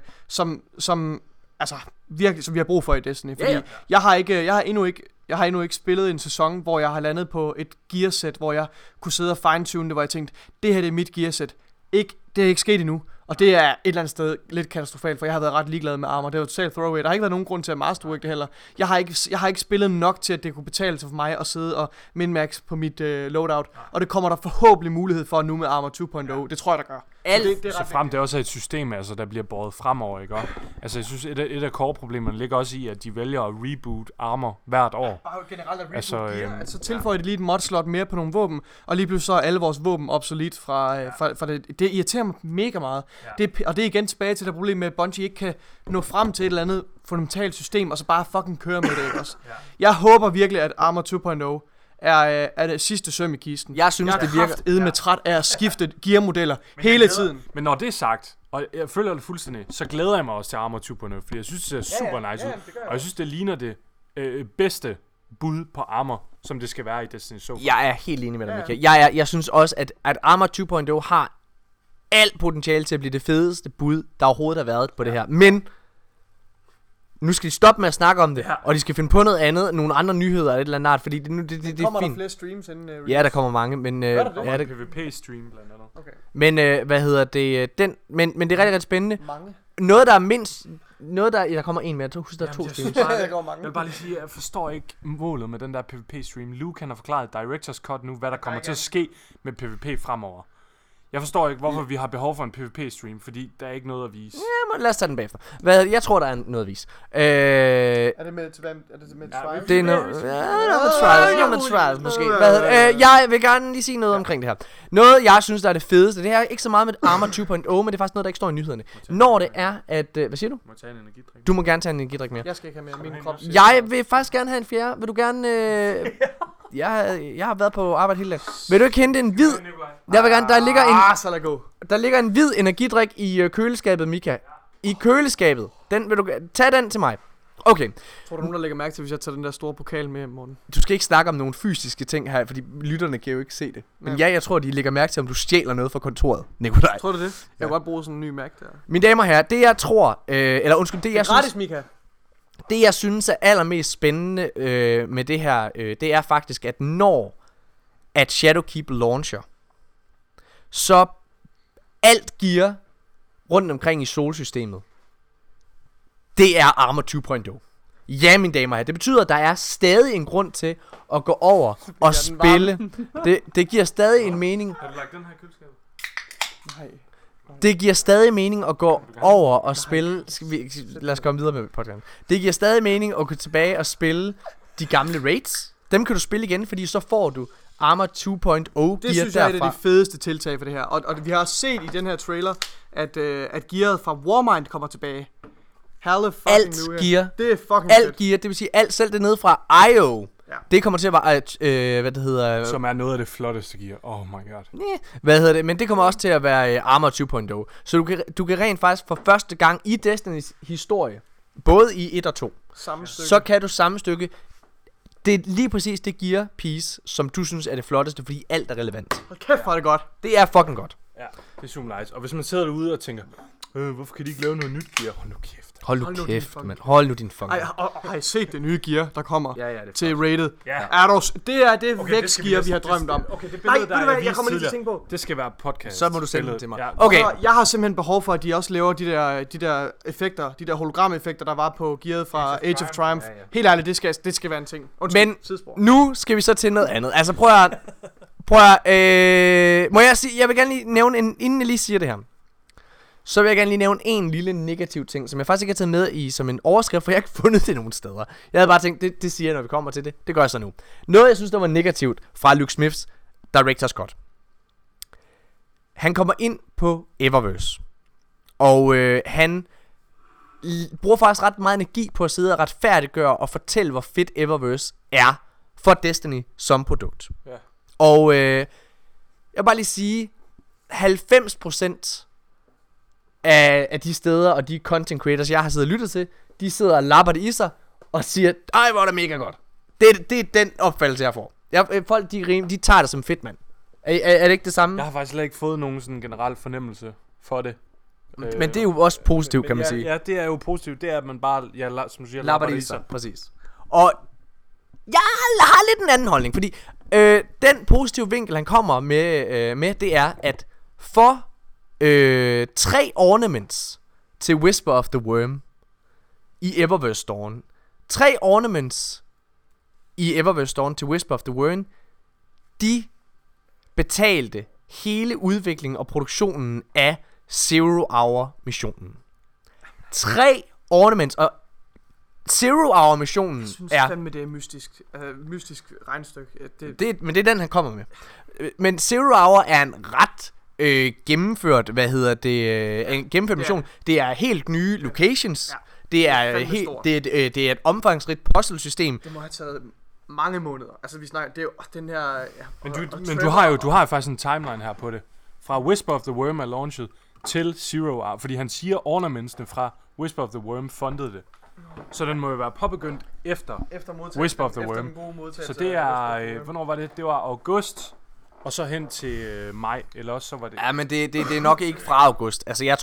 som altså virkelig, som vi har brug for i Destiny, fordi jeg har endnu ikke spillet en sæson, hvor jeg har landet på et gearset, hvor jeg kunne sidde og fine-tune det, hvor jeg tænkte, det her det er mit gearset. Det er ikke sket endnu, og det er et eller andet sted lidt katastrofalt, for jeg har været ret ligeglad med Arma. Det var totalt throwaway. Der har ikke været nogen grund til at masterwork det heller. Jeg har ikke spillet nok til, at det kunne betale sig for mig at sidde og min-max på mit loadout, og det kommer der forhåbentlig mulighed for nu med Arma 2.0. Det tror jeg, der gør. Så frem det også er et system, altså, der bliver båret fremover, ikke? Altså, jeg synes, et af core-problemerne ligger også i, at de vælger at reboot Arma hvert år. Bare generelt at reboot gear. Altså tilføjer de lige et mod-slot mere på nogle våben, og lige pludselig så er alle vores våben obsolet fra det. Det irriterer mig mega meget. Ja. Og det er igen tilbage til det problem med, at Bungie ikke kan nå frem til et eller andet fundamentalt system, og så bare fucking køre med det, ikke også? Jeg håber virkelig, at Arma 2.0 er det sidste søm i kisten. Jeg synes, det virker med træt af at skifte gearmodeller hele tiden. Men når det er sagt, og jeg føler det fuldstændig, så glæder jeg mig også til Arma 2.0, fordi jeg synes, det ser super nice ud. Og jeg synes, det ligner det bedste bud på Arma, som det skal være i Destiny so far. Jeg er helt enig med dig, Michael. Jeg synes også, at Arma 2.0 har alt potentiale til at blive det fedeste bud, der overhovedet har været på det her. Men nu skal de stoppe med at snakke om det, og de skal finde på noget andet, nogle andre nyheder eller et eller andet, fordi det er fint. Kommer der flere streams inden release? Ja, der kommer mange, men det PvP stream blandt andet. Okay. Men men det er rigtig rigtig spændende. Mange. noget der er mindst... Noget der kommer en mere. Jeg husker, der er 2 streams. Jeg vil bare lige sige, jeg forstår ikke målet med den der PvP-stream. Luke har forklaret Director's Cut nu, hvad der kommer til at ske med PvP fremover. Jeg forstår ikke, hvorfor vi har behov for en PvP-stream, fordi der er ikke noget at vise. Ja, lad os tage den bagefter. Jeg tror, der er noget at vise. Er det med trials? Det er noget med trials måske. Jeg vil gerne lige sige noget omkring det her. Noget, jeg synes, der er det fedeste. Det her er ikke så meget med Arma 2.0, men det er faktisk noget, der ikke står i nyhederne. Når det er, at... hvad siger du? Må tage en energidrik? Du må gerne tage en energidrik mere. Jeg skal ikke have mere. Min krop. Jeg vil faktisk gerne have en fjerde. Vil du gerne... Jeg har været på arbejde hele dagen. Vil du ikke hente en hvid? Jeg vil gerne, der ligger en hvid energidrik i køleskabet, Mika. I køleskabet. Den vil du tage den til mig. Okay. Tror du nogen, der lægger mærke til, hvis jeg tager den der store pokal med, Morten? Du skal ikke snakke om nogle fysiske ting her, fordi lytterne kan jo ikke se det. Men ja, jeg tror, de lægger mærke til, om du stjæler noget fra kontoret, Nikolaj. Tror du det? Jeg kan godt bruge sådan en ny Mac der. Mine damer og herrer, det jeg tror, eller undskyld, det jeg synes... Gratis, Mika. Det jeg synes er allermest spændende med det her, det er faktisk, at når at Shadowkeep launcher, så alt gear rundt omkring i solsystemet, det er Arma 2.0. Ja, mine damer og herrer, det betyder, at der er stadig en grund til at gå over og spille. Det giver stadig en mening. Har du lagt den her i køleskabet? Nej. Det giver stadig mening at gå over og spille. Lad os komme videre med podcasten. Det giver stadig mening at gå tilbage og spille de gamle raids. Dem kan du spille igen, fordi så får du Arma 2.0 gear derfra. Det synes jeg er et af de fedeste tiltag for det her. Og vi har set i den her trailer, at gearet fra Warmind kommer tilbage. Alt gear. Det er fucking alt fedt. gear, det vil sige alt, selv det nede fra IO. Ja. Det kommer til at være, hvad det hedder... Som er noget af det flotteste gear. Oh my god. Hvad hedder det? Men det kommer også til at være Arma 2.0. Så du kan rent faktisk for første gang i Destinys historie, både i 1 og 2, så kan du samme stykke. Det er lige præcis det gear piece, som du synes er det flotteste, fordi alt er relevant. Hold kæft, hvor er det godt. Det er fucking godt. Ja, det er super nice. Og hvis man sidder derude og tænker, hvorfor kan de ikke lave noget nyt gear? Hold nu kæft. Hold nu kæft, mand. Hold nu din fucking. Har I set det nye gear, der kommer til flot. Rated? Ja. Det er det vækstgear, vi har drømt om. Okay, det billede, jeg kommer lige til at tænke på. Det skal være podcast. Så må du sende det til mig. Ja. Okay. Jeg har simpelthen behov for, at de også laver de der effekter, de der hologrameffekter, der var på gearet fra Age of Triumph. Ja. Helt ærligt, det skal være en ting. Men nu skal vi så til noget andet. Altså prøv at må jeg sige, jeg vil gerne lige nævne, inden jeg lige siger det her, så vil jeg gerne lige nævne en lille negativ ting, som jeg faktisk ikke har taget med i som en overskrift, for jeg har ikke fundet det nogen steder. Jeg havde bare tænkt, det siger jeg, når vi kommer til det. Det gør jeg så nu. Noget, jeg synes, der var negativt fra Luke Smiths Director's Cut. Han kommer ind på Eververse, og han bruger faktisk ret meget energi på at sidde og retfærdiggøre og fortælle, hvor fedt Eververse er for Destiny som produkt. Ja. Og jeg vil bare lige sige, 90% af de steder og de content creators, jeg har siddet og lyttet til, de sidder og lapper det i sig og siger, ej, hvor er det mega godt. Det er den opfattelse, jeg får. Folk, de tager det som fedt, mand. Er det ikke det samme? Jeg har faktisk slet ikke fået nogen sådan generel fornemmelse for det. Men det er jo også positivt, kan man sige. Ja, det er jo positivt. Det er, at man bare, som du siger, lapper det i sig. Præcis. Og jeg har lidt en anden holdning, fordi den positive vinkel, han kommer med, det er, at for 3 ornaments til Whisper of the Worm i Eververse Dawn, 3 ornaments i Eververse Dawn til Whisper of the Worm, de betalte hele udviklingen og produktionen af Zero Hour missionen. 3 ornaments, og Zero Hour missionen synes fandme, det er mystisk regnestykke. Men det er den, han kommer med. Men Zero Hour er en ret gennemført, en gennemført mission. Det er helt nye locations. Det er et omfangsrigt puzzle-system. Det må have taget mange måneder. Altså vi snakker, det er jo den her... Ja, men du har faktisk en timeline her på det. Fra Whisper of the Worm er launchet til Zero Hour, fordi han siger ornamentsene fra Whisper of the Worm fundede det. Så den må jo være påbegyndt efter Whisper of the Worm. Så det er, hvornår var det? Det var august, og så hen til maj, eller også så var det... Ja, men det er nok ikke fra august. Altså jeg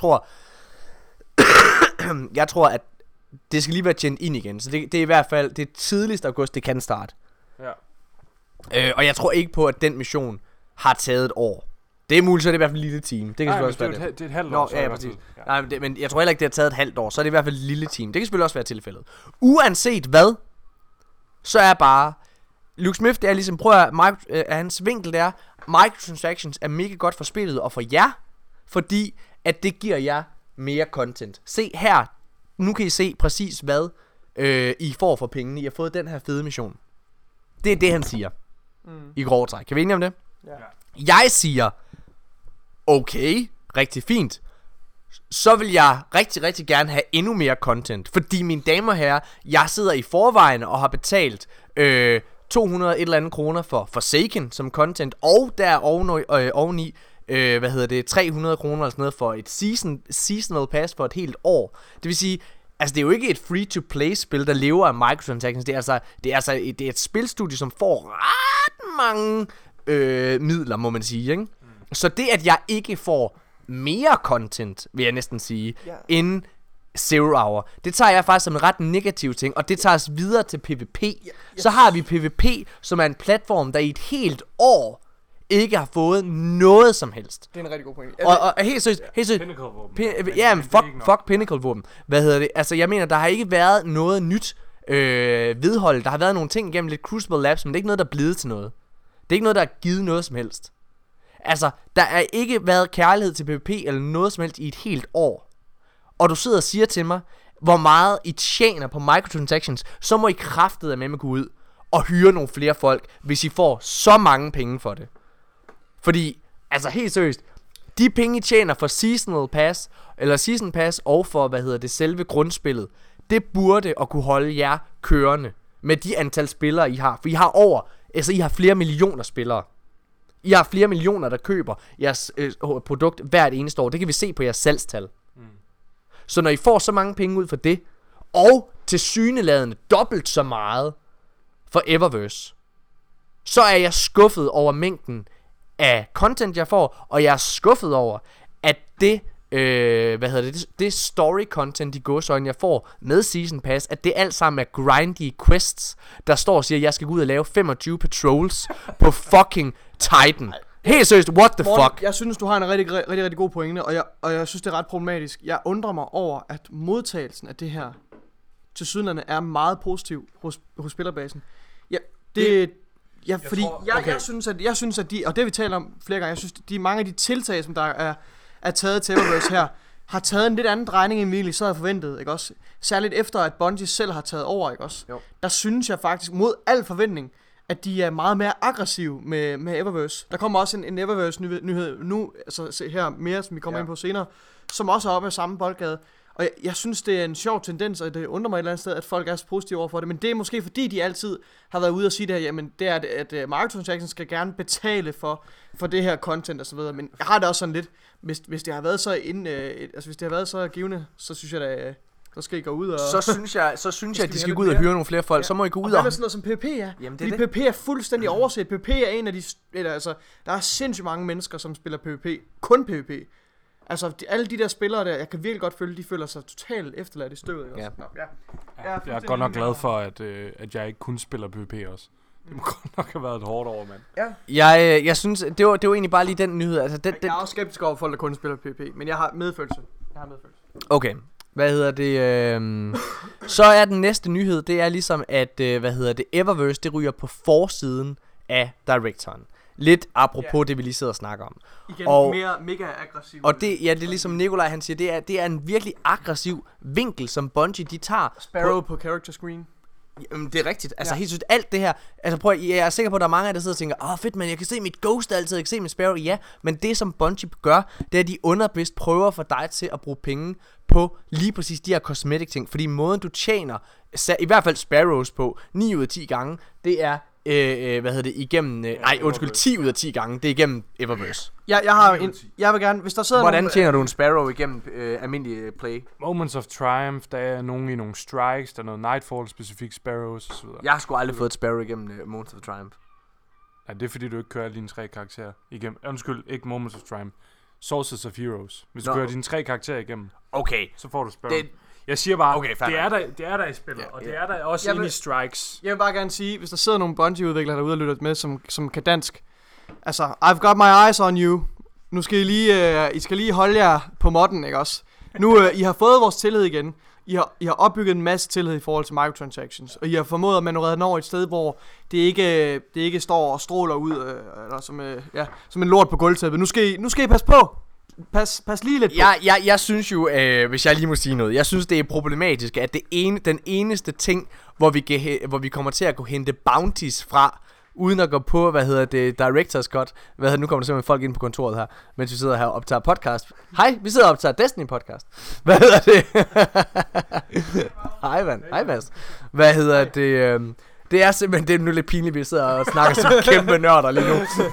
tror, at det skal lige være tjent ind igen. Så det er i hvert fald, det tidligst august, det kan starte. Ja. Og jeg tror ikke på, at den mission har taget et år. Det er muligt, så er det i hvert fald et lille team. Det kan selvfølgelig også være det er et halvt år. Ja, præcis. Nej, men jeg tror heller ikke, det har taget et halvt år. Så er det i hvert fald et lille team. Det kan selvfølgelig også være tilfældet. Uanset hvad, så er bare... Luke Smith, det er ligesom, prøv at hans vinkel der, microtransactions er mega godt for spillet og for jer, fordi at det giver jer mere content. Se her, nu kan I se præcis hvad I får for pengene. I har fået den her fede mission. Det er det han siger i grove træk. Kan vi enige om det? Ja. Jeg siger, okay, rigtig fint. Så vil jeg rigtig, rigtig gerne have endnu mere content. Fordi mine damer og herrer, jeg sidder i forvejen og har betalt 200 et eller andet kroner for Forsaken som content. Og der er oveni 300 kroner eller sådan noget for et seasonal pass for et helt år. Det vil sige, altså det er jo ikke et free-to-play spil, der lever af microtransactions. Det er et spilstudie, som får ret mange midler, må man sige, ikke? Så det, at jeg ikke får mere content, vil jeg næsten sige, end Zero Hour, det tager jeg faktisk som en ret negativ ting, og det tager os videre til PvP. Så har vi PvP, som er en platform, der i et helt år ikke har fået noget som helst. Det er en rigtig god point. Og helt seriøst, Pinnacle-våben. Fuck Pinnacle-våben. Hvad hedder det? Altså, jeg mener, der har ikke været noget nyt vedhold. Der har været nogle ting gennem lidt Crucible Labs, men det er ikke noget, der er blevet til noget. Det er ikke noget, der har givet noget som helst. Altså, der er ikke været kærlighed til PvP eller noget som helst i et helt år. Og du sidder og siger til mig, hvor meget I tjener på microtransactions, så må I kraftedeme med gå ud og hyre nogle flere folk, hvis I får så mange penge for det. Fordi, altså helt seriøst, de penge I tjener for seasonal pass, eller season pass, og for, selve grundspillet, det burde at kunne holde jer kørende med de antal spillere I har. For I har flere millioner spillere. I har flere millioner, der køber jeres produkt hvert eneste år. Det kan vi se på jeres salgstal. Så når I får så mange penge ud for det, og tilsyneladende dobbelt så meget for Eververse, så er jeg skuffet over mængden af content, jeg får, og jeg er skuffet over, at det, det story content i gåseøjne, jeg får med Season Pass, at det alt sammen er grindy quests, der står og siger, at jeg skal gå ud og lave 25 patrols på fucking Titan. Helt seriøst, what the fuck? Jeg synes, du har en rigtig god pointe, og jeg synes, det er ret problematisk. Jeg undrer mig over, at modtagelsen af det her tilsyneladende er meget positiv hos spillerbasen. Jeg synes, at de, og det vi taler om flere gange, jeg synes, de mange af de tiltag, som der er taget til Eververse her, har taget en lidt anden drejning, end vi egentlig så havde forventet, ikke også? Særligt efter, at Bungie selv har taget over, ikke også? Jo. Der synes jeg faktisk, mod al forventning, at de er meget mere aggressive med Eververse. Der kommer også en Eververse-nyhed nu, altså her mere, som vi kommer ind på senere, som også er oppe af samme boldgade. Og jeg synes, det er en sjov tendens, og det undrer mig et eller andet sted, at folk er så positive over for det. Men det er måske fordi, de altid har været ude og sige det her, jamen det er, at microtransactions skal gerne betale for det her content og så videre. Men jeg har det også sådan lidt, hvis det har været så hvis det har været så givende, så synes jeg da, så skal I gå ud og... Så synes jeg, at de skal gå ud og hyre nogle flere folk. Så må I gå ud og... hvad med sådan noget som PvP, ja? Jamen, fordi PvP er fuldstændig overset. PvP er en af de... der er sindssygt mange mennesker, som spiller PvP. Kun PvP. Altså, alle de der spillere der, jeg kan virkelig godt føle, de føler sig totalt efterladt i støvet. Ja. Jeg er godt nok glad for, at jeg ikke kun spiller PvP også. Det må godt nok have været et hårdt år, mand. Ja. Jeg synes, det var egentlig bare lige den nyhed. Altså, jeg er også skeptisk over folk, der kun spiller PvP, men jeg har medfølelse. Okay. Så er den næste nyhed, det er ligesom, at, Eververse, det ryger på forsiden af Directoren. Lidt apropos det, vi lige sidder og snakker om. Igen, og mere mega aggressiv. Og det er ligesom Nikolaj han siger, det er en virkelig aggressiv vinkel, som Bungie de tager. Sparrow på character screen. Jamen, det er rigtigt. Altså helt sygt, alt det her. Altså jeg er sikker på, at der er mange af der sidder og tænker, fedt, men jeg kan se mit Ghost altid, jeg kan se mit Sparrow. Ja, men det som Bungie gør, det er, at de underbevidst prøver for dig til at bruge penge på lige præcis de her cosmetic ting. Fordi måden du tjener, i hvert fald Sparrows på, 9 ud af 10 gange, det er igennem 10 ud af 10 gange, det er igennem Eververse. Jeg vil gerne, hvis der sidder hvordan tjener du en Sparrow igennem almindelig play? Moments of Triumph, der er nogen i nogle strikes, der er noget Nightfall specifikt Sparrows og så videre. Jeg har sgu aldrig fået et Sparrow igennem Moments of Triumph. Ja, det er fordi du ikke kører dine 3 karakterer igennem. Undskyld, ikke Moments of Triumph. Sources of Heroes. Hvis du kører dine 3 karakterer igennem, okay, så får du Sparrow. Jeg siger bare, okay, det er der i spillet, og det er der også inde i strikes. Jeg vil bare gerne sige, hvis der sidder nogle Bungie-udviklere derude og lytter med, som kan dansk. Altså, I've got my eyes on you. Nu skal I skal lige holde jer på modden, ikke også? Nu, I har fået vores tillid igen. I har opbygget en masse tillid i forhold til microtransactions, og I har formået at manøvrere den over et sted, hvor det ikke står og stråler ud, eller som en lort på gulvtæppet. Nu skal I passe på. Pas lige lidt på. Jeg synes jo, hvis jeg lige må sige noget, jeg synes det er problematisk, at den eneste ting, hvor vi kommer til at kunne hente bounties fra, uden at gå på, director's cut. Nu kommer der simpelthen folk ind på kontoret her, mens vi sidder her og optager podcast. Hej, vi sidder og optager Destiny podcast. Hvad hedder det? Hej, mand. Hej, Mads. Det er simpelthen, det er nu lidt pinligt, vi sidder og snakker som kæmpe nørder lige nu.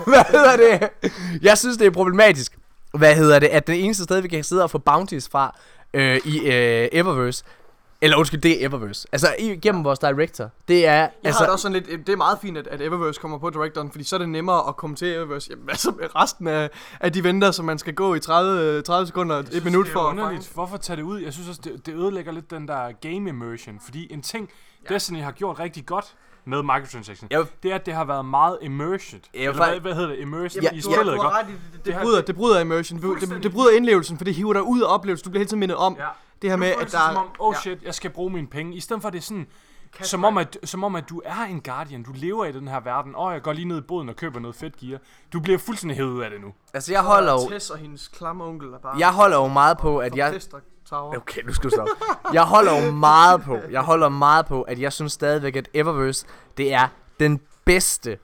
Jeg synes, det er problematisk. At det eneste sted, vi kan sidde og få bounties fra i Eververse, eller undskyld, det er Eververse. Altså gennem vores director. Det er har det også sådan lidt. Det er meget fint at Eververse kommer på directoren, fordi så er det nemmere at komme til Eververse. Jamen altså med resten af de venter, som man skal gå i 30 sekunder, et minut for. Det er underligt. Hvorfor tage det ud? Jeg synes også det ødelægger lidt den der game immersion, fordi en ting Destiny har gjort rigtig godt med microtransactions, det er, at det har været meget immersion. Hvad hedder det? Immersion i spillet, ikke? Det bryder immersion. Det bryder indlevelsen, for det hiver dig ud af oplevelsen. Du bliver hele tiden mindet om det her med, at der som om, shit, jeg skal bruge mine penge. I stedet for, det er sådan, som om, at du er en guardian. Du lever i den her verden. Jeg går lige ned i boden og køber noget fedt gear. Du bliver fuldstændig hævet ud af det nu. Altså, jeg holder jo... Tess og hendes klamme onkel er bare... Jeg holder jo meget på, at jeg... Okay, nu skal du stoppe. Jeg holder meget på, at jeg synes stadigvæk, at Eververse, det er den bedste,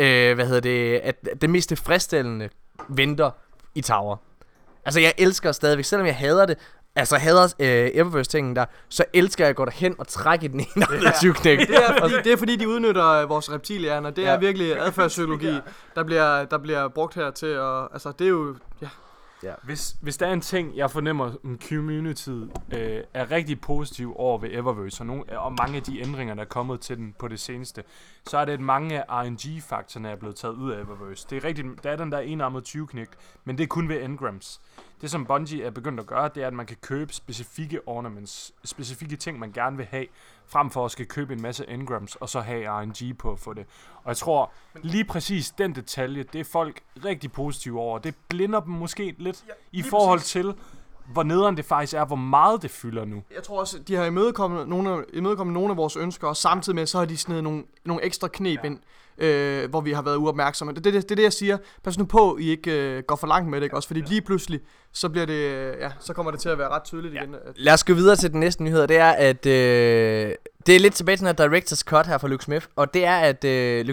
det mest tilfredsstillende venter i Tower. Altså, jeg elsker stadigvæk, selvom jeg hader det, Eververse-tingen der, så elsker jeg at gå derhen og trække i den ene eller 20-knæk. Det er fordi, de udnytter vores reptilhjerner. Det er virkelig adfærdspsykologi, der bliver brugt her til at... Altså, det er jo... Ja. Ja. Hvis der er en ting, jeg fornemmer, en community er rigtig positiv over ved Eververse, og mange af de ændringer, der er kommet til den på det seneste, så er det, at mange af RNG-faktorerne er blevet taget ud af Eververse. Det er rigtigt, der er den der enarmede 20-knæk, men det er kun ved engrams. Det, som Bungie er begyndt at gøre, det er, at man kan købe specifikke ornaments, specifikke ting, man gerne vil have, frem for at skal købe en masse engrams, og så have RNG på at få det. Og jeg tror, lige præcis den detalje, det er folk rigtig positive over. Det blinder dem måske lidt i forhold til, hvor nederen det faktisk er, hvor meget det fylder nu. Jeg tror også, de har imødekommet nogle af vores ønsker, og samtidig med, så har de snedet nogle ekstra knep ind, hvor vi har været uopmærksomme. Det er det, jeg siger. Pas nu på, I ikke går for langt med det, ikke? Også fordi lige pludselig, så bliver det, så kommer det til at være ret tydeligt igen. Lad os gå videre til den næste nyhed. Det er, at det er lidt tilbage til den her Director's Cut her fra Luke Smith, og det er, at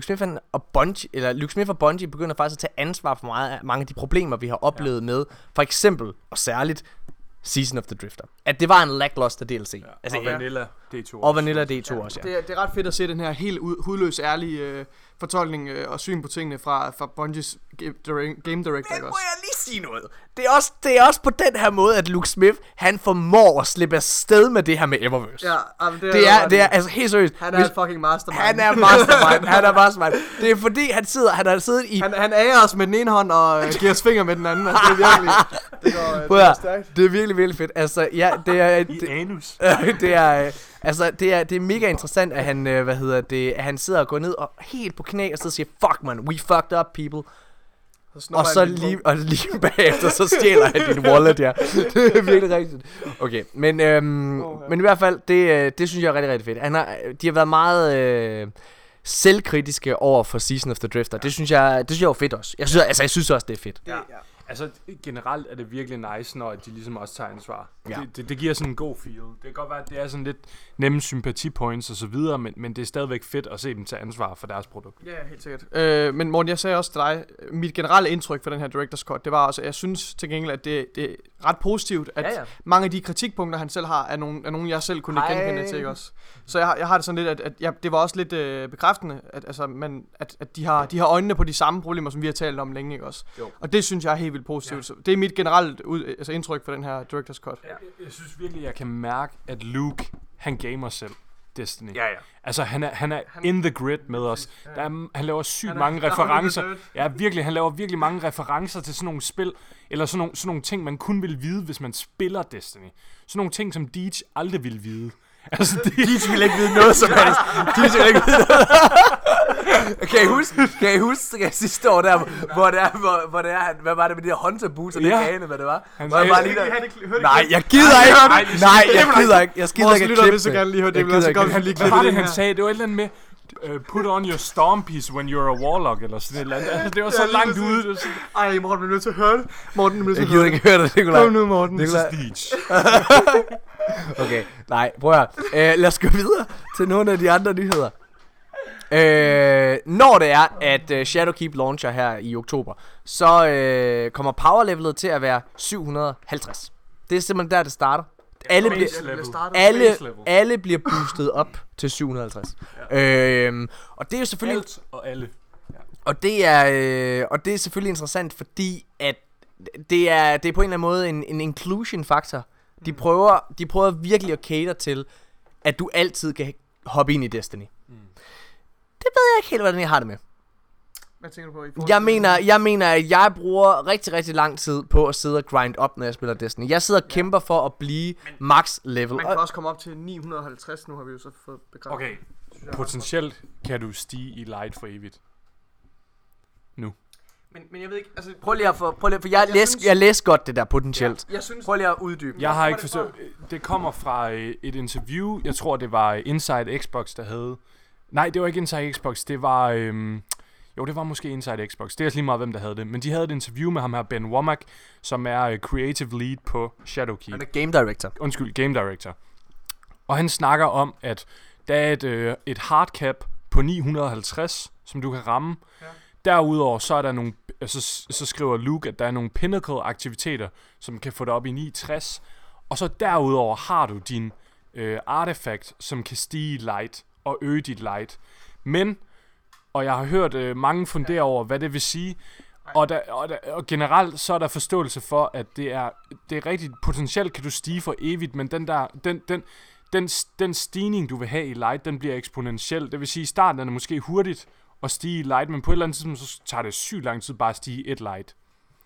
Luke Smith og Bungie begynder faktisk at tage ansvar for mange af de problemer, vi har oplevet med, for eksempel, og særligt, Season of the Drifter. At det var en lackluster DLC. Ja, altså, og Vanilla D2 og Vanilla D2 også, ja. Det er ret fedt at se den her helt hudløs ærlige fortolkning og syn på tingene fra Bungies game director. Det må jeg lige sige noget. Det er også på den her måde, at Luke Smith, han formår at slippe afsted med det her med Eververse. Ja, det er altså helt seriøst. Han er fucking mastermind. Han er mastermind. Det er fordi, han har siddet i... Han ærer os med den ene hånd og giver os fingre med den anden. Altså, det er virkelig... Det er stærkt. Det er virkelig, virkelig fedt. Altså, ja, det er... I anus. Det er mega interessant, at han, at han sidder og går ned og helt på knæ og så siger, fuck man, we fucked up people. Og så lige bagefter, så stjæler han din wallet, ja. Det er virkelig rigtigt. Okay, men i hvert fald, det synes jeg er rigtig, rigtig fedt. De har været meget selvkritiske over for Season of the Drifter. Det synes jeg er fedt også. Jeg synes også, det er fedt. Ja. Altså, generelt er det virkelig nice, når de ligesom også tager ansvar. Ja. Det giver sådan en god feel. Det kan godt være, at det er sådan lidt nemme sympatipoints og så videre, men det er stadigvæk fedt at se dem tage ansvar for deres produkt. Ja, helt sikkert. Men Morten, jeg sagde også til dig, mit generelle indtryk for den her Director's Cut, det var også, at jeg synes til gengæld, at det er ret positivt, at mange af de kritikpunkter, han selv har, er nogen jeg selv kunne genkende til, ikke også? Så jeg har det sådan lidt, at det var også lidt bekræftende, at de har øjnene på de samme problemer, som vi har talt om længe, ikke også? Jo. Og det synes jeg er helt vildt positivt. Ja. Det er mit generelt indtryk for den her Director's Cut. Ja. Jeg synes virkelig, jeg kan mærke, at Luke, han gamer selv Destiny. Ja. Altså, han er in the grid med os. Han laver sygt mange referencer. Ja, virkelig. Han laver virkelig mange referencer til sådan nogle spil, eller sådan nogle ting, man kun vil vide, hvis man spiller Destiny. Sådan nogle ting, som Deej aldrig ville vide. Altså, Deej vil ikke vide noget som helst. Deej vil ikke vide noget. Kan I huske sidste år der, hvor det er, hvad var det med de der Hunter boots og det gane, hvad det var? Nej, jeg gider ikke. Nej, jeg gider ikke. Jeg gider ikke at klippe det. Hvad var det, han sagde? Det var et eller andet med, put on your stompies when you're a warlock, eller sådan et eller andet. Altså, det var så langt ude. Ej, Morten bliver nødt til at høre det. Jeg gider ikke høre det, Nikolaj. Kom nu, Morten. Okay, nej, prøv at høre. Lad os gå videre til nogle af de andre nyheder. Når det er, at Shadowkeep launcher her i oktober, så kommer power levelet til at være 750. Det er simpelthen der, det starter. Alle bliver boostet op til 750. Og det er jo selvfølgelig alt og alle. Ja. Og det er selvfølgelig interessant, fordi at det er på en eller anden måde en inclusion faktor. De prøver virkelig at cater til, at du altid kan hoppe ind i Destiny. Det ved jeg ikke helt, hvordan jeg har det med. Hvad tænker du på? Jeg mener, at jeg bruger rigtig, rigtig lang tid på at sidde og grind op, når jeg spiller Destiny. Jeg sidder og kæmper for at blive max level. Man kan også komme op til 950, nu har vi jo så fået bekræftet. Okay, potentielt kan du stige i light for evigt. Nu. Men jeg ved ikke, altså... Prøv lige, for jeg læste godt det der potentielt. Ja, jeg synes, prøv lige at uddybe. Jeg har ikke forstået. Det kommer fra et interview. Jeg tror, det var Inside Xbox, der havde... Nej, det var ikke Inside Xbox. Det var... Jo, det var måske Inside Xbox. Det er lige meget, hvem der havde det. Men de havde et interview med ham her, Ben Womack, som er creative lead på Shadowkeep. Han er game director. Undskyld, game director. Og han snakker om, at der er et hardcap på 950, som du kan ramme. Ja. Derudover så er der nogle... Så skriver Luke, at der er nogle pinnacle-aktiviteter, som kan få dig op i 960. Og så derudover har du din artefakt, som kan stige light og øge dit light. Men... Og jeg har hørt mange fundere over, hvad det vil sige. Og generelt så er der forståelse for, at det er rigtigt. Potentielt kan du stige for evigt, men den stigning, du vil have i light, den bliver eksponentiel. Det vil sige, i starten er det måske hurtigt at stige i light, men på et eller andet tidspunkt, så tager det sygt lang tid bare at stige et light.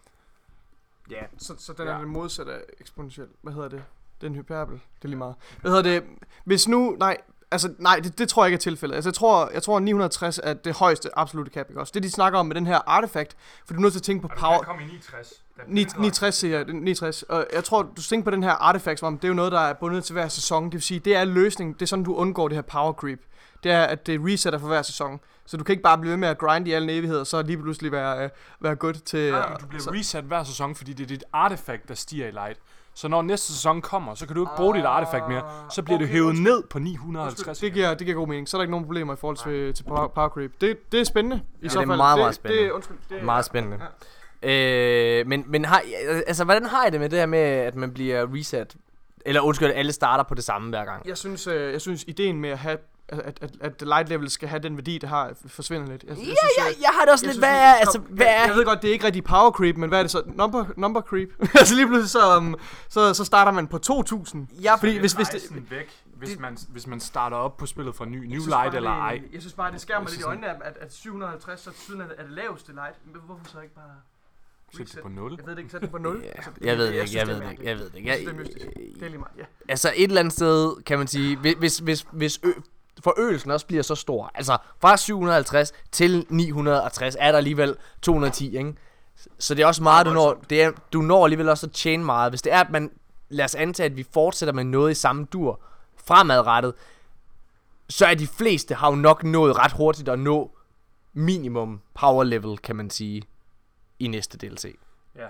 Ja, så den er det modsatte af eksponentiel. Hvad hedder det? Den hyperbel. Det er lige meget. Hvad hedder det? Hvis nu... Nej, det tror jeg ikke er tilfældet. Altså, jeg tror 960 er det højeste absolutte cap, ikke også? Det de snakker om med den her artefakt, for du er nødt til at tænke på power. Du kan komme i 69. 69 siger jeg, 69. Og jeg tror, du tænker på den her artefakt, som det er jo noget, der er bundet til hver sæson. Det vil sige, det er løsningen. Det er sådan, du undgår det her power creep. Det er, at det resetter for hver sæson. Så du kan ikke bare blive ved med at grinde i alle evigheder, så lige pludselig være good til... Nej, du bliver reset hver sæson, fordi det er dit artefakt, der stiger i light. Så når næste sæson kommer, så kan du ikke bruge dit artefakt mere. Så bliver det hævet ned på 950. Det giver god mening. Så er der ikke nogen problemer i forhold til power creep. Det er spændende. Det er meget spændende. Det er meget spændende. Ja. Men hvordan har I det med det her med, at man bliver reset? Eller undskyld, alle starter på det samme hver gang? Jeg synes ideen med at have at light level skal have den værdi, det har, forsvinder lidt. Jeg har det også lidt, jeg ved godt, det er ikke rigtig power creep, men hvad er det så? Number creep? Altså lige pludselig så starter man på 2000. Ja, fordi hvis det væk, hvis man starter op på spillet fra new light eller ej. Jeg synes bare, det skærer mig lidt i øjnene, at 750 så siden er det laveste light. Men hvorfor så ikke bare... Sæt det på 0. Jeg ved det ikke, sæt det på 0. Altså, jeg ved det ikke. Det er mystisk. Det er lige meget, ja. Altså et eller andet sted, kan man sige, hvis forøgelsen også bliver så stor, altså fra 750 til 960 er der alligevel 210, ikke? Så det er også meget, du når alligevel også at tjene meget. Hvis det er, at man, lad os antage, at vi fortsætter med noget i samme dur fremadrettet, så er de fleste har jo nok nået ret hurtigt at nå minimum power level, kan man sige, i næste DLC. Ja.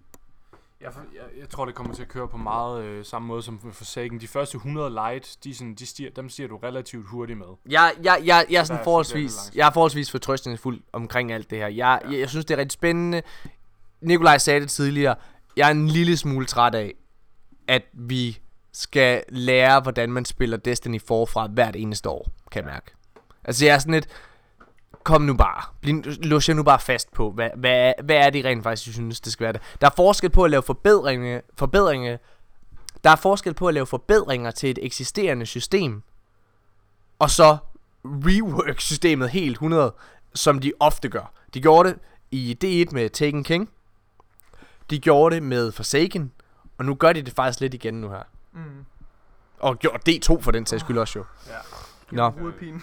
Jeg tror, det kommer til at køre på meget samme måde som Forsaken. De første 100 light, dem stiger du relativt hurtigt med. Jeg er sådan forholdsvis fortrøstningsfuld omkring alt det her. Jeg synes, det er rigtig spændende. Nikolaj sagde det tidligere. Jeg er en lille smule træt af, at vi skal lære, hvordan man spiller Destiny forfra hvert eneste år, kan jeg mærke. Altså, jeg er sådan lidt... Kom nu bare. Lås jer nu bare fast på, hvad er det rent faktisk, jeg synes, det skal være det. Der er forskel på at lave forbedringer. Der er forskel på at lave forbedringer til et eksisterende system, og så rework systemet helt 100, som de ofte gør. De gjorde det i D1 med Taken King. De gjorde det med Forsaken, og nu gør de det faktisk lidt igen nu her. Og gjort D2 for den sags skyld også jo. Nå. Hovedpine.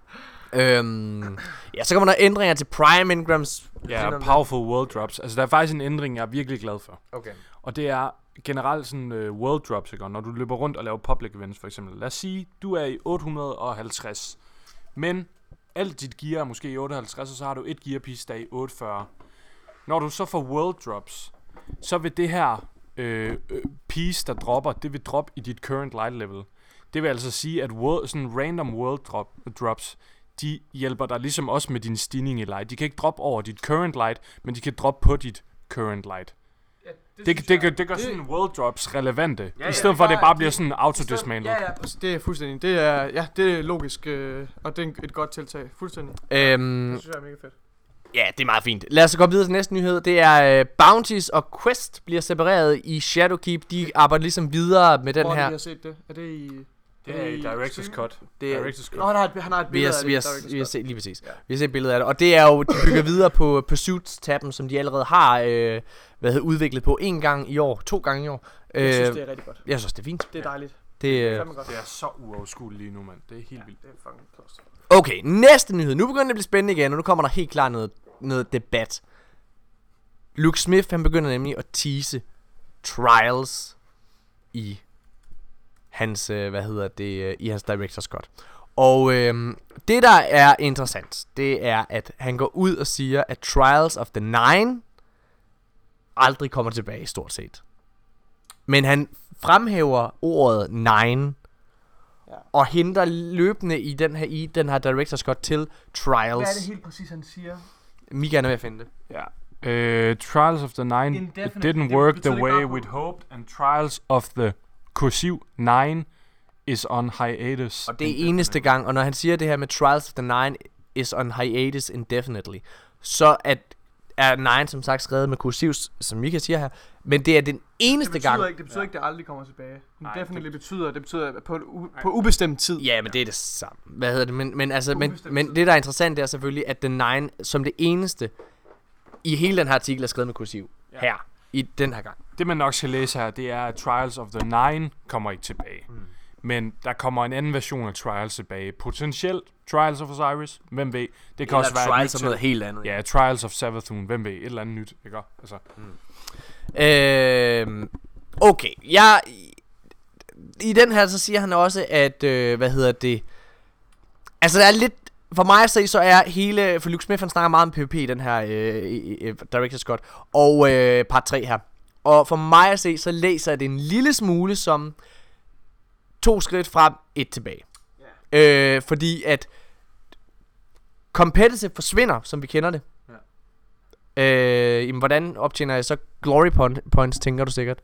Ja, så kommer der ændringer til Prime Ingrams. Ja, Powerful World Drops. Altså, der er faktisk en ændring, jeg er virkelig glad for. Okay. Og det er generelt sådan World Drops, ikke? Når du løber rundt og laver public events, for eksempel. Lad os sige, du er i 850. Men alt dit gear er måske i 58, og så har du et gear piece, der er i 840. Når du så får World Drops, så vil det her piece, der dropper, det vil droppe i dit current light level. Det vil altså sige, at sådan random world drops, de hjælper dig ligesom også med din stigning i light. De kan ikke droppe over dit current light, men de kan droppe på dit current light. Ja, det gør sådan world drops relevante, i stedet for at det bare bliver sådan auto-dismantled. Ja, det er fuldstændig. Det er logisk, og det er et godt tiltag. Fuldstændig. Det synes jeg er mega fedt. Ja, det er meget fint. Lad os gå videre til næste nyhed. Det er Bounties og Quest bliver separeret i Shadowkeep. De arbejder ligesom videre med den her. Hvor har set det? Er det i... Det er i Director's Cut. Han har et billede af det. Vi har set lige præcis. Ja. Vi har set billedet af det. Og det er jo, de bygger videre på Pursuits-tabben, som de allerede har udviklet på 1 gang i år, 2 gange i år. Jeg synes, det er rigtig godt. Jeg synes, det er fint. Det er dejligt. Det er så uoverskueligt lige nu, mand. Det er helt vildt. Det er fucking kloster. Okay, næste nyhed. Nu begynder det at blive spændende igen, og nu kommer der helt klart noget debat. Luke Smith, han begynder nemlig at tease Trials i hans, i hans Director's Cut. Og det der er interessant, det er, at han går ud og siger, at Trials of the Nine aldrig kommer tilbage, stort set. Men han fremhæver ordet Nine, og henter løbende i den her Director's Cut til Trials. Hvad er det helt præcis, han siger? Mika er ved at finde det. Ja. Trials of the Nine, it didn't work the way we'd hoped, and Trials of the cursive 9 is on hiatus. Og det er eneste gang, og når han siger det her med Trials of the Nine is on hiatus indefinitely, så er Nine som sagt skrevet med kursiv, som Mika siger her, men det er den eneste gang. Det betyder ikke, det aldrig kommer tilbage. Det betyder på ubestemt tid. Ja, men det er det samme. Hvad hedder det? Men det der er interessant, det er selvfølgelig, at The Nine som det eneste i hele den her artikel er skrevet med kursiv her i den her gang. Det man nok skal læse her, det er, at Trials of the Nine kommer ikke tilbage. Men der kommer en anden version af Trials tilbage. Potentielt Trials of Osiris, hvem ved. Det kan også være Trials of noget helt andet. Ja, Trials of Savathun, hvem ved. Et eller andet nyt, ikke? Altså. Okay, i den her så siger han også, at altså der er lidt. For mig at se, så er for Luke Smith, han snakker meget om PvP i den her Director's Cut og part 3 her. Og for mig at se, så læser jeg det en lille smule som 2 skridt frem, 1 tilbage. Fordi at competitive forsvinder, som vi kender det. Jamen, hvordan optjener jeg så glory points, tænker du sikkert.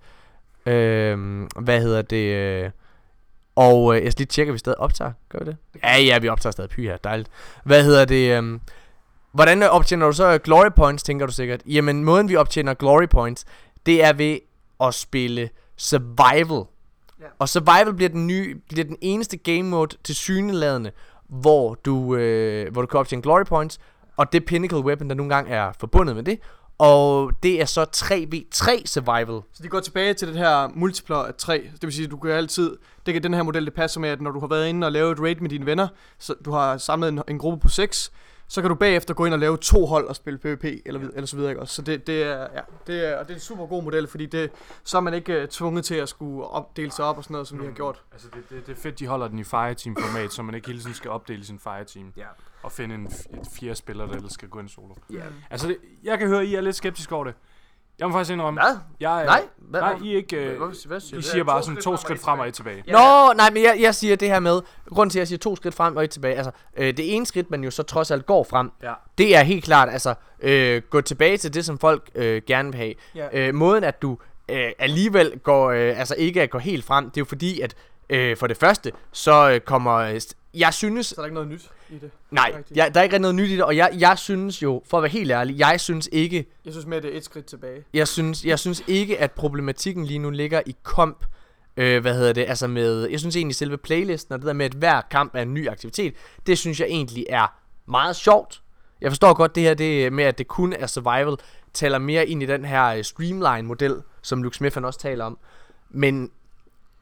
Og jeg skal lige tjekke, at vi stadig optager. Gør vi det? Ja, vi optager stadig. Her, dejligt. Hvordan optjener du så glory points, tænker du sikkert? Jamen, måden vi optjener glory points, det er ved at spille survival. Og survival bliver den eneste game mode til syneladende, hvor du kan optjene glory points, og det pinnacle weapon, der nogle gange er forbundet med det. Og det er så 3v3 survival. Så de går tilbage til den her multiplayer af 3. Det vil sige, at du kan altid... Den her model, det passer med, at når du har været inde og lavet et raid med dine venner, så du har samlet en gruppe på 6, så kan du bagefter gå ind og lave 2 hold og spille PvP eller så videre, ikke også? Så det er en super god model, fordi så er man ikke tvunget til at skulle opdele sig op og sådan noget, som vi har gjort. Altså det er fedt, de holder den i fireteam format, så man ikke hele tiden skal opdele sin fireteam og finde et 4 spiller, der ellers skal gå ind solo. Altså jeg kan høre, at I er lidt skeptisk over det. Jeg må faktisk indrømme. Hvad? Nej, I ikke. I siger bare sådan 2 skridt frem og 1 tilbage. Nej, men jeg siger det her med. Grunden til at jeg siger 2 skridt frem og 1 tilbage. Altså, det ene skridt man jo så trods alt går frem. Det er helt klart altså gå tilbage til det som folk gerne vil have. Måden at du alligevel går ikke går helt frem. Det er jo fordi at for det første så kommer jeg synes... Så er der ikke noget nyt i det? Nej, der er ikke noget nyt i det, og jeg synes jo, for at være helt ærlig, jeg synes ikke... Jeg synes mere, det er 1 skridt tilbage. Jeg synes ikke, at problematikken lige nu ligger i komp, altså med... Jeg synes egentlig, selve playlisten, og det der med, at hver kamp er en ny aktivitet, det synes jeg egentlig er meget sjovt. Jeg forstår godt det her det med, at det kun er survival, taler mere ind i den her streamline-model, som Luke Smith også taler om. Men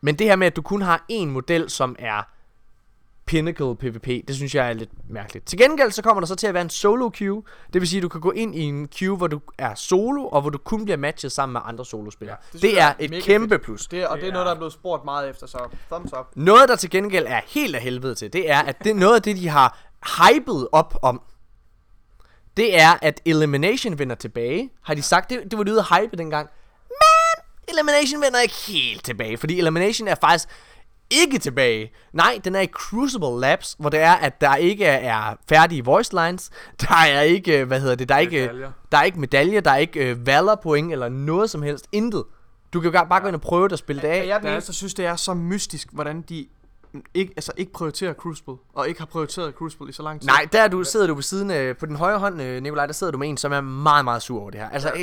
Men det her med, at du kun har én model, som er Pinnacle PvP, det synes jeg er lidt mærkeligt. Til gengæld så kommer der så til at være en solo queue. Det vil sige, at du kan gå ind i en queue, hvor du er solo, og hvor du kun bliver matchet sammen med andre solospillere. Ja, det er et kæmpe plus. Det er noget, der er blevet spurgt meget efter, så thumbs up. Noget, der til gengæld er helt af helvede til, det er, at det er noget af det, de har hypet op om. Det er, at Elimination vender tilbage. Har de sagt, det var det ude at hype dengang. Men Elimination vender ikke helt tilbage, fordi Elimination er faktisk ikke tilbage. Nej, den er i Crucible Labs, hvor det er, at der ikke er færdige voice lines. Der er ikke, der er ikke medaljer, der er ikke valor point eller noget som helst. Intet. Du kan jo bare gå ind og prøve at spille det af. Jeg er den eneste, der synes, det er så mystisk, hvordan de ikke prioriterer Crucible, og ikke har prioriteret Crucible i så lang tid. Nej, sidder du ved siden på den højre hånd, Nikolaj, der sidder du med en, som er meget, meget sur over det her. Altså,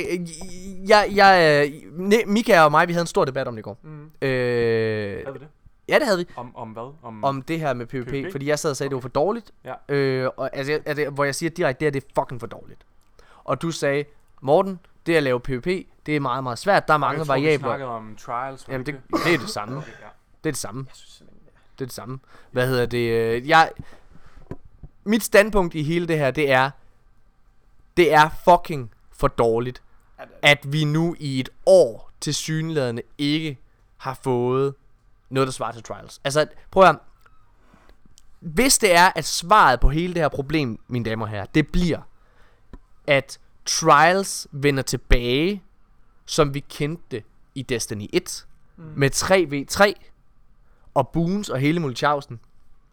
Mika og mig, vi havde en stor debat om det i går. Havde vi det? Ja, det havde vi. Om hvad? Om det her med PvP, fordi jeg sad og sagde, at det var for dårligt. Ja. Og altså, hvor jeg siger direkte, det er fucking for dårligt. Og du sagde, Morten, det at lave PvP, det er meget, meget svært. Der er mange variabler. Vi snakkede om trials. Jamen, det er det samme. Okay, ja. Det er det samme. Det er det samme. Mit standpunkt i hele det her, det er fucking for dårligt, at vi nu i et år tilsyneladende ikke har fået noget, der svarer til trials. Altså, prøv at hvis det er, at svaret på hele det her problem, mine damer og herrer, det bliver, at trials vender tilbage, som vi kendte det i Destiny 1, med 3v3, og Boons og hele Mulchausen,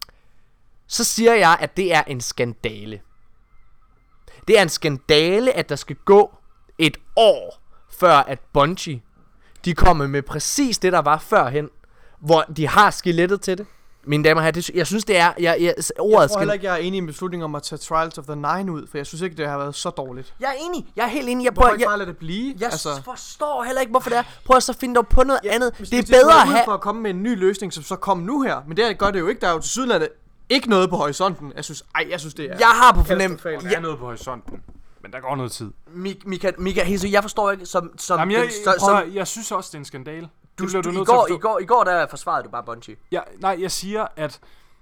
så siger jeg, at det er en skandale. Det er en skandale, at der skal gå et år, før at Bungie, de kommer med præcis det, der var førhen, hvor de har skelettet til det. Mine damer og herrer, jeg synes, det er... Jeg tror heller ikke, jeg er enig i en beslutning om at tage Trials of the Nine ud, for jeg synes ikke, det har været så dårligt. Jeg er enig. Jeg er helt enig. Hvorfor ikke bare lade det blive? Jeg forstår heller ikke, hvorfor det er. Prøv at så finde dig på noget andet. Det er bedre at have... for at komme med en ny løsning, som så kom nu her. Men det gør det jo ikke. Der er jo til sydenlandet ikke noget på horisonten. Jeg synes det er... Jeg har på fornemmelse... Der er noget på horisonten. Men der går noget tid. Mika, jeg forstår ikke jeg synes også, det er en skandale. I går der forsvarede du bare Bungie. Ja, nej, jeg siger, at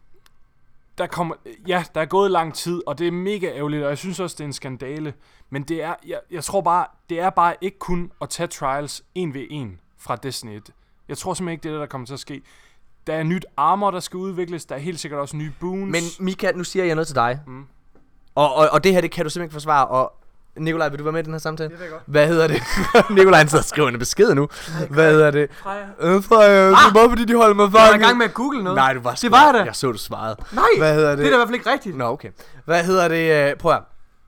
der er gået lang tid, og det er mega ærgerligt, og jeg synes også, det er en skandale. Men det er, jeg tror bare, det er bare ikke kun at tage Trials 1v1 fra Destiny 1. Jeg tror simpelthen ikke, det er det, der kommer til at ske. Der er nyt armor, der skal udvikles, der er helt sikkert også nye boons. Men Mika, nu siger jeg noget til dig. Og det her, det kan du simpelthen ikke forsvare, og Nikolaj, vil du være med i den her samtale? Det godt. Hvad hedder det? Nikolaj, han sidder og skriver en besked nu. Hvad hedder det? Freja, det er bare fordi, de holder mig fanget. Jeg er i gang med at google noget. Nej, du var det var det. Jeg så, du svarede. Nej, hvad hedder det? Det er da i hvert fald ikke rigtigt. Nå, okay. Hvad hedder det? Prøv at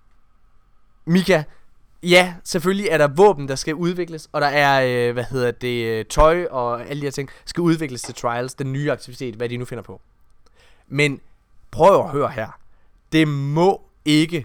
Mika, ja, selvfølgelig er der våben, der skal udvikles, og der er, tøj og alle de her ting, skal udvikles til Trials, den nye aktivitet, hvad de nu finder på. Men prøv at høre her. Det må ikke,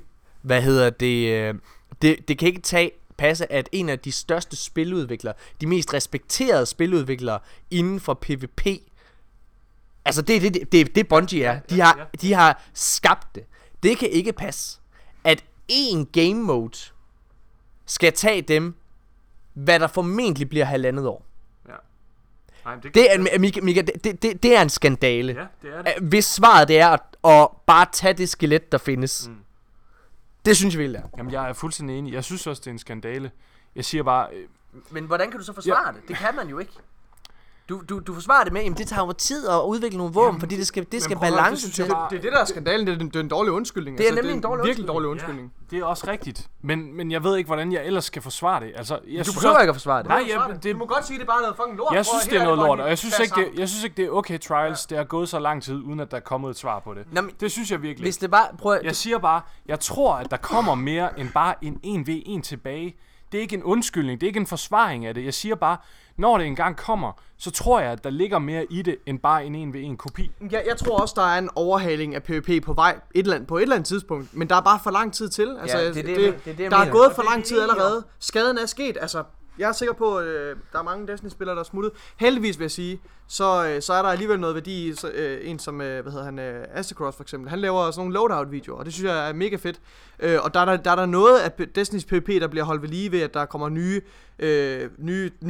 det kan ikke passe, at en af de største spiludviklere, de mest respekterede spiludviklere inden for PvP, altså det Bungie er, de har skabt det. Det kan ikke passe, at en game mode skal tage dem, hvad der formentlig bliver 1,5 år. Ja. Nej, det er en skandale. Ja, det er det. Hvis svaret det er at bare tage det skelet, der findes. Det synes jeg virkelig er. Jamen, jeg er fuldstændig enig. Jeg synes også, det er en skandale. Jeg siger bare... Men hvordan kan du så forsvare det? Det kan man jo ikke. Du forsvarer det med, jamen det tager jo tid at udvikle nogle våben, fordi det skal balance til. Det er det, der er skandalen. Det er en dårlig undskyldning. Det er nemlig en dårlig virkelig dårlig undskyldning. Ja, det er også rigtigt. Men jeg ved ikke, hvordan jeg ellers skal forsvare det. Altså, du behøver ikke at forsvare det. Nej, du må godt sige, det er bare noget fucking lort. Jeg synes, det er noget lort, og jeg synes ikke, det er okay Trials. Det har gået så lang tid, uden at der er kommet et svar på det. Det synes jeg virkelig. Hvis det bare, jeg siger bare, jeg tror, at der kommer mere end bare en 1v1 tilbage. Det er ikke en undskyldning, det er ikke en forsvaring af det. Jeg siger bare, når det engang kommer, så tror jeg, at der ligger mere i det, end bare en 1v1 kopi. Jeg tror også, der er en overhaling af PvP på vej på et eller andet tidspunkt, men der er bare for lang tid til. Altså, der er gået for lang tid allerede. Skaden er sket. Altså, jeg er sikker på, at der er mange Destiny-spillere, der er smuttet. Heldigvis vil jeg sige, så er der alligevel noget værdi i en som, Astacross for eksempel. Han laver sådan nogle loadout-videoer, og det synes jeg er mega fedt. Og der er der noget af Destiny's PvP, der bliver holdt ved lige ved, at der kommer nye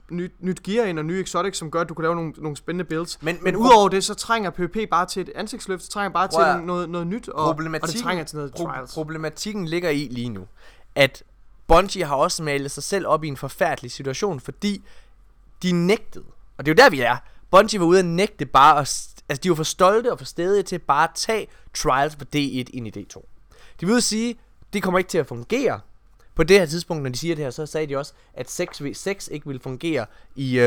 nyt gear ind og nye exotics, som gør, at du kan lave nogle spændende builds. Men udover det, så trænger PvP bare til et ansigtsløft, så trænger bare til noget nyt, og det trænger til noget trials. Problematikken ligger i lige nu, at Bungie har også malet sig selv op i en forfærdelig situation, fordi de nægtede, og det er jo der vi er. Bungie var ude at nægte bare altså de var for stolte og for stedige til bare at tage Trials på D1 ind i D2. De vil ud at sige, det kommer ikke til at fungere. På det her tidspunkt, når de siger det her, så sagde de også, at 6v6 ikke vil fungere i,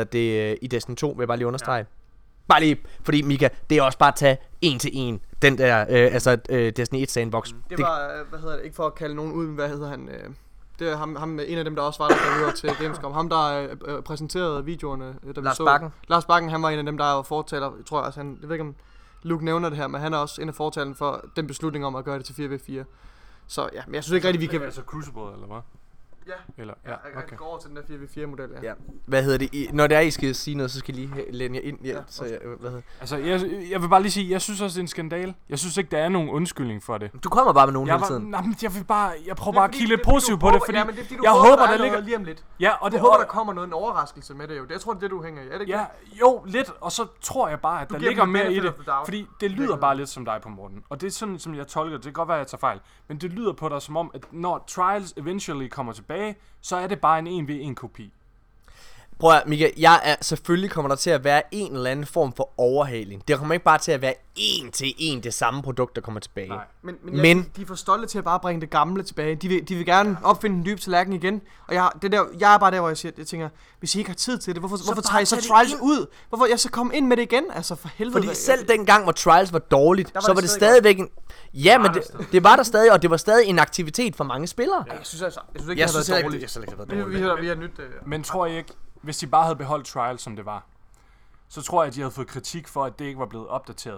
i Destiny 2, vil jeg bare lige understrege. Ja. Bare lige, fordi Mika, det er også bare at tage en til en, den der, Destiny 1 sandbox. Det var, ikke for at kalde nogen ud, hvad hedder han, det er ham, en af dem, der også var der til Gamescom. Ham, der præsenterede videoerne, da vi så. Bakken. Lars Bakken, han var en af dem, der var fortaler, tror jeg, altså jeg ved ikke om Luke nævner det her, men han er også en af fortalerne for den beslutning om at gøre det til 4v4. Så ja, men jeg synes ikke rigtig, vi kan... Altså Crucible, eller hvad? Ja, eller, okay. Jeg går over til den der 4v4-model, ja. Hvad hedder det? Når det er, I skal sige noget, så skal I lige læne jer ind. Ja, så altså, jeg vil bare lige sige, jeg synes også, det er en skandal. Jeg synes ikke, der er nogen undskyldning for det. Du kommer bare med nogen hele tiden. Jeg prøver bare at kigge lidt positivt på det, fordi jeg håber, der ligger... lige om lidt. Ja, og du håber, der kommer noget en overraskelse med det jo. Jeg tror, det er det, du hænger i. Er det ikke det? Jo, lidt. Og så tror jeg bare, at der ligger mere i det. Fordi det lyder bare lidt som dig på Morten. Og det er sådan, som jeg tolker det. Det kan godt være, at jeg tager fejl. Men det lyder på dig som om, at når Trials eventually kommer tilbage, så er det bare en 1v1-kopi. Prøv at, Mika, selvfølgelig kommer der til at være en eller anden form for overhaling. Det kommer ikke bare til at være en til en det samme produkt, der kommer tilbage. Nej. Men de er for stolte til at bare bringe det gamle tilbage. De vil gerne opfinde den dybe tallerken igen. Og jeg er bare der, hvor jeg tænker, hvis I ikke har tid til det, hvorfor tager I så Trials ud? Hvorfor jeg så komme ind med det igen? Altså for helvede. Fordi selv dengang, hvor Trials var dårligt, så var det stadigvæk en... Ja, men det var der stadig, og det var stadig en aktivitet for mange spillere. Ja. Jeg synes ikke, det har været dårligt. Vi har nyt... Men tror jeg ikke, hvis de bare havde beholdt Trials, som det var, så tror jeg, at de havde fået kritik for, at det ikke var blevet opdateret.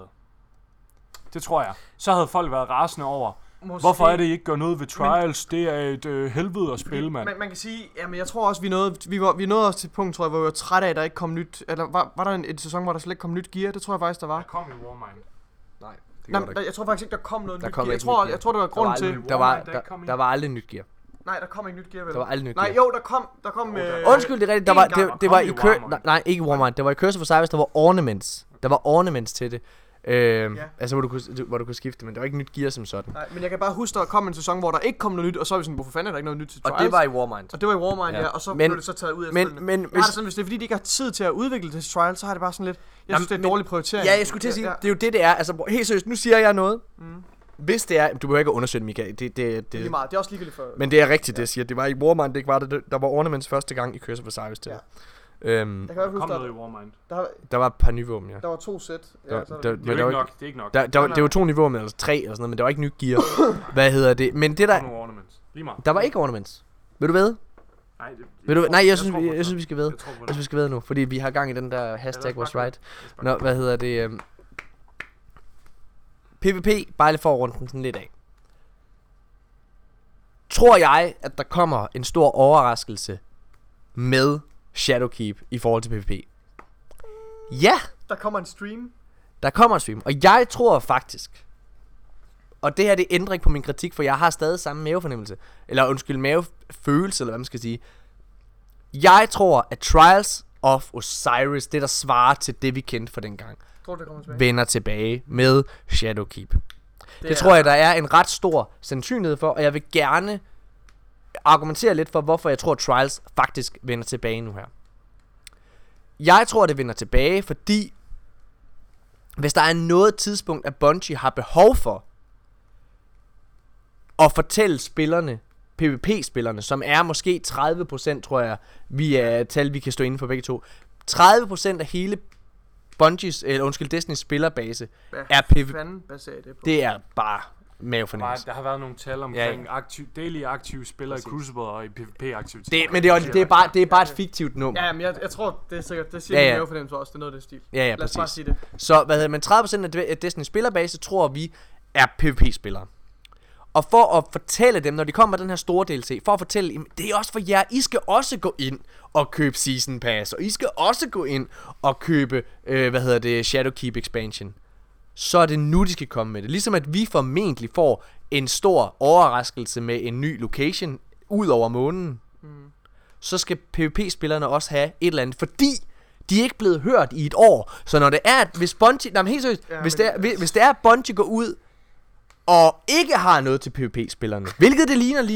Det tror jeg. Så havde folk været rasende over, hvorfor er det, I ikke gør noget ved Trials? Det er et helvede at spille, mand. Man kan sige, jamen jeg tror også, vi nåede også til et punkt, tror jeg, hvor vi var trætte af, at der ikke kom nyt... Eller var der en sæson, hvor der slet ikke kom nyt gear? Det tror jeg faktisk, der var. Der kom i Warmind. Nej, jeg tror faktisk ikke, der kom noget nyt gear. Jeg tror, det var grunden til... Der var aldrig nyt gear. Nej, der kom ikke nyt gear, vel? Der var aldrig nyt gear. Nej, jo, der kom undskyld, det er rigtigt. Det var i nej, ikke i Warmind. Det var i Curse of Osiris, der var ornaments. Der var ornaments til det. Altså hvor du kunne skifte, men der var ikke nyt gear som sådan. Nej, men jeg kan bare huske, der kom en sæson, hvor der ikke kom noget nyt, og så var vi sådan, hvorfor fanden er der ikke noget nyt til Trials? Og det var i Warmind. Og det var i Warmind, ja, og så blev det så taget ud efter. Men jeg har det sådan, hvis det er fordi, de ikke har tid til at udvikle det til Trials, så har det bare sådan lidt, jeg synes, det er en dårlig prioritering. Ja, jeg skulle til at sige, det er jo det er. Altså helt seriøst, nu siger jeg noget. Hvis det er, du behøver ikke at undersøge det, Mika. Det er lige meget, det er også ligegyldigt for... Men det er rigtigt, det jeg siger. Det var i Warmind, det ikke var det. Der var ornaments første gang i Curse of Osiris til. Der kom noget i Warmind. Der var et par nyvåben, ja. Der var 2 sæt. Det er ikke nok. Det var 2 nyvåben, eller 3 eller sådan noget, men der var ikke nyt gear. Hvad hedder det? Men det der... Der var ikke ornaments. Vil du ved? Nej, jeg synes vi skal ved. Jeg synes vi skal ved nu, fordi vi har gang i den der hashtag was right. Nå, hvad hedder det? PvP, bare lige for at runde den sådan lidt af. Tror jeg, at der kommer en stor overraskelse med Shadowkeep i forhold til PvP? Ja! Der kommer en stream. Der kommer en stream, og jeg tror faktisk, og det her det ændrer ikke på min kritik, for jeg har stadig samme mavefornemmelse, eller undskyld, mavefølelse, eller hvad man skal sige. Jeg tror, at Trials of Osiris, det der svarer til det vi kendte for dengang, vender tilbage med Shadowkeep. Det tror jeg, der er en ret stor sandsynlighed for, og jeg vil gerne argumentere lidt for, hvorfor jeg tror, at Trials faktisk vender tilbage nu her. Jeg tror, det vender tilbage, fordi hvis der er noget tidspunkt, at Bungie har behov for at fortælle spillerne, PvP-spillerne, som er måske 30%, tror jeg, vi er tal, vi kan stå inden for begge to. 30% af hele Bungies, Disneys spillerbase er PvP. Det er bare mavefornemmelse. Der har været nogle tal omkring daily aktive spillere i Crucible og i PvP-aktiviteter. Men det er bare et fiktivt nummer. Ja, men jeg tror, det er sikkert, det siger mavefornemmelse også, det er noget af det stil. Ja, lad os bare sige det. Så, men 30% af Disneys spillerbase, tror vi, er PvP-spillere. Og for at fortælle dem, når de kommer med den her store DLC, for at fortælle dem, det er også for jer, I skal også gå ind og købe Season Pass, og I skal også gå ind og købe, Shadowkeep Expansion. Så er det nu, de skal komme med det. Ligesom at vi formentlig får en stor overraskelse med en ny location ud over månen. så skal PvP-spillerne også have et eller andet, fordi de er ikke blevet hørt i et år. Så når det er, at hvis Bungie... Nej, men helt seriøst. Hvis det er, at Bungie går ud og ikke har noget til PvP-spillerne, hvilket det ligner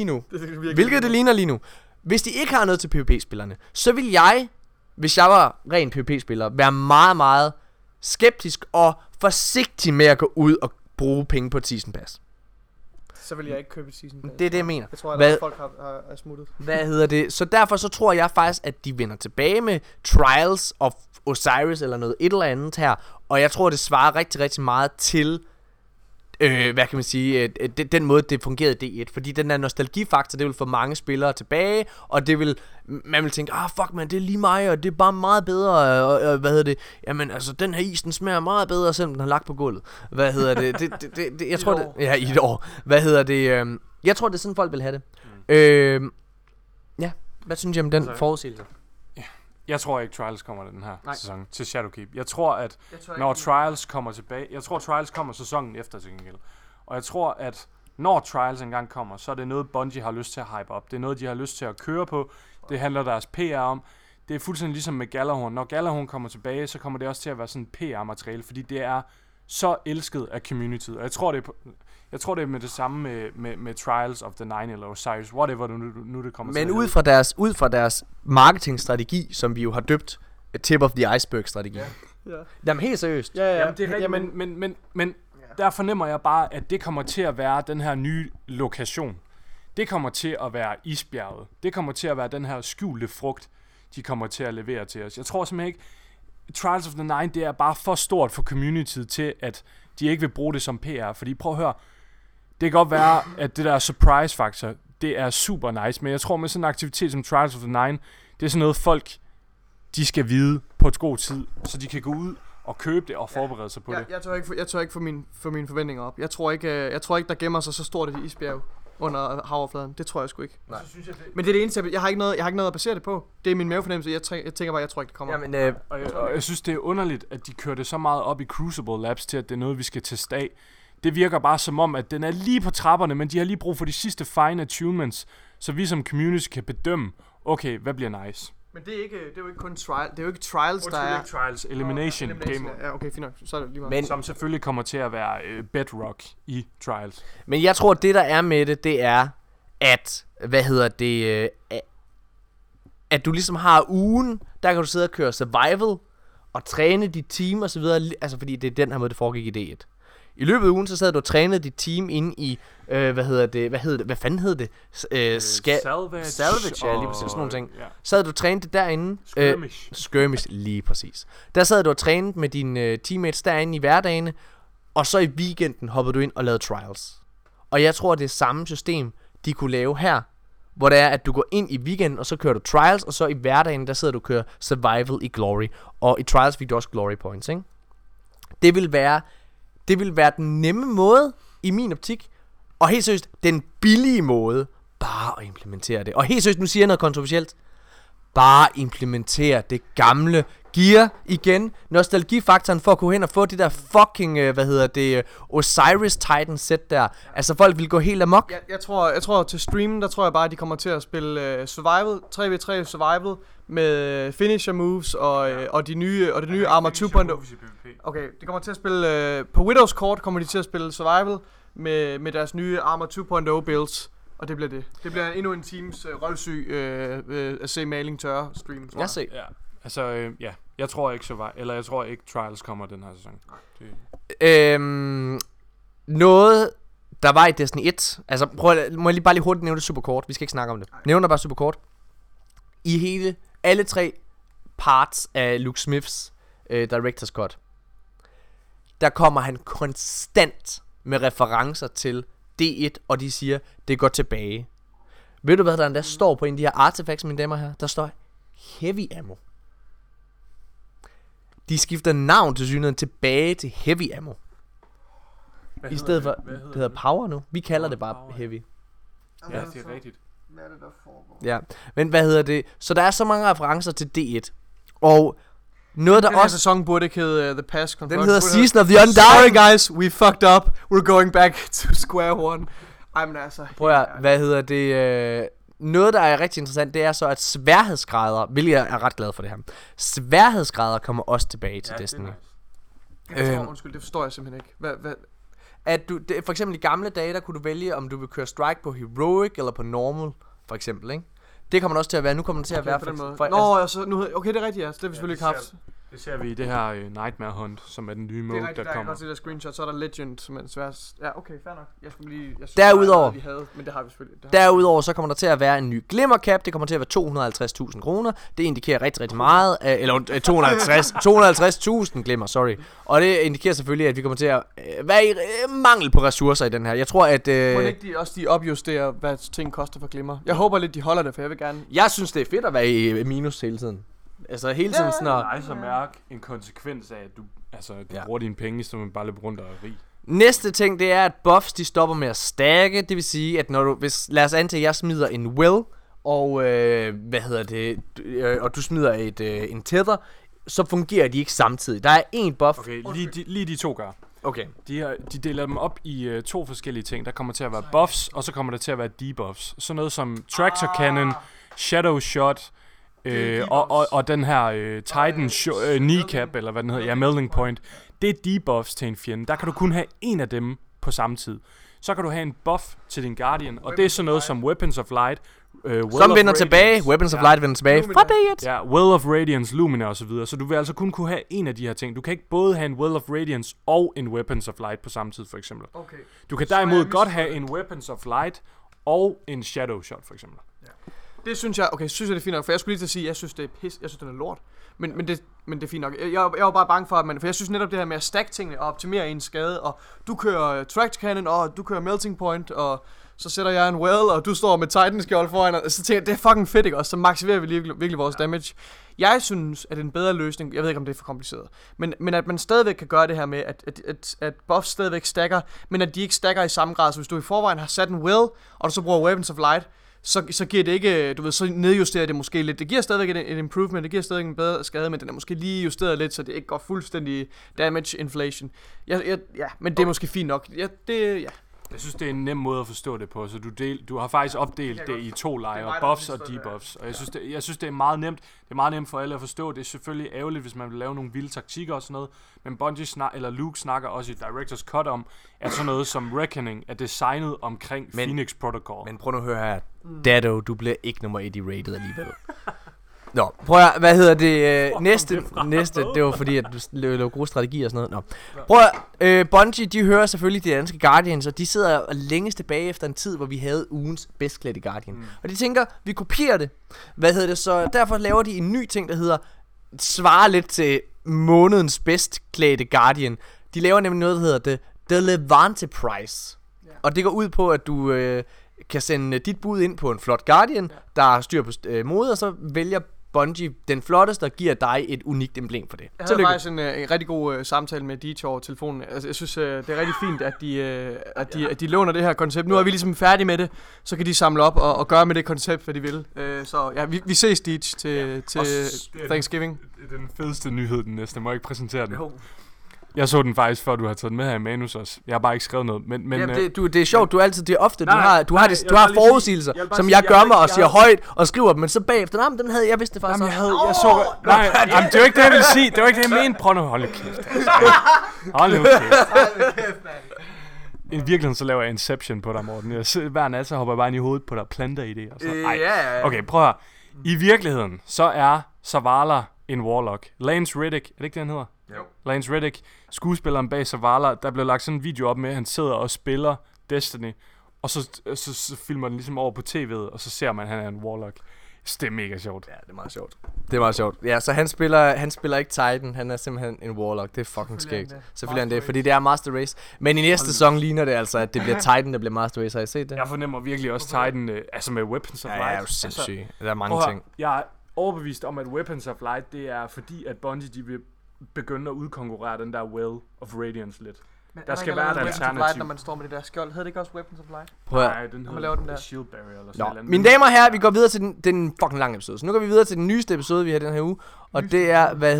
lige nu. Hvis de ikke har noget til PvP-spillerne, så vil jeg, hvis jeg var ren PvP-spiller, være meget, meget skeptisk og forsigtig med at gå ud og bruge penge på et season pass. Så vil jeg ikke købe et season pass. Det er det, jeg mener. Jeg tror, at folk har smuttet. Hvad hedder det? Så derfor så tror jeg faktisk, at de vender tilbage med Trials of Osiris eller noget et eller andet her. Og jeg tror, det svarer rigtig, rigtig meget til, hvad kan man sige, den måde, det fungerede i D1. Fordi den der nostalgifaktor, det vil få mange spillere tilbage, og det vil, man vil tænke, fuck man, det er lige mig, og det er bare meget bedre, og hvad hedder det, jamen altså, den her is, den smager meget bedre, selvom den har lagt på gulvet. Hvad hedder det, jeg tror det, ja, i et år. Hvad hedder det, jeg tror, det er sådan, folk vil have det. Ja, hvad synes I om den forudsigelse? Jeg tror ikke, Trials kommer den her sæson til Shadowkeep. Jeg tror, at når Trials kommer tilbage... Jeg tror, Trials kommer sæsonen efter til gengæld. Og jeg tror, at når Trials engang kommer, så er det noget, Bungie har lyst til at hype op. Det er noget, de har lyst til at køre på. Det handler deres PR om. Det er fuldstændig ligesom med Gjallarhorn. Når Gjallarhorn kommer tilbage, så kommer det også til at være sådan PR-materiale, fordi det er så elsket af communityet. Og jeg tror, det er med det samme med Trials of the Nine eller Osiris, whatever nu det kommer til. Men ud fra deres marketingstrategi, som vi jo har døbt Tip of the Iceberg-strategi. Ja. Jamen helt seriøst. Ja. Jamen, det er rigtigt, men der fornemmer jeg bare, at det kommer til at være den her nye lokation. Det kommer til at være isbjerget. Det kommer til at være den her skjulte frugt, de kommer til at levere til os. Jeg tror simpelthen ikke, Trials of the Nine, det er bare for stort for communityet til, at de ikke vil bruge det som PR. Fordi prøv at høre, det kan godt være, at det der surprise faktor, det er super nice, men jeg tror med sådan en aktivitet som Trials of the Nine, det er sådan noget folk, de skal vide på et god tid, så de kan gå ud og købe det og forberede sig på det. Jeg tør ikke få mine forventninger op. Jeg tror ikke, der gemmer sig så stort et isbjerg under havoverfladen. Det tror jeg sgu ikke. Nej. Men det er det eneste, jeg har ikke noget at basere det på. Det er min mavefornemmelse. Jeg tænker bare, jeg tror ikke, det kommer. Jamen, og jeg synes, det er underligt, at de kører det så meget op i Crucible Labs til, at det er noget, vi skal teste af. Det virker bare som om, at den er lige på trapperne, men de har lige brug for de sidste fine attunements, så vi som community kan bedømme, okay, hvad bliver nice. Men det er jo ikke kun trials, der er... Trials, Elimination Game. Ja, okay, fint nok. Så er det lige meget. Som selvfølgelig kommer til at være bedrock i Trials. Men jeg tror, det der er med det er, at, at du ligesom har ugen, der kan du sidde og køre survival, og træne dit team og så videre, altså fordi det er den her måde, det foregik i D1. I løbet af ugen, så sad du og trænede dit team inde i, hvad fanden hed det? Salvage, ja, lige præcis, sådan nogle ting. Sad du og trænede det derinde? Skirmish, lige præcis. Der sad du og trænede med dine teammates derinde i hverdagene, og så i weekenden hoppede du ind og lavede trials. Og jeg tror, det er samme system, de kunne lave her, hvor det er, at du går ind i weekenden, og så kører du trials, og så i hverdagen, der sidder du og kører survival i glory. Og i trials fik du også glory points, ikke? Det vil være den nemme måde, i min optik, og helt seriøst, den billige måde, bare at implementere det. Og helt seriøst, nu siger jeg noget kontroversielt. Bare implementere det gamle gear igen. Nostalgifaktoren for at kunne hen og få det der fucking, Osiris Titan set der. Altså folk vil gå helt amok. Jeg tror til streamen, der tror jeg bare, at de kommer til at spille survival, 3v3 survival, med finisher moves og det nye Armor 2.0. Okay, de kommer til at spille på Widow's Court kommer de til at spille survival med deres nye Armor 2.0 builds, og det bliver det. Det bliver endnu en teams røvsyg at se maling tørre stream. Jeg ser. Ja. Altså jeg tror ikke Trials kommer den her sæson. Noget der var i Destiny 1. Altså må jeg bare lige hurtigt nævne det super kort. Vi skal ikke snakke om det. Nævn det bare super kort. I alle 3 parts af Luke Smiths Director's Cut, der kommer han konstant med referencer til D1, og de siger, det går tilbage. Ved du hvad der endda står på en af de her artifacts, mine damer her? Der står Heavy Ammo. De skifter navn til synligheden tilbage til Heavy Ammo. I stedet for, det hedder Power nu. Vi kalder det bare Heavy. Ja, det er rigtigt. Hvad er det, der foregår? Ja, men hvad hedder det? Så der er så mange referencer til D1. Og noget der også... Den sæson burde ikke hedde The Past Confront. Den hedder Season of the Undying. Sorry guys, we fucked up. We're going back to square one. Ej, men altså... Prøv at, hvad hedder det? noget, der er rigtig interessant, det er så, at sværhedsgrader, hvilket jeg er ret glad for det her, sværhedsgrader kommer også tilbage til Destiny. Undskyld, det forstår jeg simpelthen ikke. Hvad? At du, for eksempel i gamle dage, der kunne du vælge, om du vil køre strike på heroic eller på normal, for eksempel, ikke? Det kommer også til at være. Nu kommer det til at være på den måde. Altså, nu, okay, det er rigtigt, ja. Det har vi selvfølgelig ikke haft. Det ser vi i det her Nightmare Hunt, som er den nye mode, der kommer. Det er det screenshot, så er der Legend, som er en svær... Ja, okay, fair nok. Jeg skulle lige... Derudover, vi havde, men det har vi selvfølgelig. Derudover så kommer der til at være en ny glimmercap. Det kommer til at være 250.000 kroner. Det indikerer rigtig, rigtig meget. Eller 250.000 glimmer, sorry. Og det indikerer selvfølgelig, at vi kommer til at være i mangel på ressourcer i den her. Jeg tror, at... Må ikke de opjusterer, hvad ting koster for glimmer? Jeg håber lidt, de holder det, for jeg vil gerne... Jeg synes, det er fedt at være i minus hele tiden. Altså hele tiden sådan at... Nej, så mærk en konsekvens af, at du bruger dine penge, så man bare løber rundt og er rig. Næste ting, det er, at buffs, de stopper med at stacke. Det vil sige, at når du... lad os antage, at jeg smider en will, og og du smider en tether, så fungerer de ikke samtidig. Der er én buff. Okay, lige de to gør. Okay. De deler dem op i to forskellige ting. Der kommer til at være buffs, og så kommer der til at være debuffs. Sådan noget som Tractor Cannon, Shadow Shot... og den her Titan kneecap, eller hvad den hedder, Melting Point, det er debuffs til en fjende. Der kan du kun have en af dem på samme tid. Så kan du have en buff til din Guardian, og det er sådan noget som Weapons of Light, som vender tilbage, Weapons of Light vender tilbage, ja, Will of Radiance, Lumina og så videre. Så du vil altså kun kunne have en af de her ting. Du kan ikke både have en Will of Radiance og en Weapons of Light på samme tid, for eksempel. Okay. Du kan derimod godt have en Weapons of Light og en Shadow Shot, for eksempel. Det synes jeg, det er fint nok, for jeg skulle lige til at sige, jeg synes det er pis, jeg synes det er lort. Men det er fint nok. Jeg var bare bange for, at for jeg synes netop det her med at stack tingene og optimere ens skade, og du kører Tractor Cannon, og du kører Melting Point, og så sætter jeg en well, og du står med Titan skjold foran, og så tænker jeg, det er fucking fedt, ikke? Og så maksimerer vi virkelig vores damage. Jeg synes, at en bedre løsning, jeg ved ikke om det er for kompliceret, men at man stadigvæk kan gøre det her med, at buffs stadigvæk stacker, men at de ikke stacker i samme grad. Så hvis du i forvejen har sat en will, og du så bruger Weapons of Light, så giver det ikke, du ved, så nedjusterer det måske lidt. Det giver stadigvæk et improvement, det giver stadigvæk en bedre skade, men den er måske lige justeret lidt, så det ikke går fuldstændig damage inflation. Men det er måske fint nok. Jeg synes, det er en nem måde at forstå det på, så du har faktisk opdelt det i to lejre, buffs og debuffs, og jeg synes, det er meget nemt. Det er meget nemt for alle at forstå. Det er selvfølgelig ærgerligt, hvis man vil lave nogle vilde taktikker og sådan noget, men Bungie eller Luke snakker også i Director's Cut om, at sådan noget som Reckoning er designet omkring Phoenix Protocol. Men prøv nu at høre her. Dado, du bliver ikke nummer 1 i rated alligevel. Nå, prøv at, hvad hedder det, næste, det var fordi, at du lavede gode strategier og sådan noget. Nå. Prøv at, Bungie, de hører selvfølgelig de danske Guardians, og de sidder længes tilbage efter en tid, hvor vi havde ugens bedst klædte Guardian. Og de tænker, vi kopierer det. Hvad hedder det, så derfor laver de en ny ting, der hedder, svarer lidt til månedens bedst klædte Guardian. De laver nemlig noget, der hedder The Levante Prize. Og det går ud på, at du kan sende dit bud ind på en flot Guardian, der har styr på mode, og så vælger Bungie den flotteste, der giver dig et unikt emblem for det. Jeg havde faktisk en rigtig god samtale med DJ over telefonen. Altså, jeg synes, det er rigtig fint, at de låner det her koncept. Nu er vi ligesom færdige med det, så kan de samle op og gøre med det koncept, hvad de vil. Så ja, vi ses, DJ, til Thanksgiving. Det er den fedeste nyhed, den næste. Må jeg ikke præsentere den? Jo. Jeg så den faktisk, før du har taget den med her i manus også. Jeg har bare ikke skrevet noget. Men det er sjovt, du altid, det er ofte, du har forudsigelser, som jeg gør mig og siger højt og skriver dem, men så bagefter, den havde jeg vidste det faktisk. Det er jo ikke det, jeg ville sige. Det var ikke det, jeg mente. Prøv nu, hold kæft. Hold nu kæft. I virkeligheden så laver jeg Inception på dig, Morten. Hver nat så hopper jeg bare ind i hovedet på dig og planter i det. Og så. Okay, prøv her. I virkeligheden, så er Zavala en warlock. Lance Reddick, er det ikke det, han hedder? Jo. Lance Reddick, skuespilleren bag Zavala, der blev lagt sådan en video op med, at han sidder og spiller Destiny, og så filmer den ligesom over på tv'et, og så ser man, at han er en warlock. Så det er mega sjovt. Ja, det er meget sjovt. Det er meget sjovt. Ja, så han spiller ikke Titan, han er simpelthen en warlock. Det er fucking skægt. Selvfølgelig er det, fordi det er Master Race. Men i næste sæson ligner det altså, at det bliver Titan, der bliver Master Race. Har I set det? Jeg fornemmer virkelig også Titan, altså med Weapons of Light. Ja, det er jo sindssygt. Der er mange ting. Jeg er overbevist om, at Weapons of Light, det er fordi, at Bungie, de vil begynde at udkonkurrere den der Well of Radiance lidt. Men der skal være et alternativ. Når man står med det der skjold, hedder det ikke også Weapons of Light? Nej, den hedder Shield Barrier eller sådan noget. Mine damer og herrer, vi går videre til den fucking lange episode. Så nu går vi videre til den nyeste episode, vi har den her uge. Og det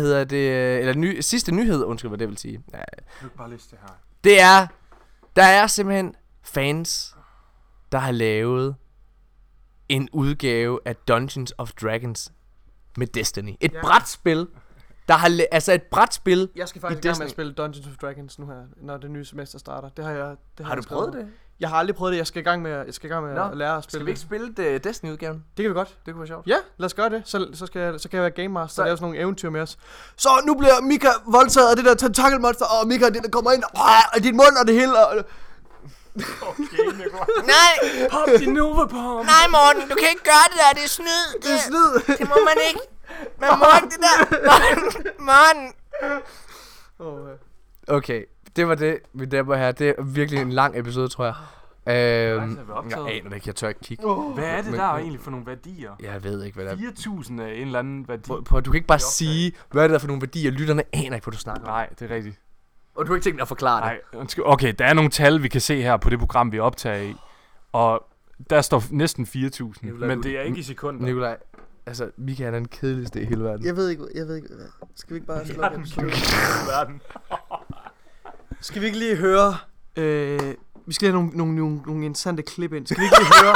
er, sidste nyhed, undskyld, hvad det vil sige. Ja. Du kan bare læse det her. Det er, der er simpelthen fans, der har lavet en udgave af Dungeons of Dragons med Destiny. Et brætspil, der har altså et brætspil. Jeg skal faktisk i gang med at spille Dungeons of Dragons nu her, når det nye semester starter. Det har du prøvet det? Jeg har aldrig prøvet det. Jeg skal i gang med at lære at spille. Skal vi ikke spille Destiny-udgaven? Det kan vi godt. Det kunne være sjovt. Ja, lad os gøre det. Så kan jeg være Game Master og lave sådan nogle eventyr med os. Så nu bliver Mika voldtaget af det der tentakelmonster, og Mika det der kommer ind og din mund og det hele. Og Okay, Nikolaj. Nej! Pop din Nova Pop. Nej, Morten, du kan ikke gøre det der. Det er snyd. det er snyd. Det må man ikke. Man må ikke det der. Morten. Okay, det var det, vi dæmper her. Det er virkelig en lang episode, tror jeg. Jeg aner det ikke, jeg tør ikke kigge. Hvad er det der egentlig for nogle værdier? Jeg ved ikke, hvad det er. 4.000 af en eller anden værdi. Du kan ikke bare sige, hvad er det der for nogle værdier. Lytterne aner ikke, hvad du snakker om. Nej, det er rigtigt. Og du har ikke tænkt dig at forklare det. Nej, okay, der er nogle tal, vi kan se her på det program, vi optager i. Og der står næsten 4.000, men det er ikke i sekunder. Nikolaj, altså, Mika er den kedeligste i hele verden. Jeg ved ikke. Skal vi ikke bare slukke verden? Skal vi ikke lige høre... vi skal have nogle interessante klip ind. Skal vi ikke lige høre...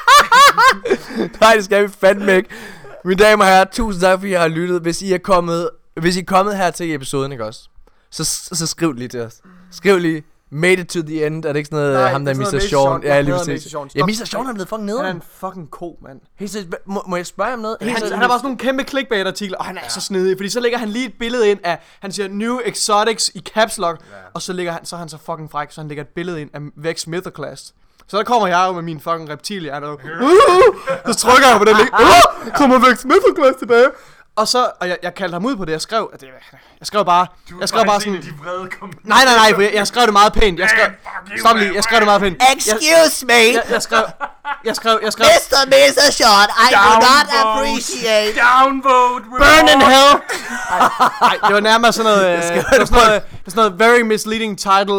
Nej, det skal vi fandme ikke. Mine damer og herrer, tusind tak, fordi I har lyttet. Hvis I er kommet her til episoden, ikke også? Så skriv lige til os. Skriv lige, made it to the end. Er det ikke sådan noget, ham der Mr. Sean? Ja, lige præcis. Ja, Mr. Sean er blevet fucking nede. Han er en fucking ko, mand. Må jeg spørge om noget? Han har bare sådan nogle kæmpe clickbait-artikler, og han er så snedig, fordi så lægger han lige et billede ind af, han siger New Exotics i caps lock, og så er han så fucking fræk, så han lægger et billede ind af Vex Mythoclast. Så der kommer jeg jo med min fucking reptilhjerne, og så trykker jeg på den link, kommer Vex Mythoclast tilbage. Og så, jeg kaldte ham ud på det, jeg skrev bare sådan, de vrede nej, for jeg skrev det meget pænt, stop lige, jeg skrev det meget pænt. Excuse me. Jeg skrev Mr. Sean, I do not appreciate. Downvote. Burn in hell. Nej, det var nærmere sådan noget, sådan noget very misleading title,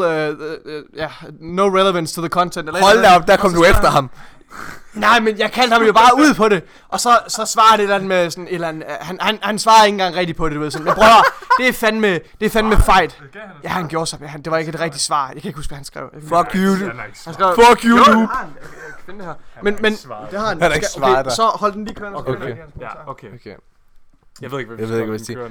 no relevance to the content. Hold da op, der kom du efter ham. Nej, men jeg kaldte ham jo bare ud på det. Og så svarer det et eller andet med sådan et eller andet, han svarer ikke engang rigtigt på det, du ved sådan. Men bror, det er fandme fight. Ja, han gjorde så. Det var ikke et rigtigt svar. Jeg kan ikke huske, hvad han skrev. Fuck you. Fuck you, du. Men det har han. Han har ikke svaret dig. Så hold den lige kørende. Okay. Ja, okay. Jeg ved ikke, hvad vi siger.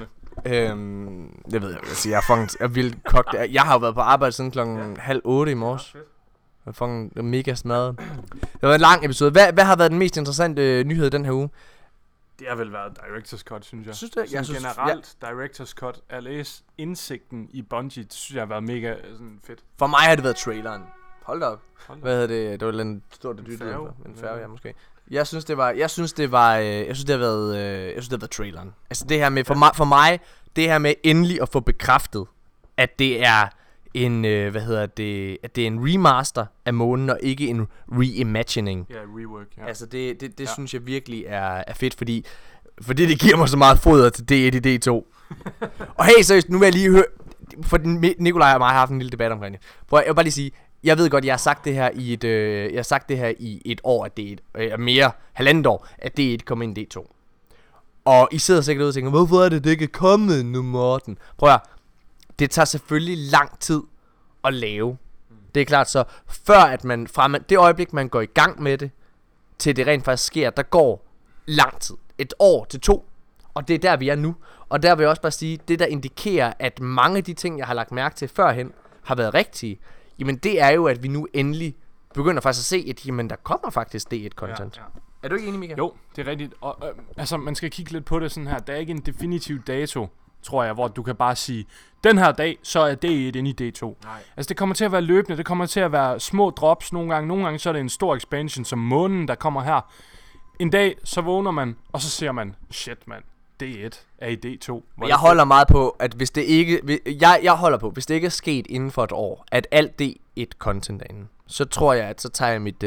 Det ved jeg, hvad jeg siger. Jeg er vildt kogt. Jeg har jo været på arbejde siden 7:30 i morges. Jeg er fucking mega smadret. Det var en lang episode. Hvad har været den mest interessante nyhed den her uge? Det har vel været Director's Cut, synes jeg. Synes du ikke? Generelt Director's Cut. At læse indsigten i Bungie, det synes jeg har været mega sådan fedt. For mig har det været traileren. Hold da op. Hvad hedder det? Det var en stort dyt. En færge, ja, måske. Jeg synes det har været traileren. Altså det her med for mig det her med endelig at få bekræftet at det er en at det er en remaster af månen og ikke en reimagining. Ja, rework, ja. Altså det synes jeg virkelig er fedt, fordi det giver mig så meget foder til D1 i D2. Og hey, seriøst, nu vil jeg lige høre, for Nikolaj og mig har haft en lille debat omkring det. Jeg vil bare lige sige, jeg ved godt, jeg har sagt det her i et år, at D1 mere halvandet år, at D1 kommer ind i D2. Og I sidder sikkert ud og tænker, hvorfor er det ikke kommet nu, Morten? Prøv at det tager selvfølgelig lang tid at lave. Det er klart, så før at man fra det øjeblik man går i gang med det til det rent faktisk sker, der går lang tid. 1 år til 2. Og det er der vi er nu. Og der vil jeg også bare sige, det der indikerer at mange af de ting jeg har lagt mærke til førhen har været rigtige. Jamen det er jo at vi nu endelig begynder faktisk at se at jamen der kommer faktisk D1 content. Ja. Er du ikke enig, Mika? Jo, det er rigtigt. Og altså man skal kigge lidt på det sådan her. Der er ikke en definitiv dato, tror jeg, hvor du kan bare sige, den her dag, så er D1 inde i D2. Nej. Altså det kommer til at være løbende, det kommer til at være små drops nogle gange så er det en stor expansion som månen, der kommer her. En dag, så vågner man, og så ser man, shit mand, D1 er i D2. Jeg holder meget på, at hvis det ikke, jeg holder på, hvis det ikke er sket inden for et år, at alt D1 content er inde, så tror jeg, at så tager jeg mit,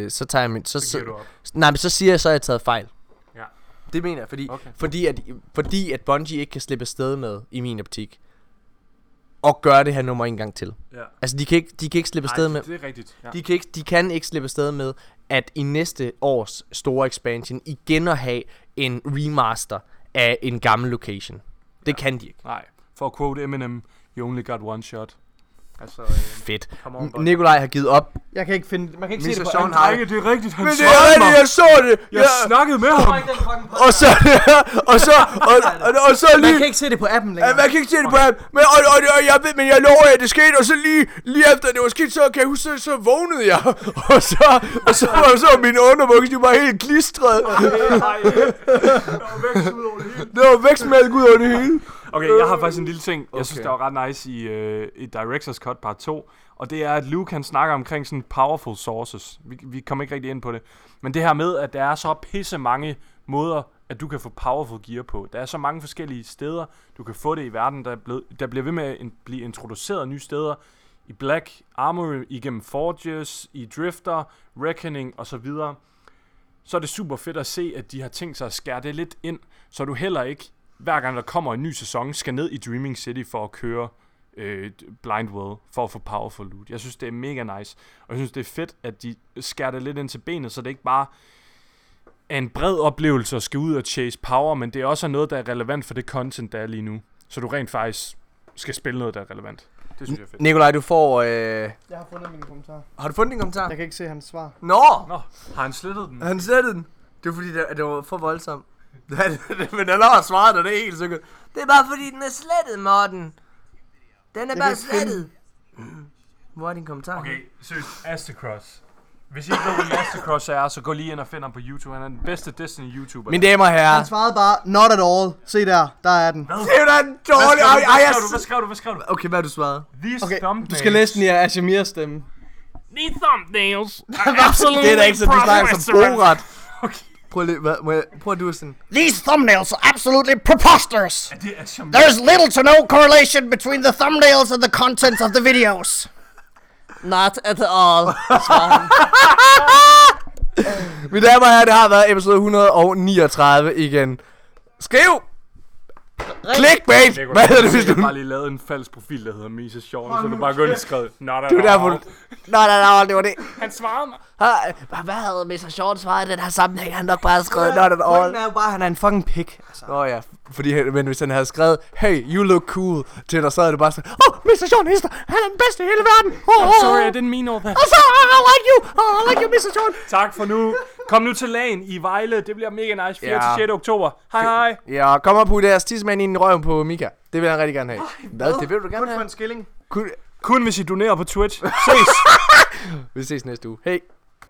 nej, men så siger jeg så, at jeg har taget fejl. Ja. Det mener jeg, fordi at Bungie ikke kan slippe afsted med, i min optik, og gøre det her nummer en gang til. Ja. Altså de kan ikke slippe afsted med. Det er rigtigt. Ja. De kan ikke slippe afsted med at i næste års store expansion igen at have en remaster af en gammel location. Det kan de ikke. Nej. For at quote Eminem, you only got one shot. Altså, fedt. Nikolaj har givet op. Jeg kan ikke finde... Man kan ikke se det på Sean Nej, det er rigtigt. Han men det er rigtigt, jeg så det. Jeg snakkede med ham. Og så lige... Man kan ikke se det på appen længere. Man kan ikke se det på appen. Men, jeg ved, men jeg lover jer, det skete. Og så lige efter det var sket, så kan jeg huske, så vågnede jeg. Og så var mine underbukser, de var helt klistret. Det var vækstmælk ud over det hele. Okay, jeg har faktisk en lille ting, jeg synes, der var ret nice i Director's Cut part 2. Og det er, at Luke han snakker omkring sådan powerful sources. Vi kommer ikke rigtig ind på det. Men det her med, at der er så pisse mange måder, at du kan få powerful gear på. Der er så mange forskellige steder, du kan få det i verden. Der bliver ved med at blive introduceret nye steder. I Black Armory, igennem Forges, i Drifter, Reckoning osv. Så er det super fedt at se, at de har tænkt sig at skære det lidt ind, så du heller ikke, hver gang der kommer en ny sæson, skal ned i Dreaming City for at køre Blindwell, for at få powerful loot. Jeg synes, det er mega nice. Og jeg synes, det er fedt, at de skærer det lidt ind til benet, så det ikke bare er en bred oplevelse at skal ud og chase power, men det er også noget, der er relevant for det content, der er lige nu. Så du rent faktisk skal spille noget, der er relevant. Det synes jeg er fedt. Nikolaj, du får... Jeg har fundet min kommentar. Har du fundet din kommentar? Jeg kan ikke se hans svar. Nå! Har han slettet den? Han slettede den. Det var fordi, det var for voldsomt. Men den har svaret, og det er helt sikkert. Det er bare fordi, den er slettet, Morten. Den er bare slettet. Hvor er din kommentar? Okay, seriøst. Astacross. Hvis I ikke ved, hvad Astacross er, så gå lige ind og find ham på YouTube. Han er den bedste Destiny-YouTuber. Mine damer og herrer. Han svarede bare, not at all. Se der er den. Det er da en dårlig... Hvad skrev du? Okay, hvad har du svaret? These thumbnails. Du skal læse den i Ashamirs stemme. These thumbnails. Det er da ikke så, du snakker som Borat. Okay. Prøv at du sådan. These thumbnails are absolutely preposterous. There's little to no correlation between the thumbnails and the contents of the videos. Not at all. Mine damer og herrer, det har været episode 139 igen. Skriv! Clickbait! Hvad hedder det, hvis du... Jeg har bare lige lavet en falsk profil, der hedder Misa Sean, så du bare gået og skrevet not at all. Not at all, det var det. Han svarede mig. Hvad havde Mr. Sean svaret i den her sammenhæng? Han nok bare skrevet not at all. Pointen er jo bare, han er en fucking pik. Ja, fordi men hvis han havde skrevet, hey, you look cool, til dig, så er det bare sådan, Mr. Sean Hister, han er den bedste i hele verden. Sorry, I didn't mean all that. I like you, Mr. Sean. Tak for nu. Kom nu til lagen i Vejle. Det bliver mega nice. 4. til 6. oktober. Hej. Ja, kom op på deres tidsmand i røven på Mika. Det vil jeg rigtig gerne have. Hvad? Det vil du gerne have? Kun for en skilling. Kun hvis I donerer på Twitch. Ses. Vi ses næste uge. Hej.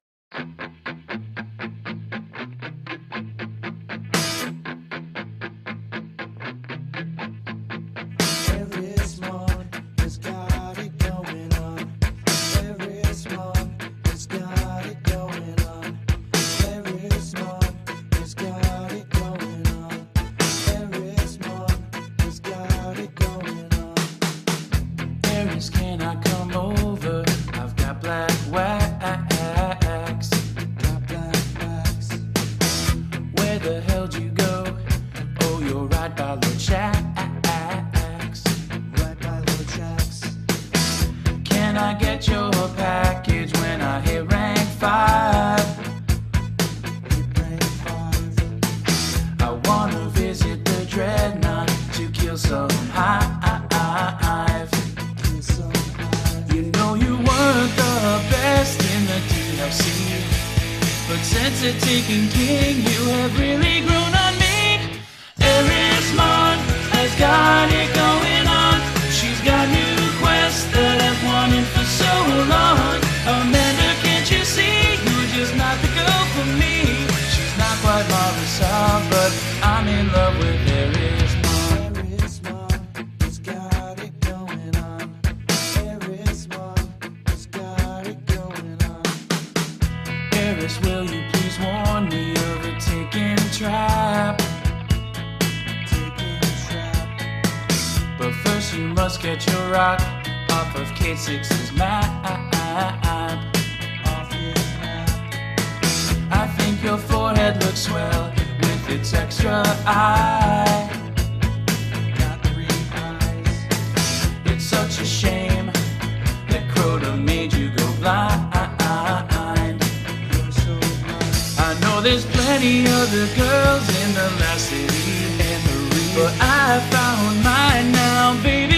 Taking king, you have really grown on me. Erismon has got it going on. She's got new quests that I've wanted for so long. Amanda, can't you see? You're just not the girl for me. She's not quite Marisol, but I'm in love with Erismon. Erismon has got it going on. Erismon has got it going on. Eris, will you warn me of a taking trap. But first you must get your rock off of K6's map. I think your forehead looks swell with its extra eye. Got 3 eyes. It's such a shame that Crota made you go blind. There's plenty other girls in the last city, but I found mine now, baby.